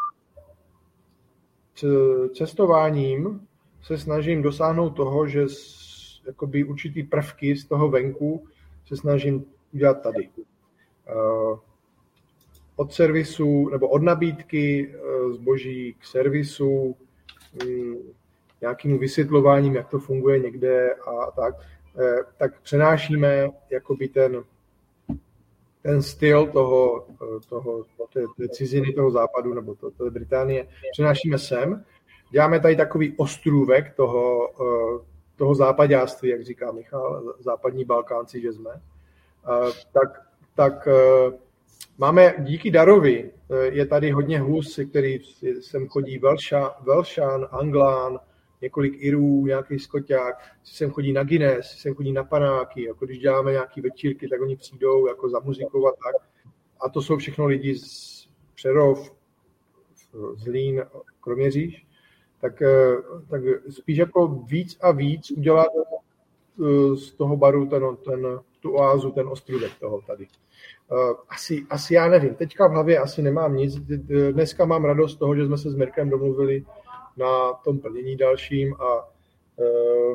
cestováním se snažím dosáhnout toho, že z, jakoby určitý prvky z toho venku se snažím udělat tady. Uh, od servisu, nebo od nabídky uh, zboží k servisu, um, nějakým vysvětlováním, jak to funguje někde a tak, uh, tak přenášíme jakoby ten, ten styl toho, toho té, té ciziny, toho západu, nebo to, to Británie, přenášíme sem. Děláme tady takový ostrůvek toho, uh, toho zápaďáctví, jak říká Michal, západní Balkánci, že jsme. Tak, tak máme díky darovi, je tady hodně hus, který sem chodí Velša, Velšan, Anglán, několik Irů, nějaký Skoťák, sem chodí na Guinness, sem chodí na panáky, jako když děláme nějaké večírky, tak oni přijdou jako za muzikou a tak. A to jsou všechno lidi z Přerov, Zlín, Kroměříž. Tak, tak spíš jako víc a víc udělat z toho baru ten, ten, tu oázu, ten ostrůvek toho tady. Asi, asi já nevím, teďka v hlavě asi nemám nic. Dneska mám radost z toho, že jsme se s Mirkem domluvili na tom plnění dalším a uh,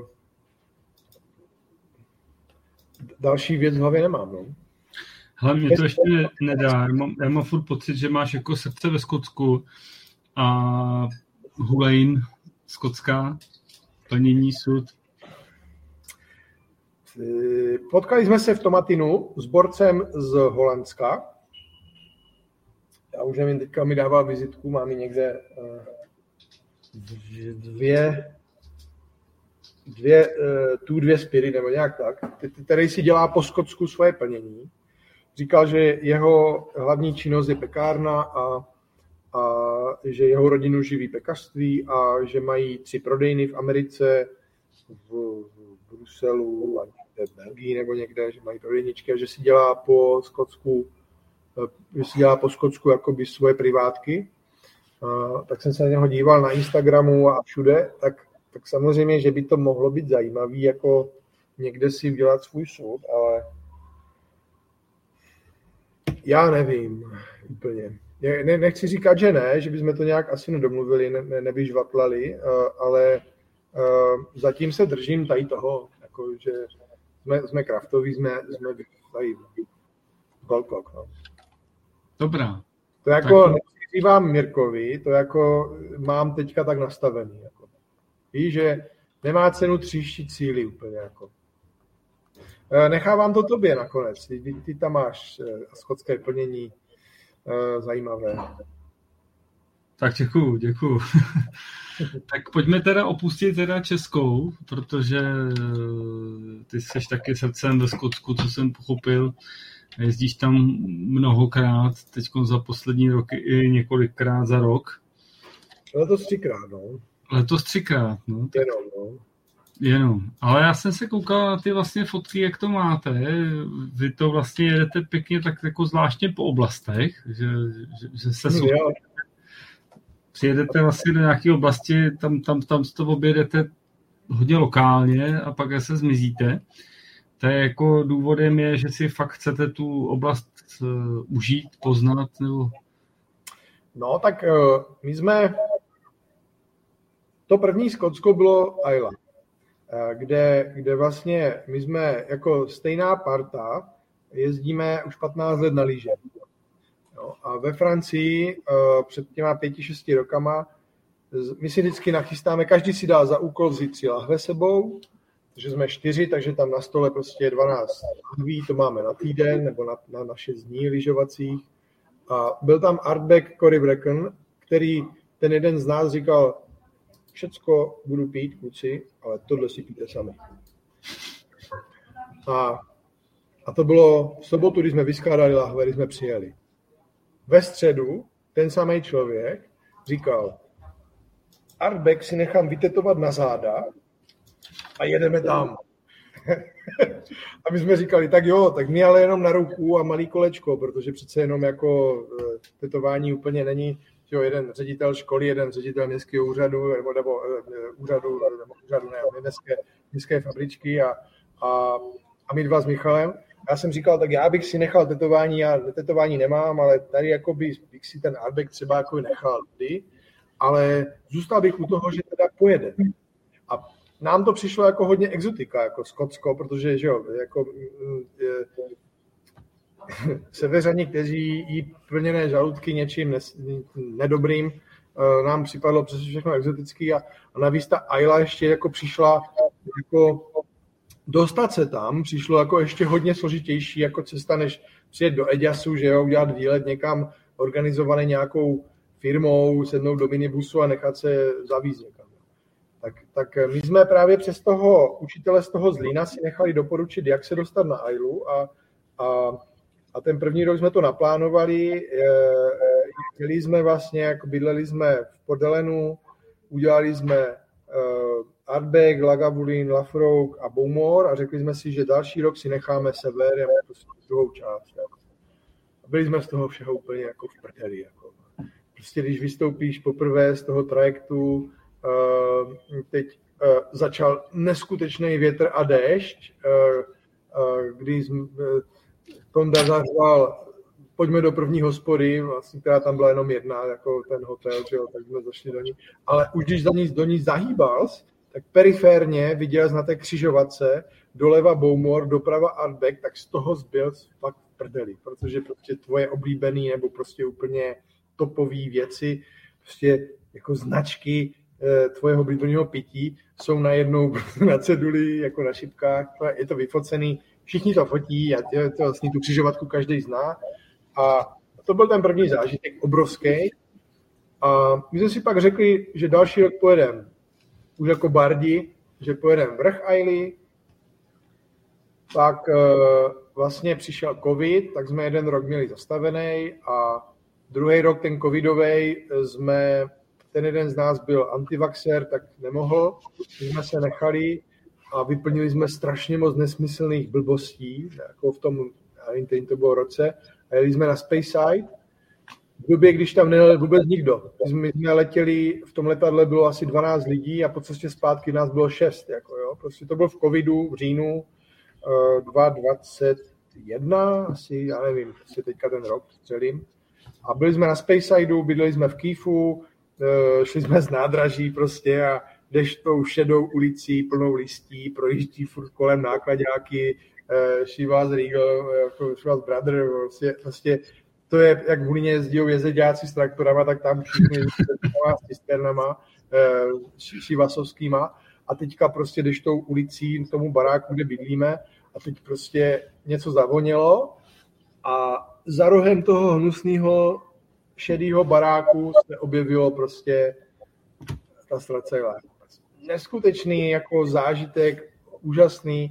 další věc v hlavě nemám. No. Hlavně to ještě nedá. Já mám, já mám furt pocit, že máš jako srdce ve Skotsku a Hulín, skotská, plnění sud. Potkali jsme se v Tomatinu s borcem z Holandska. Já už nevím, teďka mi dával vizitku, mám ji někde dvě, dvě, tu dvě spiry, nebo nějak tak, který si dělá po Skotsku svoje plnění. Říkal, že jeho hlavní činnost je pekárna a, a že jeho rodinu živí pekařství a že mají tři prodejny v Americe, v, v Bruselu a v Belgii nebo někde, že mají prodejničky a že si dělá po Skotsku, že si dělá po Skotsku jakoby svoje privátky. A, tak jsem se na něho díval na Instagramu a všude, tak, tak samozřejmě, že by to mohlo být zajímavý, jako někde si udělat svůj sud, ale já nevím úplně. Ne, nechci říkat, že ne, že bychom to nějak asi nedomluvili, ne, ne, nevyžvatlali, ale uh, zatím se držím tady toho, jako, že jsme, jsme kraftoví, jsme, jsme tady Golkok. No. Dobrá. To jako, nepřizývám Mirkovi, to jako mám teďka tak nastavený. Jako. Víš, že nemá cenu tříštit síly úplně. Jako. Nechávám to tobě nakonec. Ty, ty tam máš skotské plnění uh, zajímavé. Tak děkuju, děkuju. Tak pojďme teda opustit teda českou, protože ty jsi taky srdcem ve Skotsku, co jsem pochopil. Jezdíš tam mnohokrát, teď za poslední roky i několikrát za rok. Letos třikrát, no. Letos třikrát, no. Tak... Jenom, no. Jenom. Ale já jsem se koukal na ty vlastně fotky, jak to máte. Vy to vlastně jedete pěkně tak jako zvláštně po oblastech, že, že, že se no, přijedete vlastně do nějaké oblasti, tam, tam, tam to objedete hodně lokálně a pak se zmizíte. To je jako důvodem je, že si fakt chcete tu oblast uh, užít, poznat, nebo... No, tak uh, my jsme... To první Skotsko bylo Islay, kde, kde vlastně my jsme jako stejná parta jezdíme už patnáct let na lyže. No, a ve Francii uh, před těma pěti, šesti rokama my si vždycky nachystáme, každý si dá za úkol vzít tři lahve sebou, takže jsme čtyři, takže tam na stole prostě je dvanáct lahví, to máme na týden nebo na, na, na šest dní lyžovacích. A byl tam Ardbeg Corey Bracken, který ten jeden z nás říkal, všecko budu pít, kluci, ale tohle si píte sami. A, a to bylo v sobotu, když jsme vyskládali lahve, když jsme přijeli. Ve středu ten samý člověk říkal, Ardbeg si nechám vytetovat na záda a jedeme tam. A my jsme říkali, tak jo, tak my ale jenom na ruku a malý kolečko, protože přece jenom jako tetování úplně není, jo, jeden ředitel školy, jeden ředitel městského úřadu, nebo, nebo úřadu, nebo úřadu, ne, městské, městské fabričky a, a, a my dva s Michalem. Já jsem říkal, tak já bych si nechal tetování, já tetování nemám, ale tady jako bych si ten Ardbeg třeba jako nechal tady, ale zůstal bych u toho, že teda pojede. A nám to přišlo jako hodně exotika, jako Skotsko, protože že jo, jako je, severani, kteří jí plněné žaludky něčím nes, nedobrým, nám připadlo přes všechno exotický a, a navíc ta Islay ještě jako přišla jako dostat se tam, přišlo jako ještě hodně složitější jako cesta, než přijet do Ediasu, že jo, udělat výlet někam organizovaný nějakou firmou, sednout do minibusu a nechat se zavízt někam. Tak, tak my jsme právě přes toho učitele z toho Zlína si nechali doporučit, jak se dostat na Islu a, a, a ten první rok jsme to naplánovali, jeli jsme vlastně, jako bydleli jsme v Pordelenu, udělali jsme uh, Ardbeg, Lagavulin, Lafroig a Bowmore a řekli jsme si, že další rok si necháme sever a prostě druhou část. Jako. A byli jsme z toho všeho úplně jako v prdeli. Jako. Prostě když vystoupíš poprvé z toho trajektu, uh, teď uh, začal neskutečný větr a déšť, uh, uh, když uh, Tonda zařval, pojďme do první hospody, vlastně, která tam byla jenom jedna, jako ten hotel, že jo, tak jsme zašli do ní. Ale už když do ní, do ní zahýbal, tak periférně viděl na té křižovatce doleva Bowmore, doprava Ardbeg, tak z toho zbyl fakt v prdeli, protože prostě tvoje oblíbený nebo prostě úplně topový věci, prostě jako značky tvojeho oblíbeného pití jsou najednou na ceduli, jako na šipkách, je to vyfocený, všichni to fotí a to vlastně tu křižovatku každý zná. A to byl ten první zážitek, obrovský. A my jsme si pak řekli, že další rok pojedeme už jako bardi, že pojedeme vrch Ailey. Tak vlastně přišel covid, tak jsme jeden rok měli zastavený a druhý rok ten covidový jsme, ten jeden z nás byl antivaxer, tak nemohl. My jsme se nechali a vyplnili jsme strašně moc nesmyslných blbostí, jako v tom, nevím, to bylo roce, a jeli jsme na Speyside. V době, když tam nejel vůbec nikdo. My jsme letěli, v tom letadle bylo asi dvanáct lidí a po cestě zpátky nás bylo šest. Jako, jo. Prostě to bylo v covidu, v říjnu uh, dvacet jedna, asi, já nevím, prostě teďka ten rok celým. A byli jsme na Speysideu, bydleli jsme v Kýfu, uh, šli jsme z nádraží prostě a jdeš tou šedou ulicí plnou listí, projíždí furt kolem nákladáky, uh, Chivas Regal, jako Chivas Brother, prostě, prostě to je, jak v Hulíně jezdí jezdeďáci s traktorama, tak tam všichni s cisternama, šivasovskýma. A teďka prostě jdeš tou ulicí k tomu baráku, kde bydlíme a teď prostě něco zavonělo a za rohem toho hnusného šedého baráku se objevilo prostě ta ztracela. Neskutečný jako zážitek, úžasný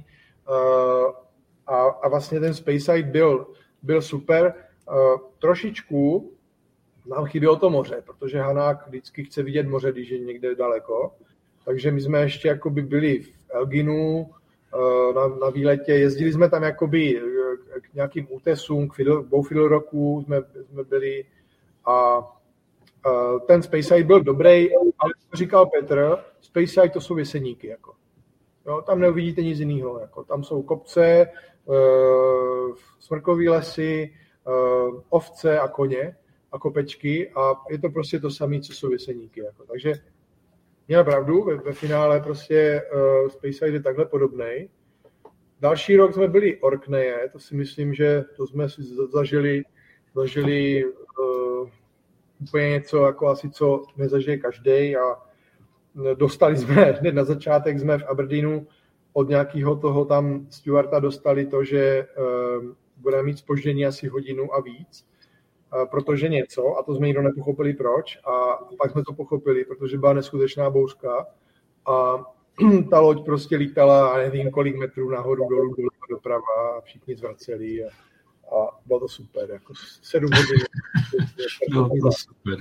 a, a vlastně ten Speyside byl, byl super. Uh, trošičku nám chybělo to moře, protože Hanák vždycky chce vidět moře, když je někde daleko. Takže my jsme ještě jakoby byli v Elginu uh, na, na výletě, jezdili jsme tam jakoby k nějakým útesům, k Bowfiddle Rocku jsme, jsme byli a uh, ten Speyside byl dobrý, ale říkal Petr, Speyside to jsou jeseníky. Jako. Jo, tam neuvidíte nic jiného. Jako. Tam jsou kopce, uh, smrkový lesy, Uh, ovce a koně a kopečky a je to prostě to samé, co jsou jeseníky. Jako. Takže měl pravdu, ve, ve finále prostě uh, Speyside je takhle podobnej. Další rok jsme byli Orkneje, to si myslím, že to jsme si zažili, zažili uh, úplně něco, jako asi co nezažije každej a dostali jsme, hned na začátek jsme v Aberdeenu od nějakého toho tam Stewarta dostali to, že uh, budeme mít zpoždění asi hodinu a víc, protože něco, a to jsme nikdo nepochopili proč, a pak jsme to pochopili, protože byla neskutečná bouřka a ta loď prostě lítala a nevím kolik metrů nahoru, dolů, dolů, doprava a všichni zvraceli a, a bylo to super, jako sedm hodin. Bylo to super.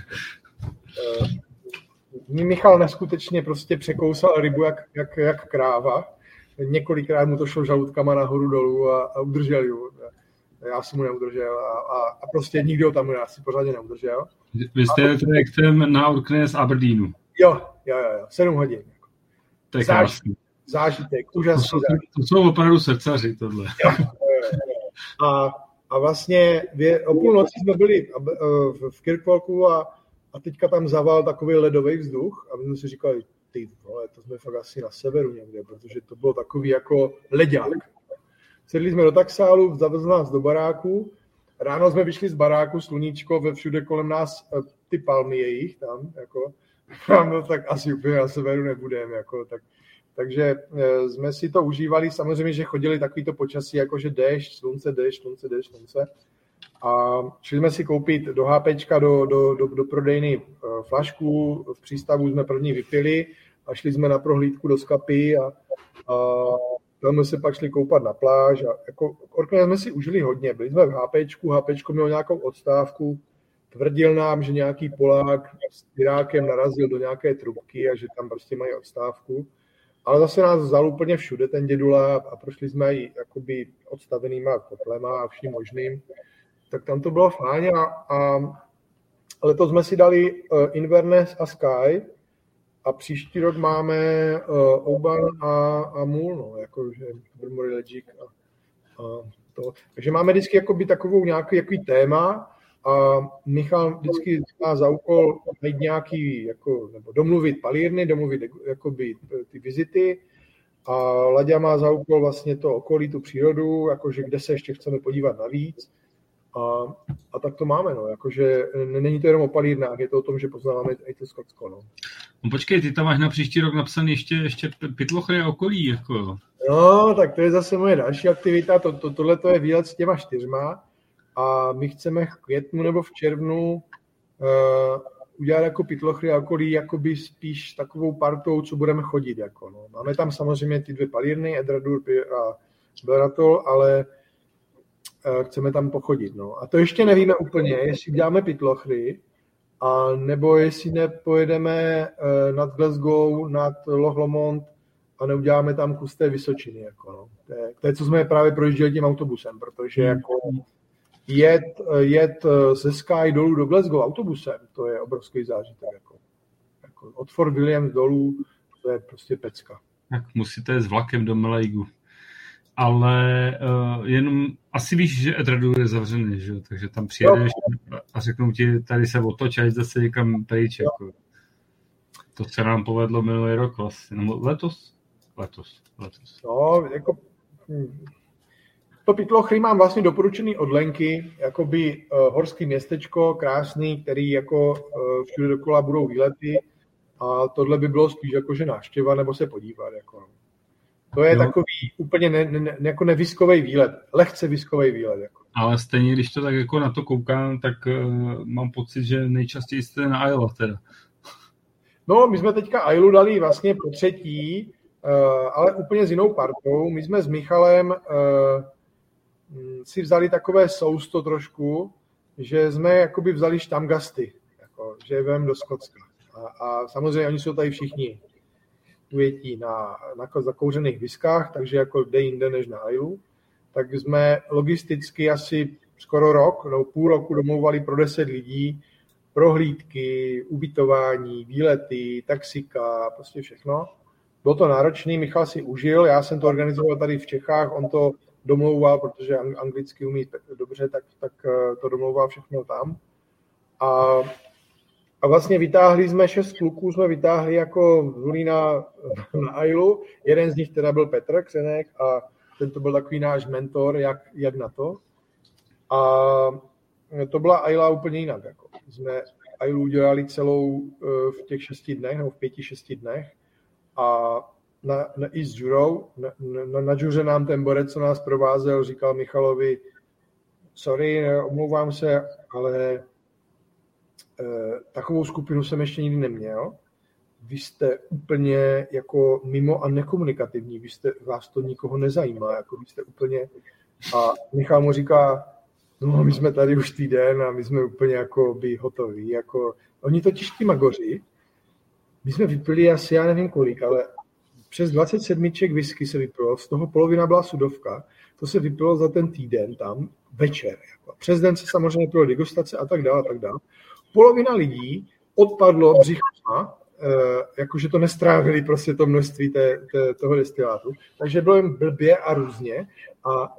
Michal neskutečně prostě překousal rybu jak, jak, jak kráva, několikrát mu to šlo žaludkama nahoru, dolů a, a udržel ju. Já jsem mu neudržel a, a, a prostě nikdo tam asi pořádně neudržel. Vy jste trajektem na Orkney z Aberdeenu. Jo, jo, jo, sedm hodin. To je krásný. Zážitek, úžasný to, zážitek. To jsou opravdu srdcaři, tohle. Jo, jo, jo. A, a vlastně dvě, o půlnoci jsme byli v Kirkwalku a, a teďka tam zaval takový ledový vzduch a my jsme si říkali, ty vole, to jsme fakt asi na severu někde, protože to bylo takový jako leďák. Sedli jsme do taxálu, zavezl nás do baráku, ráno jsme vyšli z baráku, sluníčko, ve všude kolem nás ty palmy jejich tam, jako, no tak asi úplně na severu nebudeme, jako, tak, takže e, jsme si to užívali, samozřejmě, že chodili takovýto počasí, jakože déšť, slunce, déšť, slunce, déšť, slunce a šli jsme si koupit do HPčka, do, do, do, do prodejny e, flašku, v přístavu jsme první vypili a šli jsme na prohlídku do Skapy a, a tam jsme se pak šli koupat na pláž a jako Orkney jsme si užili hodně. Byli jsme v HPčku, HPčko mělo nějakou odstávku, tvrdil nám, že nějaký Polák s Irákem narazil do nějaké trubky a že tam prostě mají odstávku. Ale zase nás vzal úplně všude ten dědula a prošli jsme i jakoby odstavenýma kotlema a vším možným. Tak tam to bylo fajn a, a letos jsme si dali uh, Inverness a Skye. A příští rok máme uh, Oban a, a Mool, no, jakože Bermuda Legic a, a to. Takže máme vždycky jakoby takovou nějaký jaký téma a Michal vždycky má za úkol najít nějaký, jako, nebo domluvit palírny, domluvit jakoby ty vizity a Laďa má za úkol vlastně to okolí, tu přírodu, jakože kde se ještě chceme podívat navíc A, a tak to máme, no, jakože není to jenom o palírnách, je to o tom, že poznáváme i to Skotsko, no. No počkej, ty tam máš na příští rok napsaný ještě, ještě Pitlochry a okolí, jako. No, tak to je zase moje další aktivita, to, to, tohle to je výlet s těma čtyřma a my chceme v květnu nebo v červnu uh, udělat jako Pitlochry a okolí jakoby spíš takovou partou, co budeme chodit, jako, no. Máme tam samozřejmě ty dvě palírny, Edradur a Beratol, ale chceme tam pochodit. No. A to ještě nevíme úplně, jestli děláme Pitlochry, a nebo jestli nepojedeme nad Glasgow, nad Loch Lomond a neuděláme tam kus té Vysočiny. Jako, no. To, je, to je, co jsme právě projížděli tím autobusem, protože jako jet, jet ze Skye dolů do Glasgow autobusem, to je obrovský zážitek. Jako. Jako od Fort William dolů, to je prostě pecka. Tak musíte jít s vlakem do Malajgu. Ale uh, jenom asi víš, že Edradur je zavřený, že? Takže tam přijedeš no. a řeknou ti, tady se otoč a jít zase někam pryč. No. Jako. To se nám povedlo minulý rok vlastně. No, letos? Letos. letos. No, jako hm. to Pitlochry mám vlastně doporučený od Lenky, jakoby uh, horský městečko, krásný, který jako uh, všude dokola budou výlety a tohle by bylo spíš jakože návštěva nebo se podívat, jako no. To je jo. Takový úplně ne, ne, jako nevyskovej výlet, lehce vyskovej výlet. Jako. Ale stejně, když to tak jako na to koukám, tak uh, mám pocit, že nejčastěji jste na Isla teda. No, my jsme teďka Islu dali vlastně po třetí, uh, ale úplně s jinou partou. My jsme s Michalem uh, si vzali takové sousto trošku, že jsme jakoby vzali štamgasty, jako, že jdeme do Skotska. A, a samozřejmě oni jsou tady všichni ujetí na, na zakouřených viskách, takže jako kde jinde než na Islu, tak jsme logisticky asi skoro rok, no půl roku domlouvali pro deset lidí prohlídky, ubytování, výlety, taxika, prostě všechno. Bylo to náročný, Michal si užil, já jsem to organizoval tady v Čechách, on to domlouval, protože anglicky umí dobře, tak, tak to domlouval všechno tam. A A vlastně vytáhli jsme šest kluků, jsme vytáhli jako z Hulína na Islu. Jeden z nich teda byl Petr Křenek a ten to byl takový náš mentor, jak, jak na to. A to byla Isla úplně jinak. Jako. Jsme Islu udělali celou v těch šesti dnech, nebo v pěti, šesti dnech. A na, na i s Džurou, na, na, na Džuře nám ten borec, co nás provázel, říkal Michalovi, sorry, omlouvám se, ale takovou skupinu jsem ještě nikdy neměl. Vy jste úplně jako mimo a nekomunikativní, vy jste, vás to nikoho nezajímá, jako vy jste úplně... A Michal mu říká, no my jsme tady už týden a my jsme úplně jako by hotoví, jako... Oni totiž ti magoři, my jsme vypili asi, já nevím kolik, ale přes dvacet sedmiček whisky se vypilo, z toho polovina byla sudovka, to se vypilo za ten týden tam večer. Jako. Přes den se samozřejmě pilo degustace a tak dále, a tak dále. Polovina lidí odpadlo břichama, jakože to nestrávili prostě to množství té, té, toho destilátu. Takže bylo jim blbě a různě. A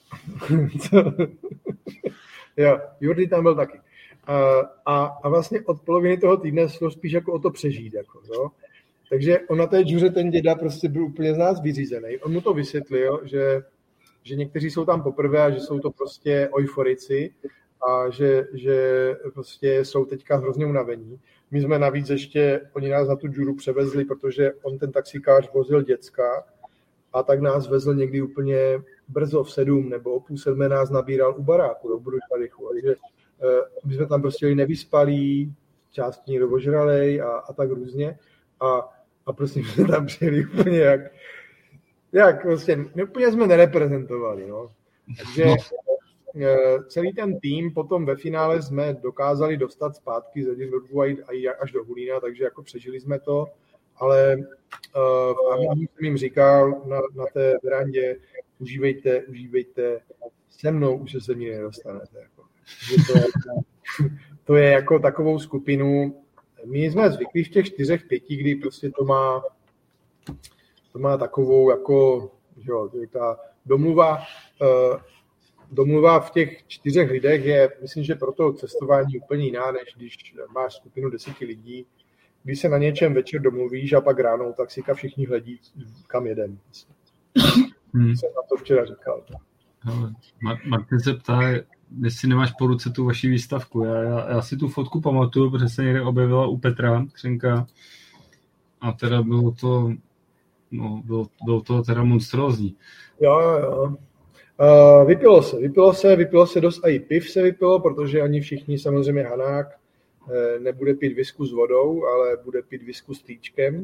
jo, Jordi tam byl taky. A, a vlastně od poloviny toho týdne šlo spíš jako o to přežít. Jako, jo. Takže on na té džuře ten děda prostě byl úplně z nás vyřízený. On mu to vysvětlil, že, že někteří jsou tam poprvé a že jsou to prostě euforici, a že, že prostě jsou teďka hrozně unavení. My jsme navíc ještě, oni nás na tu džuru převezli, protože on ten taxikář vozil děcka a tak nás vezl někdy úplně brzo v sedm nebo o půl sedmé nás nabíral u baráku, do Brušarychu. Takže my jsme tam prostě nevyspalí, části někdo ožralej a, a tak různě. A, a prostě jsme tam přijeli úplně jak, jak prostě, úplně jsme nereprezentovali, no. Takže celý ten tým potom ve finále jsme dokázali dostat zpátky z Edinburghu a až do Hulína, takže jako přežili jsme to, ale uh, jsem jim říkal na, na té verandě, užívejte, užívejte, se mnou už se mě nedostanete. Jako. To, to je jako takovou skupinu, my jsme zvyklí v těch čtyřech, pěti, kdy prostě to má, to má takovou jako, že jo, ta domluva, uh, Domluva v těch čtyřech lidech je, myslím, že pro to cestování úplně jiná, než když máš skupinu deseti lidí. Když se na něčem večer domluvíš a pak ráno, tak si všichni hledí, kam jedem. Hmm. Jsem na to včera říkal. Martin se ptá, jestli nemáš po ruce tu vaši výstavku. Já, já, já si tu fotku pamatuju, protože se někde objevila u Petra Křenka a teda bylo to, no, bylo, bylo to teda monstrózní. Jo, jo, jo. Uh, vypilo se, vypilo se, vypilo se dost, a i piv se vypilo, protože oni všichni, samozřejmě Hanák, nebude pít visku s vodou, ale bude pít visku s týčkem.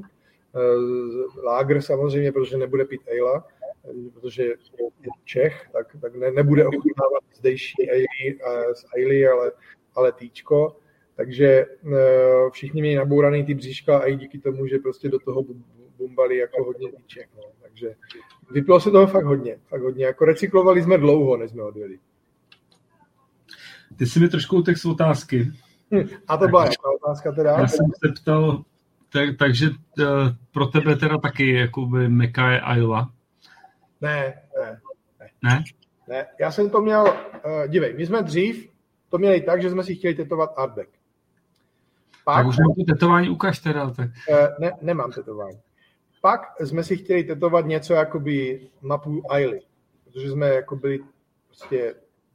Lágr samozřejmě, protože nebude pít ejla, protože je Čech, tak, tak ne, nebude ochutnávat zdejší ejly, ejly ale, ale týčko. Takže všichni měli nabouraný ty bříška a i díky tomu, že prostě do toho bumbali jako hodně týček. No. Takže vypilo se toho fakt hodně, fakt hodně. Jako recyklovali jsme dlouho, než jsme odjeli. Ty jsi mi trošku utek z otázky. Hm, a to byla jaká otázka teda? Já jsem se ptal, tak, takže uh, pro tebe teda taky jakoby Meka je Ayla? Ne, ne, ne. Ne? Ne, já jsem to měl, uh, dívej, my jsme dřív to měli tak, že jsme si chtěli tetovat Artback. Pak, tak už mám to tetování, ukaž teda. Tak. Uh, ne, nemám tetování. Pak jsme si chtěli tetovat něco jakoby mapu Ayly, protože jsme jako byli prostě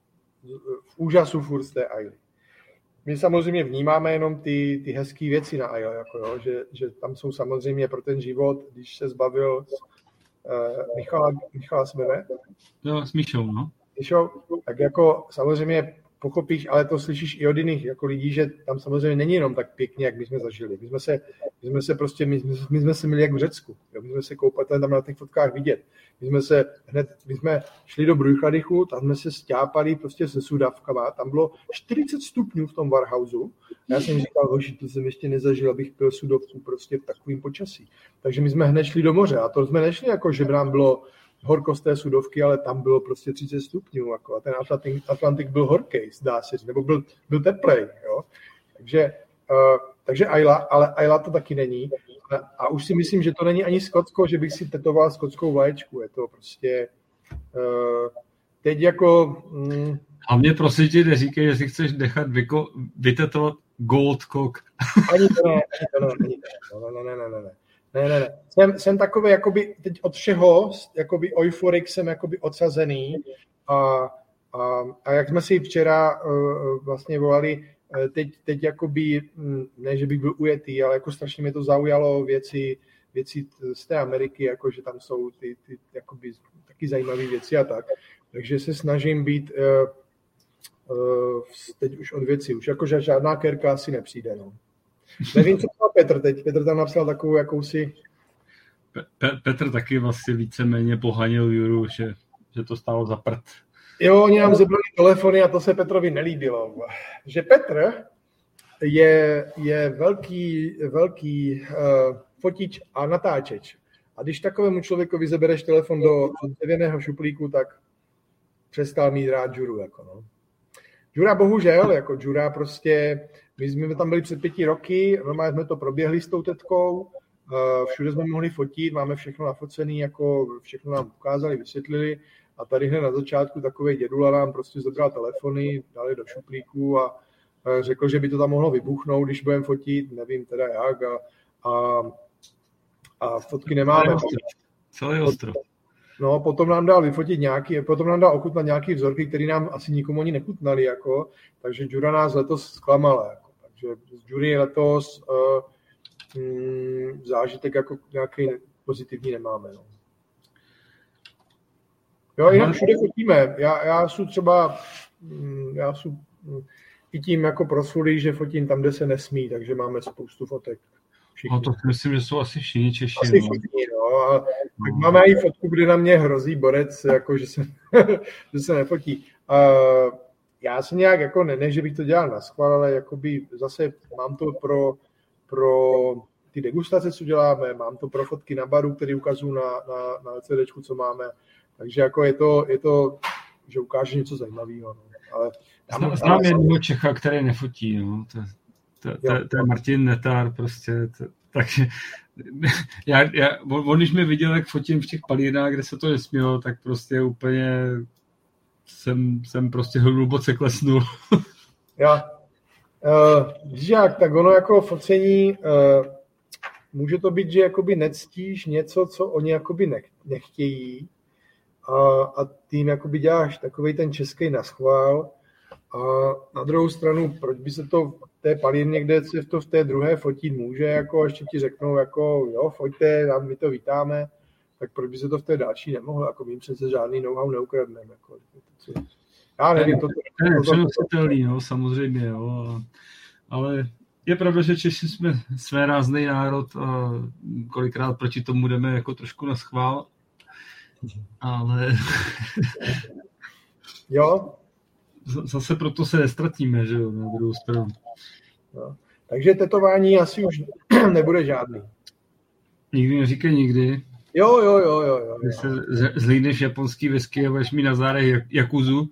v úžasu furt z té Ayly. My samozřejmě vnímáme jenom ty, ty hezké věci na Ayle, jako jo, že, že tam jsou samozřejmě pro ten život, když se zbavil uh, Michala, Michala se jmenuje? Jo, s Míšou, no. Míšou, tak jako samozřejmě pochopíš, ale to slyšíš i od jiných jako lidí, že tam samozřejmě není jenom tak pěkně, jak my jsme zažili. My jsme se, my jsme se prostě, my, my jsme se měli jak v Řecku. Jo? My jsme se koupali tam na těch fotkách vidět. My jsme se hned, my jsme šli do Brujchladychu, tam jsme se sťápali prostě se sudavkama. Tam bylo čtyřicet stupňů v tom Warhausu. Já jsem říkal, hoši, to jsem ještě nezažil, abych pil sudovku prostě v takovým počasí. Takže my jsme hned šli do moře a to jsme nešli jako, že by nám bylo horko z té sudovky, ale tam bylo prostě třicet stupňů. Jako, a ten Atlantik, Atlantik byl horkej, zdá se, nebo byl, byl teplej. Jo? Takže, uh, takže Ayla, ale Ayla to taky není. A, a už si myslím, že to není ani Skotsko, že bych si tetoval skotskou vlaječku. Je to prostě uh, teď jako... Mm, a mě prosím tě, neříkej, že si chceš nechat vyko, vytetovat Gold Cock. Ani to ne, ani to ne, ani to ne, ne, ne, ne, ne. Ne, ne, ne. Jsem, jsem takový, jakoby, teď od všeho, jakoby euforik jsem jakoby odsazený a, a, a jak jsme si včera uh, vlastně volali, uh, teď, teď jakoby, ne, že bych byl ujetý, ale jako strašně mě to zaujalo věci, věci z té Ameriky, jako že tam jsou ty, ty jakoby taky zajímavé věci a tak. Takže se snažím být uh, uh, teď už od věcí, už jakože žádná kerka asi nepřijde, no. Nevím, co psal Petr teď. Petr tam napsal takovou jakousi... Pe- Petr taky vlastně víceméně pohanil Juru, že, že to stálo za prd. Jo, oni nám zebrali telefony a to se Petrovi nelíbilo. Že Petr je, je velký, velký uh, fotič a natáčeč. A když takovému člověkovi zebereš telefon do, do dřevěného šuplíku, tak přestal mít rád Juru. Jako no. Jura bohužel, jako Jura prostě... My jsme tam byli před pěti roky, normálně jsme to proběhli s tou tetkou, všude jsme mohli fotit, máme všechno nafocené, jako všechno nám ukázali, vysvětlili a tady hned na začátku takový dědula nám prostě zobral telefony, dali do šuplíku a řekl, že by to tam mohlo vybuchnout, když budeme fotit, nevím teda jak a, a, a fotky nemáme. Celý ostrov. No, potom nám dal vyfotit nějaký, potom nám dal ochutnat nějaký vzorky, které nám asi nikomu ani nechutnali, jako, takže Jura nás letos zklamala, jako, takže z Jury letos uh, mm, zážitek jako nějaký pozitivní nemáme, no. Jo, jinak všude fotíme, já, já jsem třeba, mm, já jsem mm, i tím jako proslulý, že fotím tam, kde se nesmí, takže máme spoustu fotek. No to myslím, že jsou asi všichni Češi. Asi no. všichni, no. A tak máme i fotku, kde na mě hrozí borec, jako, že, se, že se nefotí. Uh, já jsem nějak, jako ne, ne, že bych to dělal na schvál, ale jakoby zase mám to pro, pro ty degustace, co děláme, mám to pro fotky na baru, který ukazuju na, na, na CDčku, co máme. Takže jako je to, je to že ukáže něco zajímavého. No. Ale tam, Znám tam, jednoho Čecha, který nefotí, no. To... To, to, to je Martin Netár prostě, to, takže já, já, on, on, když mi viděl, jak fotím v těch palírnách, kde se to nesmělo, tak prostě úplně jsem, jsem prostě hluboce klesnul. Já, uh, jak, tak ono jako focení, uh, může to být, že jakoby nectíš něco, co oni jakoby nech, nechtějí a, a tím jakoby děláš takovej ten český naschvál A na druhou stranu, proč by se to v té palírně, kde se to v té druhé fotit může, jako ještě ti řeknou, jako jo, foťte, my to vítáme, tak proč by se to v té další nemohlo, jako my přece žádný know-how neukradneme. Jako, já nevím, to, to, to, to, to, to, to, to no, samozřejmě, jo, ale je pravda, že Češi jsme své rázný národ a kolikrát proti tomu jdeme jako trošku na schvál, ale jo. Zase proto se nestratíme, že jo, na druhou stranu. No. Takže tetování asi už nebude žádný. Nikdy neříkej nikdy. Jo, jo, jo, jo. jo. Když se zlídneš japonský whisky a budeš mi na zádech jakuzu.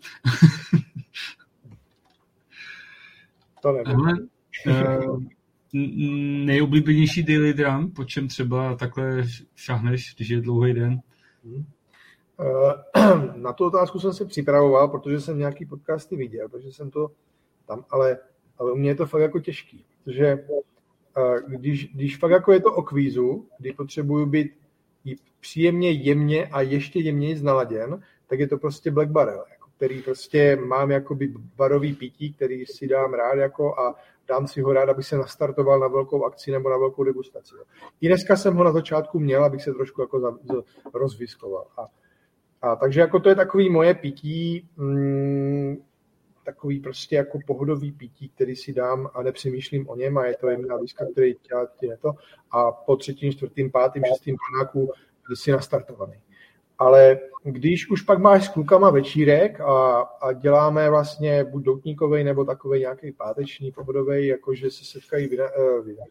To nevím. Ale, uh, nejoblíbenější daily drum, po čem třeba takhle šahneš, když je dlouhý den? Hmm. Na tu otázku jsem se připravoval, protože jsem nějaký podcasty viděl, takže jsem to tam, ale, ale u mě je to fakt jako těžký, protože když, když fakt jako je to o kvízu, kdy potřebuju být příjemně, jemně a ještě jemněji znaladěn, tak je to prostě Black Barrel, jako, který prostě mám jakoby barový pití, který si dám rád jako a dám si ho rád, abych se nastartoval na velkou akci nebo na velkou degustaci. I dneska jsem ho na začátku měl, abych se trošku jako za, za, rozviskoval. A A takže jako to je takový moje pití, mm, takový prostě jako pohodový pití, který si dám a nepřemýšlím o něm a je to jemná whisky, který tě to a po třetím, čtvrtým, pátým, šestým panáku si nastartovaný. Ale když už pak máš s klukama večírek a, a děláme vlastně buď doutníkovej nebo takovej nějaký páteční, pohodovej, jakože se setkají vina, uh, vina,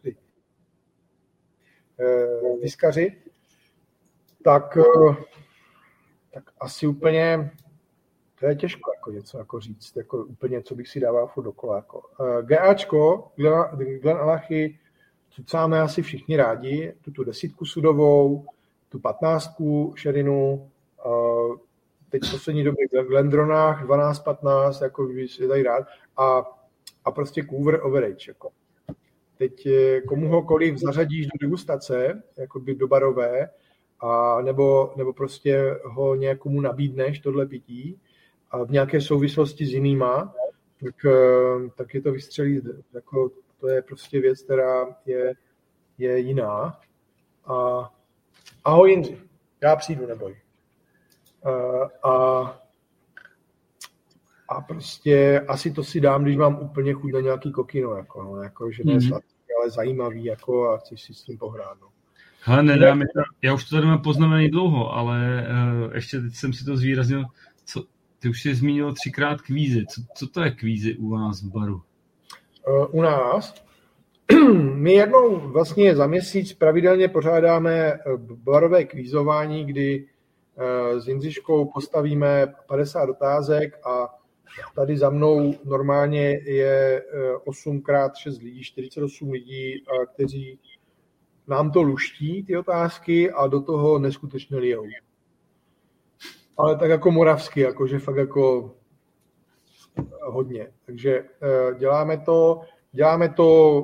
uh, viskaři, tak... Uh, tak asi úplně, to je těžko jako něco jako říct, jako úplně, co bych si dával furt dokola. Jako. GAčko, Glenallachy, cucáme asi všichni rádi, tu, tu desítku sudovou, tu patnáctku šerinu, teď v poslední době v Glendronách dvanáct patnáct, jako když je tady rád, a, a prostě cover overage. Jako. Teď komuhokoliv zařadíš do degustace, jako by do barové, a nebo, nebo prostě ho někomu nabídneš, tohle pití, a v nějaké souvislosti s jinýma, tak, tak je to vystřelí. Jako, to je prostě věc, která je, je jiná. A, ahoj Jindři, já přijdu, neboj. A, a, a prostě asi to si dám, když mám úplně chuť na nějaký kokino, jako, no, jako, že ne mm-hmm. sladký, ale zajímavý, jako, a chci si s tím pohrát. No. Hele, nedá mi to, já už to tady mám poznamený dlouho, ale uh, ještě teď jsem si to zvýraznil, co, ty už jsi zmínil třikrát kvízy, co, co to je kvízy u vás v baru? Uh, u nás? My jednou vlastně za měsíc pravidelně pořádáme barové kvízování, kdy uh, s Jindřiškou postavíme padesát otázek a tady za mnou normálně je uh, osm krát šest lidí, čtyřicet osm lidí, uh, kteří nám to luští, ty otázky, a do toho neskutečně lijou. Ale tak jako moravsky, jakože fakt jako hodně. Takže děláme to, děláme to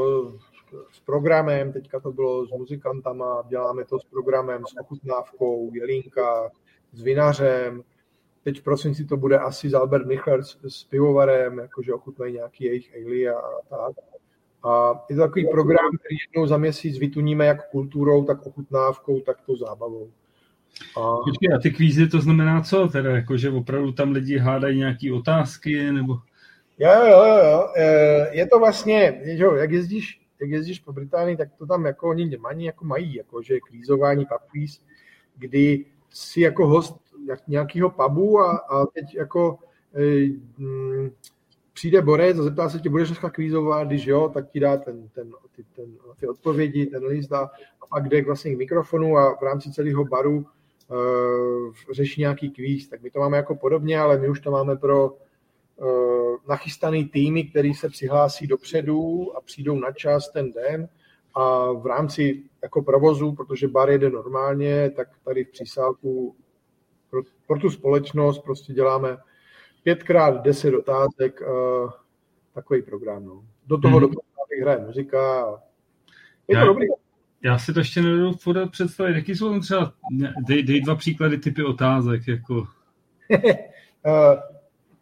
s programem, teďka to bylo s muzikantama, děláme to s programem, s ochutnávkou, Jelínka, s vinařem. Teď v prosinci to bude asi s Albert Michler s, s pivovarem, jakože ochutnají nějaký jejich ale a tak. A je to takový program, který jednou za měsíc vytuníme jak kulturou, tak ochutnávkou, tak tou zábavou. A... Počkej, a ty kvízy to znamená co? Teda, jako, že opravdu tam lidi hádají nějaké otázky, nebo... Jo, jo, jo. Je to vlastně, jo, jak jezdíš, jak jezdíš po Británii, tak to tam jako oni nemají, jako mají, jako, že kvízování, pub quiz, kdy si jako host nějakého pubu a, a teď jako... E, mm, přijde borec a zeptá se tě, budeš dneska kvízovat, když jo, tak ti dá ten, ten, ty, ten, ty odpovědi, ten list a pak jde vlastně k mikrofonu a v rámci celého baru uh, řeší nějaký kvíz. Tak my to máme jako podobně, ale my už to máme pro uh, nachystaný týmy, který se přihlásí dopředu a přijdou na čas ten den a v rámci jako provozu, protože bar jede normálně, tak tady v Přísálku pro, pro tu společnost prostě děláme pětkrát deset otázek, uh, takový program. No. Do toho, hmm. do toho hraje muzika. Je já, to dobrý. Já si to ještě nedovedu představit. Jaký jsou tam třeba, dej, dej dva příklady typy otázek. Jako. uh,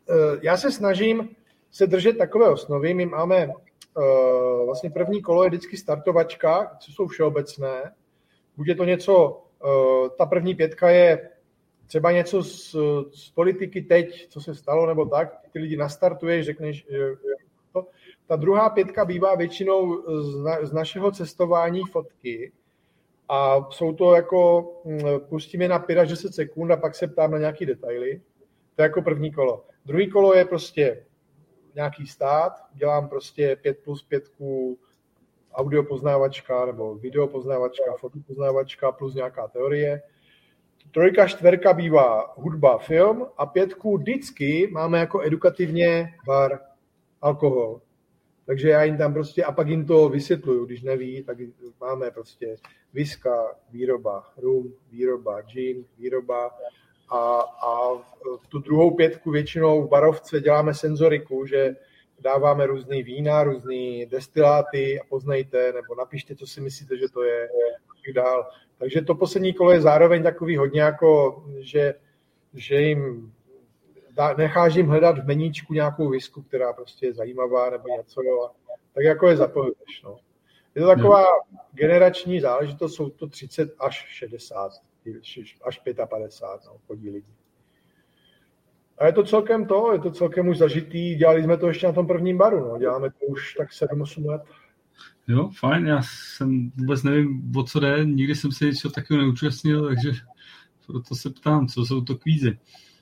já se snažím se držet takové osnovy. My máme uh, vlastně první kolo je vždycky startovačka, co jsou všeobecné. Buď je to něco, uh, ta první pětka je třeba něco z, z politiky teď, co se stalo, nebo tak, ty lidi nastartuješ, řekneš to. Ta druhá pětka bývá většinou z, na, z našeho cestování fotky a jsou to jako, pustím je na pět až deset sekund a pak se ptám na nějaký detaily. To je jako první kolo. Druhý kolo je prostě nějaký stát, dělám prostě pět plus pětku audiopoznávačka nebo videopoznávačka, fotopoznávačka plus nějaká teorie. Trojka, čtverka bývá hudba, film a pětku vždycky máme jako edukativně bar, alkohol. Takže já jim tam prostě, a pak jim to vysvětluju, když neví, tak máme prostě viska, výroba, rum, výroba, gin, výroba a, a tu druhou pětku většinou v barovce děláme senzoriku, že dáváme různý vína, různý destiláty a poznejte, nebo napište, co si myslíte, že to je, a tak dál. Takže to poslední kolo je zároveň takový hodně jako, že, že jim dá, necháš jim hledat v meníčku nějakou visku, která prostě je zajímavá nebo něco, jo, tak jako je zapojuješ. No. Je to taková no. generační záležitost, jsou to třicet až šedesát, až padesát pět, no, chodí lidi. A je to celkem to, je to celkem už zažitý, dělali jsme to ještě na tom prvním baru, no, děláme to už tak sedm osm let. Jo, fajn, já jsem vůbec nevím, o co jde, nikdy jsem se něčeho takového neúčastnil, takže proto se ptám, co jsou to kvízy.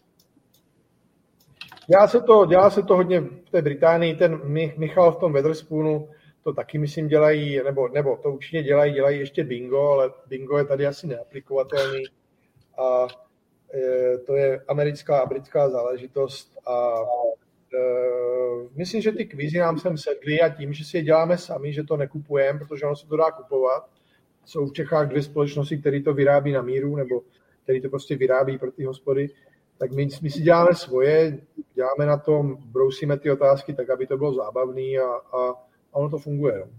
Dělá se to, dělá se to hodně v té Británii, ten Michal v tom Wetherspoonu to taky, myslím, dělají, nebo, nebo to určitě dělají, dělají ještě bingo, ale bingo je tady asi neaplikovatelný a e, to je americká a britská záležitost a Uh, myslím, že ty kvízy nám sem sedly a tím, že si je děláme sami, že to nekupujeme, protože ono se to dá kupovat. Jsou v Čechách dvě společnosti, které to vyrábí na míru, nebo které to prostě vyrábí pro ty hospody, tak my, my si děláme svoje, děláme na tom, brousíme ty otázky tak, aby to bylo zábavný a, a, a ono to funguje. No.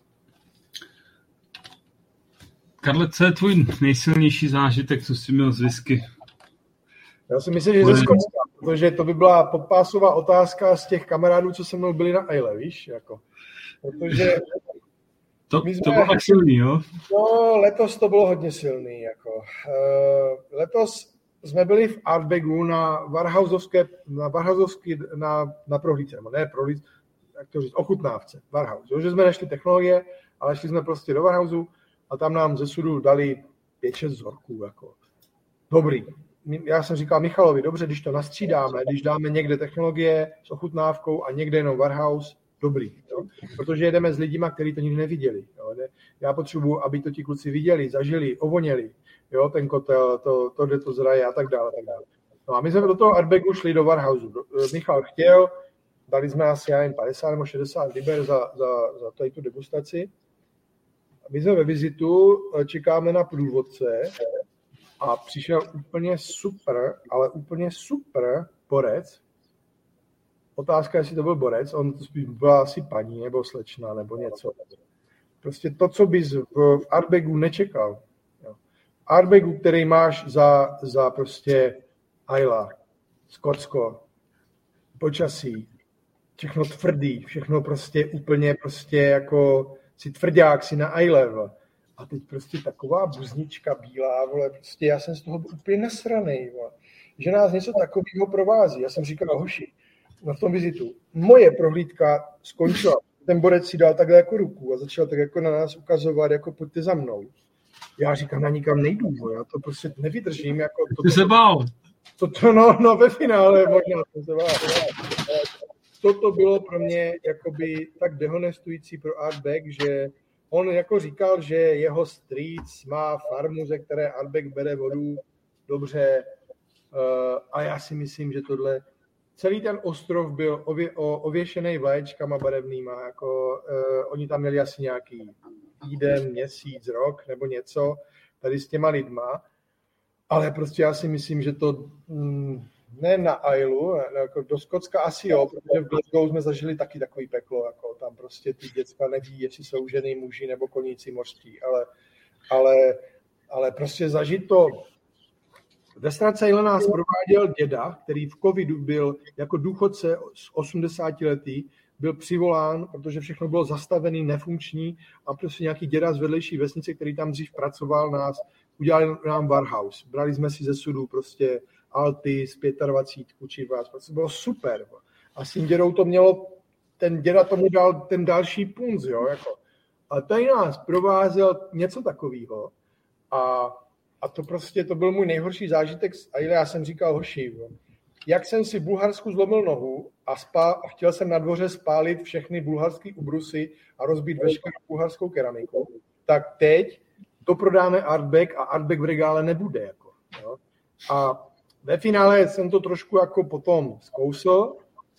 Karle, co je tvůj nejsilnější zážitek, co jsi měl z whisky? Já si myslím, že ze Skotska, protože to by byla podpásová otázka z těch kamarádů, co se mnou byli na Isle, víš, jako. Protože to, jsme, to bylo tak silný, jo? No, letos to bylo hodně silný, jako. Uh, letos jsme byli v Ardbegu na Warhausovské, na Warhausovský, na, na prohlídce, ne prohlídce, jak to říct, ochutnávce, Warhaus, jo, že jsme nešli technologie, ale šli jsme prostě do Warhausu a tam nám ze sudu dali pět šest vzorků, jako. Dobrý. Já jsem říkal Michalovi, dobře, když to nastřídáme, když dáme někde technologie s ochutnávkou a někde jenom Warhaus, dobrý. Jo? Protože jedeme s lidima, kteří to nikdy neviděli. Jo? Já potřebuji, aby to ti kluci viděli, zažili, ovoněli, jo? Ten kotel, to, to, kde to zraje a tak dále. Tak dále. No a my jsme do toho Ardbegu šli do Warhausu. Michal chtěl, dali jsme asi já jen padesát nebo šedesát liber za, za, za tady tu degustaci. My jsme ve vizitu, čekáme na průvodce, a přišel úplně super, ale úplně super borec. Otázka, jestli to byl borec, on byla asi paní nebo slečna nebo něco. Prostě to, co bys v Ardbegu nečekal. Ardbegu, který máš za, za prostě Isla, Skotsko, počasí, všechno tvrdý, všechno prostě úplně prostě jako si tvrdák, si na Isle. A teď prostě taková buznička bílá, vole, prostě já jsem z toho úplně nasranej, vole, že nás něco takového provází. Já jsem říkal, hoši, na tom vizitu, moje prohlídka skončila. Ten borec si dal takhle jako ruku a začal tak jako na nás ukazovat, jako pojďte za mnou. Já říkám, na nikam nejdu, vole, já to prostě nevydržím. Jako to, Ty se bál. Toto, no, no, ve finále možná jsem se bál. Toto bylo pro mě jakoby tak dehonestující pro Ardbeg, že on jako říkal, že jeho strýc má farmu, ze které Ardbeg bere vodu dobře a já si myslím, že tohle, celý ten ostrov byl ově, ověšený vlaječkama barevnýma, jako uh, oni tam měli asi nějaký týden, měsíc, rok nebo něco tady s těma lidma, ale prostě já si myslím, že to mm, ne na Islu, jako do Skotska asi jo, protože v Glasgow jsme zažili taky takový peklo, jako tam prostě ty děcka neví, jestli jsou ženy, muži nebo koníci mořští, ale, ale, ale prostě zažít to Ve Stracajle nás prováděl děda, který v covidu byl jako důchodce osmdesátiletý, byl přivolán, protože všechno bylo zastavené, nefunkční a prostě nějaký děda z vedlejší vesnice, který tam dřív pracoval, nás udělali nám warehouse. Brali jsme si ze sudu prostě Altis, dvacet pět, Chivas, prostě bylo super. A s tím dědou to mělo, ten děda tomu dal ten další punc, jo, jako. A tady nás provázel něco takového a, a to prostě, to byl můj nejhorší zážitek a já jsem říkal, hoši, jo. Jak jsem si v Bulharsku zlomil nohu a, spá, a chtěl jsem na dvoře spálit všechny bulharské ubrusy a rozbít veškerou bulharskou keramiku, tak teď to prodáme Artback a Artback v regále nebude. Jako, jo. A ve finále jsem to trošku jako potom zkousl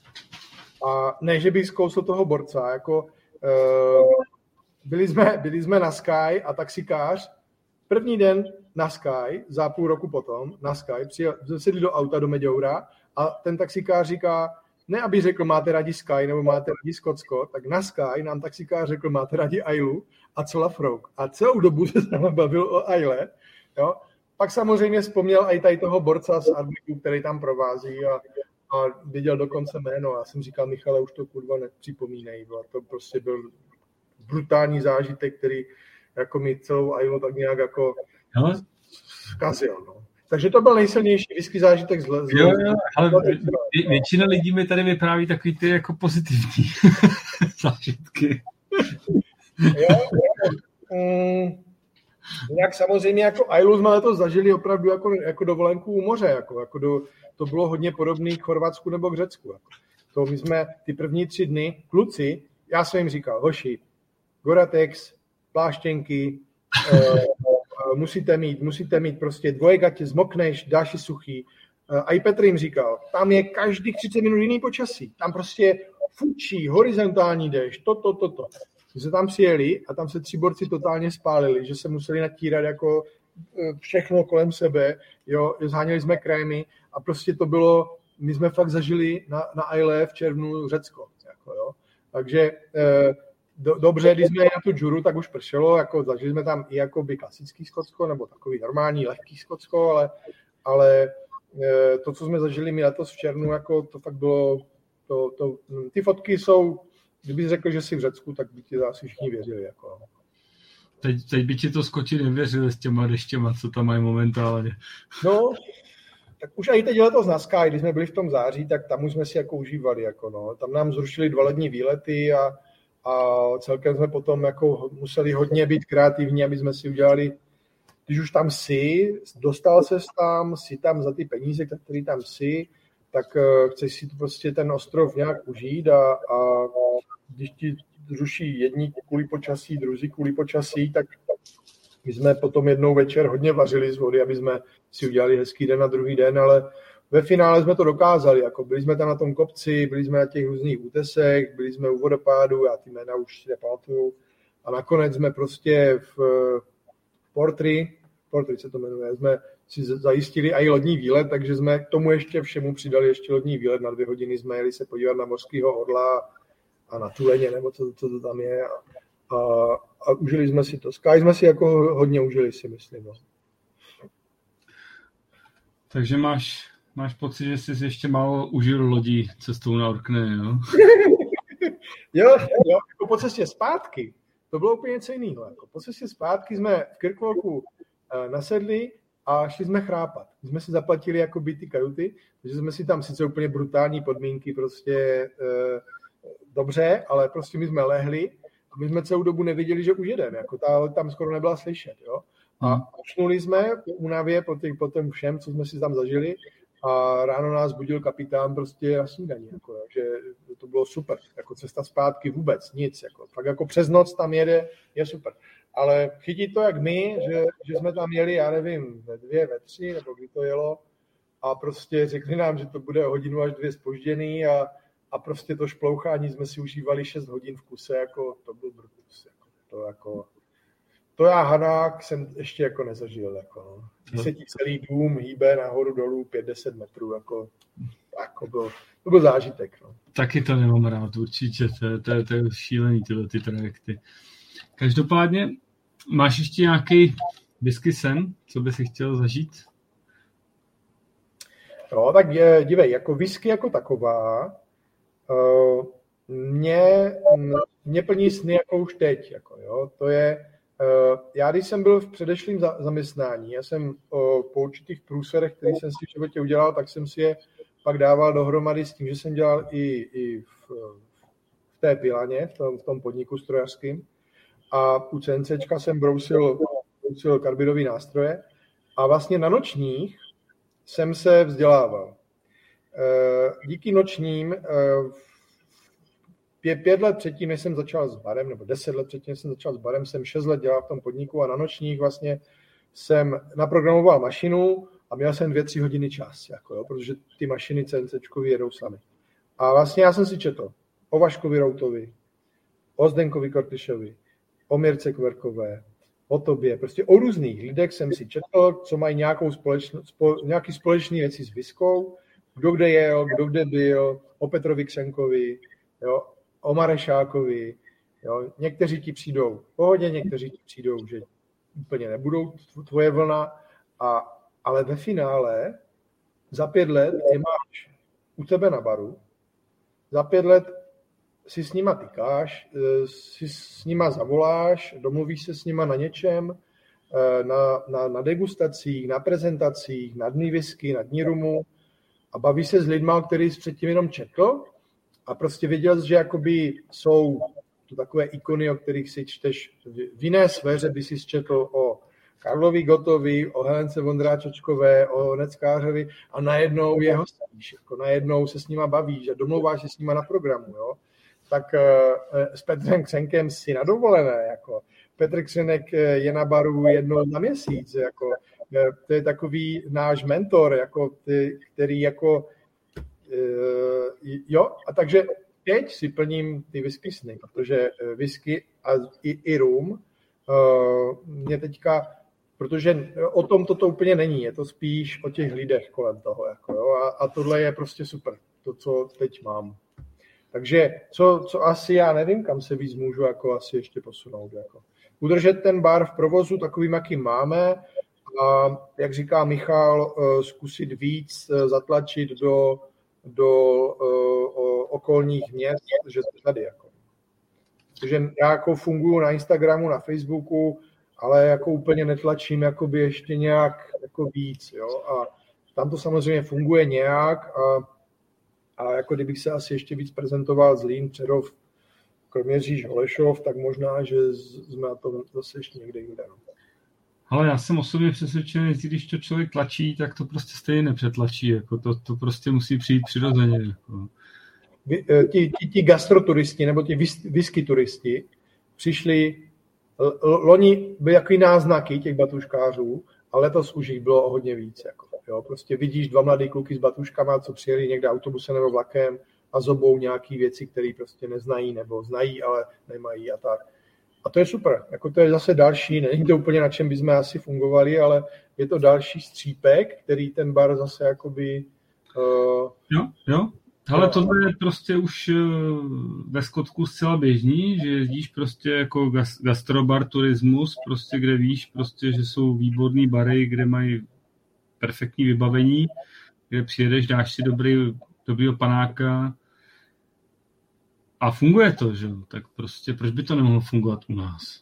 a ne, že bych zkousl toho borca, jako uh, byli, jsme, byli jsme na Sky a taxikář první den na Sky, za půl roku potom, na Sky, přijel, sedli do auta do Meďoura a ten taxikář říká, ne aby řekl, máte rádi Sky nebo máte rádi Skotsko, tak na Sky nám taxikář řekl, máte rádi Ailu a co Lafrouk. A celou dobu se s námi bavil o Aile. Jo? Pak samozřejmě vzpomněl i tady toho borca z Artbacku, který tam provází a, a viděl dokonce jméno. Já jsem říkal, Michale, už to kurva nepřipomínej. A to prostě byl brutální zážitek, který jako mi celou Ailu tak nějak jako Hele? zkazil. No. Takže to byl nejsilnější whisky zážitek z Jo, jo, ale vě, většina lidí mi tady vypráví takový ty jako pozitivní zážitky. Jo, mm, jinak samozřejmě jako Ailu jsme to zažili opravdu jako, jako dovolenku u moře, jako, jako do, to bylo hodně podobné k Chorvatsku nebo k Řecku. Jako. To my jsme ty první tři dny, kluci, já jsem jim říkal, hoši, Gore-Tex, pláštěnky, eh, musíte mít, musíte mít prostě dvojegatě, zmokneš, dáš si suchý. A i Petr jim říkal, tam je každých třicet minut jiný počasí. Tam prostě fučí, horizontální déšť, to, to, to, to. My jsme tam přijeli a tam se tři borci totálně spálili, že se museli natírat jako všechno kolem sebe, jo, zháněli jsme krémy a prostě to bylo, my jsme fakt zažili na, na Aile v červnu Řecko. Jako, jo. Takže eh, Do, dobře, když jsme na tu džuru, tak už pršelo, jako zažili jsme tam i jakoby klasický Skotsko, nebo takový normální, lehký Skotsko, ale, ale to, co jsme zažili my letos v červnu, jako to fakt bylo, to, to, ty fotky jsou, kdybych řekl, že jsi v Řecku, tak by ti asi všichni věřili. Jako. Teď, teď by ti to Skoti nevěřili s těma deštěma, co tam mají momentálně. No, tak už i teď letos na Sky, když jsme byli v tom září, tak tam už jsme si jako užívali. Jako no. Tam nám zrušili dva lední výlety a A celkem jsme potom jako museli hodně být kreativní, aby jsme si udělali, když už tam jsi, dostal ses tam, jsi tam za ty peníze, které tam jsi, tak chceš si prostě ten ostrov nějak užít a, a když ti zruší jedni kvůli počasí, druzí kvůli počasí, tak my jsme potom jednou večer hodně vařili z vody, aby jsme si udělali hezký den na druhý den, ale ve finále jsme to dokázali, jako byli jsme tam na tom kopci, byli jsme na těch různých útesech, byli jsme u vodopádu, já ty jména už si nepamatuju. A nakonec jsme prostě v Portry, Portry se to jmenuje, jsme si zajistili i lodní výlet, takže jsme k tomu ještě všemu přidali ještě lodní výlet. Na dvě hodiny jsme jeli se podívat na mořského orla a na tuleně, nebo co, co to tam je. A, a, a užili jsme si to. Sky jsme si jako hodně užili, si myslím. No. Takže máš... Máš pocit, že jsi ještě málo užil lodí cestou na Orkney, jo? jo, jo, jako po cestě zpátky, to bylo úplně něco jiného. Jako po cestě zpátky jsme v Kirkwalku uh, nasedli a šli jsme chrápat. My jsme si zaplatili jako byty kajuty, takže jsme si tam sice úplně brutální podmínky, prostě uh, dobře, ale prostě my jsme lehli a my jsme celou dobu nevěděli, že už jedeme. Jako ta tam skoro nebyla slyšet, jo? A usnuli jsme po únavě, po, těch, po tom všem, co jsme si tam zažili, a ráno nás budil kapitán prostě na snídaní, jako, že to bylo super, jako cesta zpátky vůbec, nic, jako, fakt jako přes noc tam jede, je super, ale chytí to jak my, že, že jsme tam jeli, já nevím, ve dvě, ve tři, nebo kdy to jelo a prostě řekli nám, že to bude hodinu až dvě zpožděný a, a prostě to šplouchání jsme si užívali šest hodin v kuse, jako to byl brutus, jako, to jako to já Hanák jsem ještě jako nezažil, jako no. Když se ti celý dům hýbe nahoru dolů pět deset metrů, jako, jako byl, to byl zážitek. No. Taky to nemám rád, určitě, to, to, to je šílený tyhle ty trajekty. Každopádně, máš ještě nějaký whisky sen, co by si chtěl zažít? No, tak je, dívej, jako whisky jako taková uh, mě, mě plní sny jako už teď. Jako, jo. To je, uh, já když jsem byl v předešlém za, zaměstnání, já jsem uh, po určitých průserech, který jsem si v životě udělal, tak jsem si je pak dával dohromady s tím, že jsem dělal i, i v, v té pilaně, v tom, v tom podniku strojařským. A u CNCčka jsem brousil, brousil karbidový nástroje a vlastně na nočních jsem se vzdělával. Díky nočním pě, pět let předtím, než jsem začal s barem, nebo deset let předtím, než jsem začal s barem, jsem šest let dělal v tom podniku a na nočních vlastně jsem naprogramoval mašinu a měl jsem dvě, tři hodiny čas, jako jo, protože ty mašiny CNCčkový jedou sami. A vlastně já jsem si četl o Vaškovi Routovi, o Zdenkovi Kortyšovi, o Mirce Kverkové, o tobě, prostě o různých lidech jsem si četl, co mají nějakou společno, spo, nějaký společný věci s whiskou, kdo kde jel, kdo kde byl, o Petrovi Křenkovi, jo, o Marešákovi, jo, někteří ti přijdou v pohodě, někteří ti přijdou, že úplně nebudou tvoje vlna, a, ale ve finále za pět let je máš u tebe na baru, za pět let si s nima tykáš, si s nima zavoláš, domluvíš se s nima na něčem, na, na, na degustacích, na prezentacích, na dny whisky, na dní rumu a bavíš se s lidma, který jsi předtím jenom četl a prostě věděl, že jakoby jsou to takové ikony, o kterých si čteš v jiné sféře, by si četl o Karlovi Gottovi, o Helence Vondráčečkové, o Neckářovi a najednou je hostíš, jako najednou se s nima bavíš a domlouváš se s nima na programu, jo. Tak s Petrem Křenkem si na dovolené, jako Petr Křenek je na baru jednou na měsíc, jako to je takový náš mentor, jako ty, který jako jo, a takže teď si plním ty whisky sny, protože whisky a i, i rum mě teďka, protože o tom toto úplně není, je to spíš o těch lidech kolem toho, jako jo, a, a tohle je prostě super, to, co teď mám. Takže co, co asi já nevím, kam se víc můžu jako asi ještě posunout. Jako. Udržet ten bar v provozu takovým, jaký máme a jak říká Michal, zkusit víc zatlačit do, do o, okolních měst, že to tady. Jako. Takže já jako funguji na Instagramu, na Facebooku, ale jako úplně netlačím jakoby ještě nějak jako víc. Jo? A tam to samozřejmě funguje nějak a A jako kdybych se asi ještě víc prezentoval Zlín, Přerov, Kroměříž, Holešov, tak možná, že jsme na tom zase ještě někde jinde. Ale já jsem osobně přesvědčený, že když to člověk tlačí, tak to prostě stejně nepřetlačí. Jako to, to prostě musí přijít přirozeně. Jako. Ti, ti, ti gastroturisti nebo ti whisky turisti přišli, loni byly takový náznaky těch batuškářů, a letos už jich bylo o hodně víc. Jako, jo. Prostě vidíš dva mladý kluky s batuškama, co přijeli někde autobusem nebo vlakem a zobou nějaký věci, které prostě neznají nebo znají, ale nemají a tak. A to je super. Jako to je zase další, není to úplně na čem bychom asi fungovali, ale je to další střípek, který ten bar zase jakoby... Uh, jo, jo. Ale tohle je prostě už ve Skotsku zcela běžný, že jezdíš prostě jako gastrobar turismus, prostě kde víš, prostě, že jsou výborný bary, kde mají perfektní vybavení, kde přijedeš, dáš si dobrý, dobrýho panáka a funguje to, že? Tak prostě proč by to nemohlo fungovat u nás?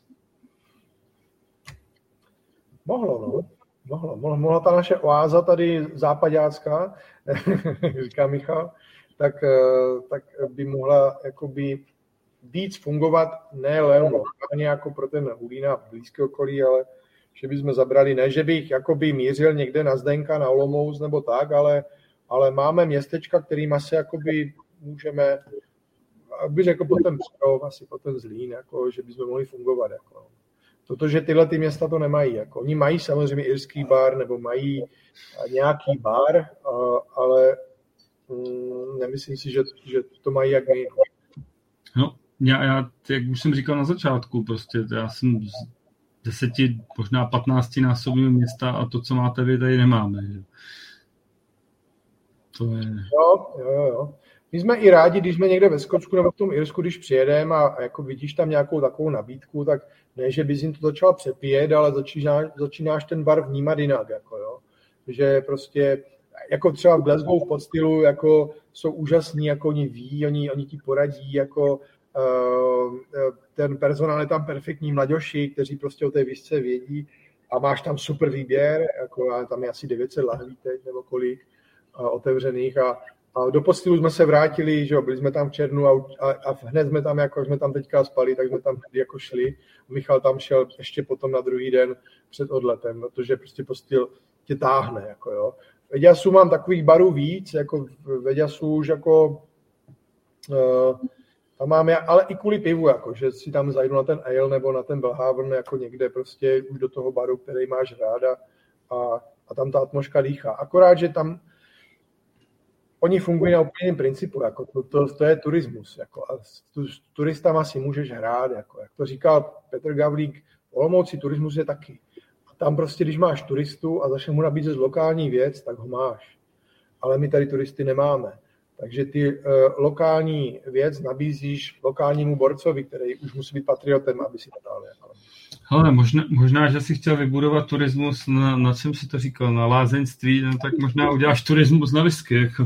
Mohlo, no. Mohlo. Mohla, mohla ta naše oáza tady západácká, říká Michal, tak, tak by mohla jakoby víc fungovat nejen lokálně jako pro ten Hulín a blízké okolí, ale že bychom zabrali, ne, že bych jakoby mířil někde na Zdenka, na Olomouc nebo tak, ale, ale máme městečka, kterýma se jakoby můžeme, bych řekl potom Přerov, asi potom Zlín, jako, že bychom mohli fungovat. Jako. Protože tyhle ty města to nemají. Jako. Oni mají samozřejmě irský bar nebo mají nějaký bar, ale nemyslím si, že, že to mají jak my. No, já, já, jak už jsem říkal na začátku, prostě já jsem z deseti, možná patnácti násobného města a to, co máte vy, tady nemáme. Že? To je... Jo, jo, jo. My jsme i rádi, když jsme někde ve Skotsku nebo v tom Irsku, když přijedeme a, a jako vidíš tam nějakou takovou nabídku, tak ne, že bys jim to začal přepíjet, ale začínáš, začínáš ten bar vnímat jinak. Jako, jo. Že prostě jako třeba v Glasgow v podstylu, jako jsou úžasní, jako oni ví, oni, oni ti poradí, jako uh, ten personál je tam perfektní mladěši, kteří prostě o té výšce vědí a máš tam super výběr, jako tam je asi devět set lahví teď nebo kolik uh, otevřených a, a do podstylu jsme se vrátili, že jo, byli jsme tam v červnu a, a, a hned jsme tam, jako jsme tam teďka spali, tak jsme tam jako šli. Michal tam šel ještě potom na druhý den před odletem, protože prostě podstyl tě táhne, jako jo. V Ediasu mám takových barů víc, jako v Ediasu už jako uh, tam mám já, ale i kvůli pivu, jako, že si tam zajdu na ten ale nebo na ten Belhaven jako někde prostě už do toho baru, který máš ráda a, a tam ta atmosféra dýchá. Akorát, že tam oni fungují na úplném principu, jako to, to, to je turismus, jako a s, tu, s turistama si můžeš hrát, jako, jak to říkal Petr Gavlík, v Olomouci turismus je taky. Tam prostě, když máš turistu a začne mu nabízet lokální věc, tak ho máš. Ale my tady turisty nemáme. Takže ty uh, lokální věc nabízíš lokálnímu borcovi, který už musí být patriotem, aby si to dal. Hele, možná, možná, že si chtěl vybudovat turismus, na, na čem si to říkal, na lázeňství, no, tak možná uděláš turismus na whisky. Jako.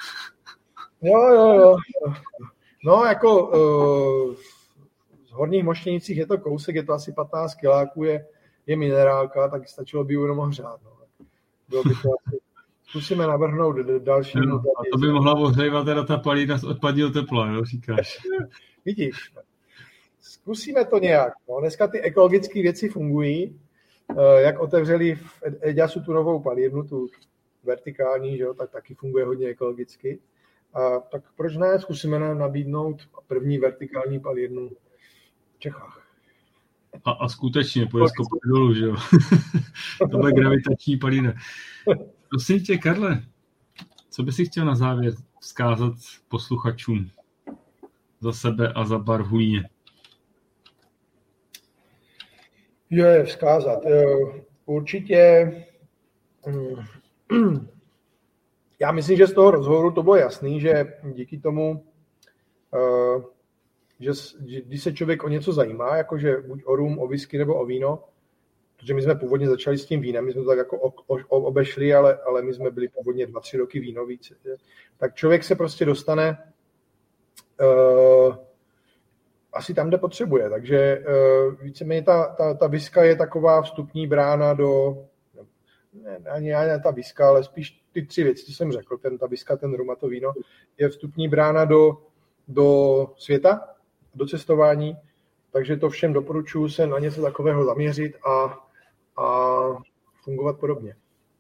Jo, jo, jo. No, jako uh, z Horních Moštěnicích je to kousek, je to asi patnáct kiláků, je je minerálka, tak stačilo by jenom hřát. No. Bylo by to asi... Zkusíme navrhnout další... No, a to by mohla ohřívat teda ta palína z odpadního tepla, jo, říkáš. Vidíš. Zkusíme to nějak. No. Dneska ty ekologické věci fungují. Jak otevřeli v Ediasu tu novou palírnu, tu vertikální, že jo, tak taky funguje hodně ekologicky. A tak proč ne? Zkusíme nám nabídnout první vertikální palírnu v Čechách. A, a skutečně, pojď skopat dolů, že jo. To bude gravitační palína. Prosím tě, Karle, co by si chtěl na závěr vzkázat posluchačům za sebe a za bar v Hulíně? Je, vzkázat. Určitě já myslím, že z toho rozhovoru to bylo jasný, že díky tomu Že, že když se člověk o něco zajímá, jakože buď o rum, o whisky nebo o víno, protože my jsme původně začali s tím vínem, my jsme to tak jako o, o, obešli, ale, ale my jsme byli původně dva, tři roky víno víc, tak člověk se prostě dostane uh, asi tam, kde potřebuje. Takže uh, víceméně ta, ta, ta whisky je taková vstupní brána do, ne, ani ne ta whisky, ale spíš ty tři věci, co jsem řekl, ten, ta whisky, ten rum a to víno, je vstupní brána do, do světa, do cestování, takže to všem doporučuji se na něco takového zaměřit a, a fungovat podobně.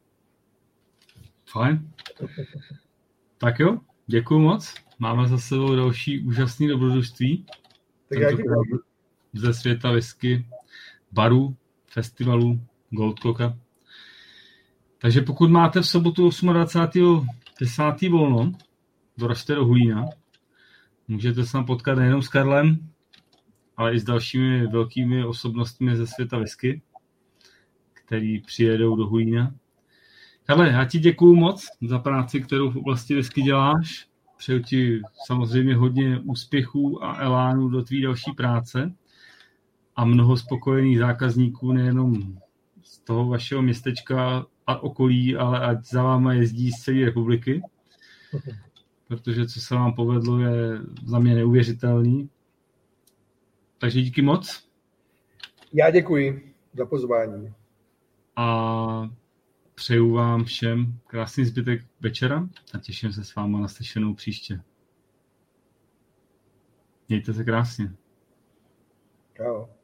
Fajn. Tak jo, děkuju moc. Máme za sebou další úžasný dobrodružství. Tak já ze světa whisky, barů, festivalů, Goldclocka. Takže pokud máte v sobotu dvacátého osmého desátého volno, doražte do Hulína. Můžete se tam potkat nejenom s Karlem, ale i s dalšími velkými osobnostmi ze světa whisky, který přijedou do Hulína. Karle, já ti děkuju moc za práci, kterou v oblasti whisky děláš. Přeju ti samozřejmě hodně úspěchů a elánu do tvý další práce a mnoho spokojených zákazníků nejenom z toho vašeho městečka a okolí, ale ať za váma jezdí z celé republiky. Protože co se vám povedlo, je za mě neuvěřitelný. Takže díky moc. Já děkuji za pozvání. A přeju vám všem krásný zbytek večera a těším se s váma na slyšenou příště. Mějte se krásně. Čau.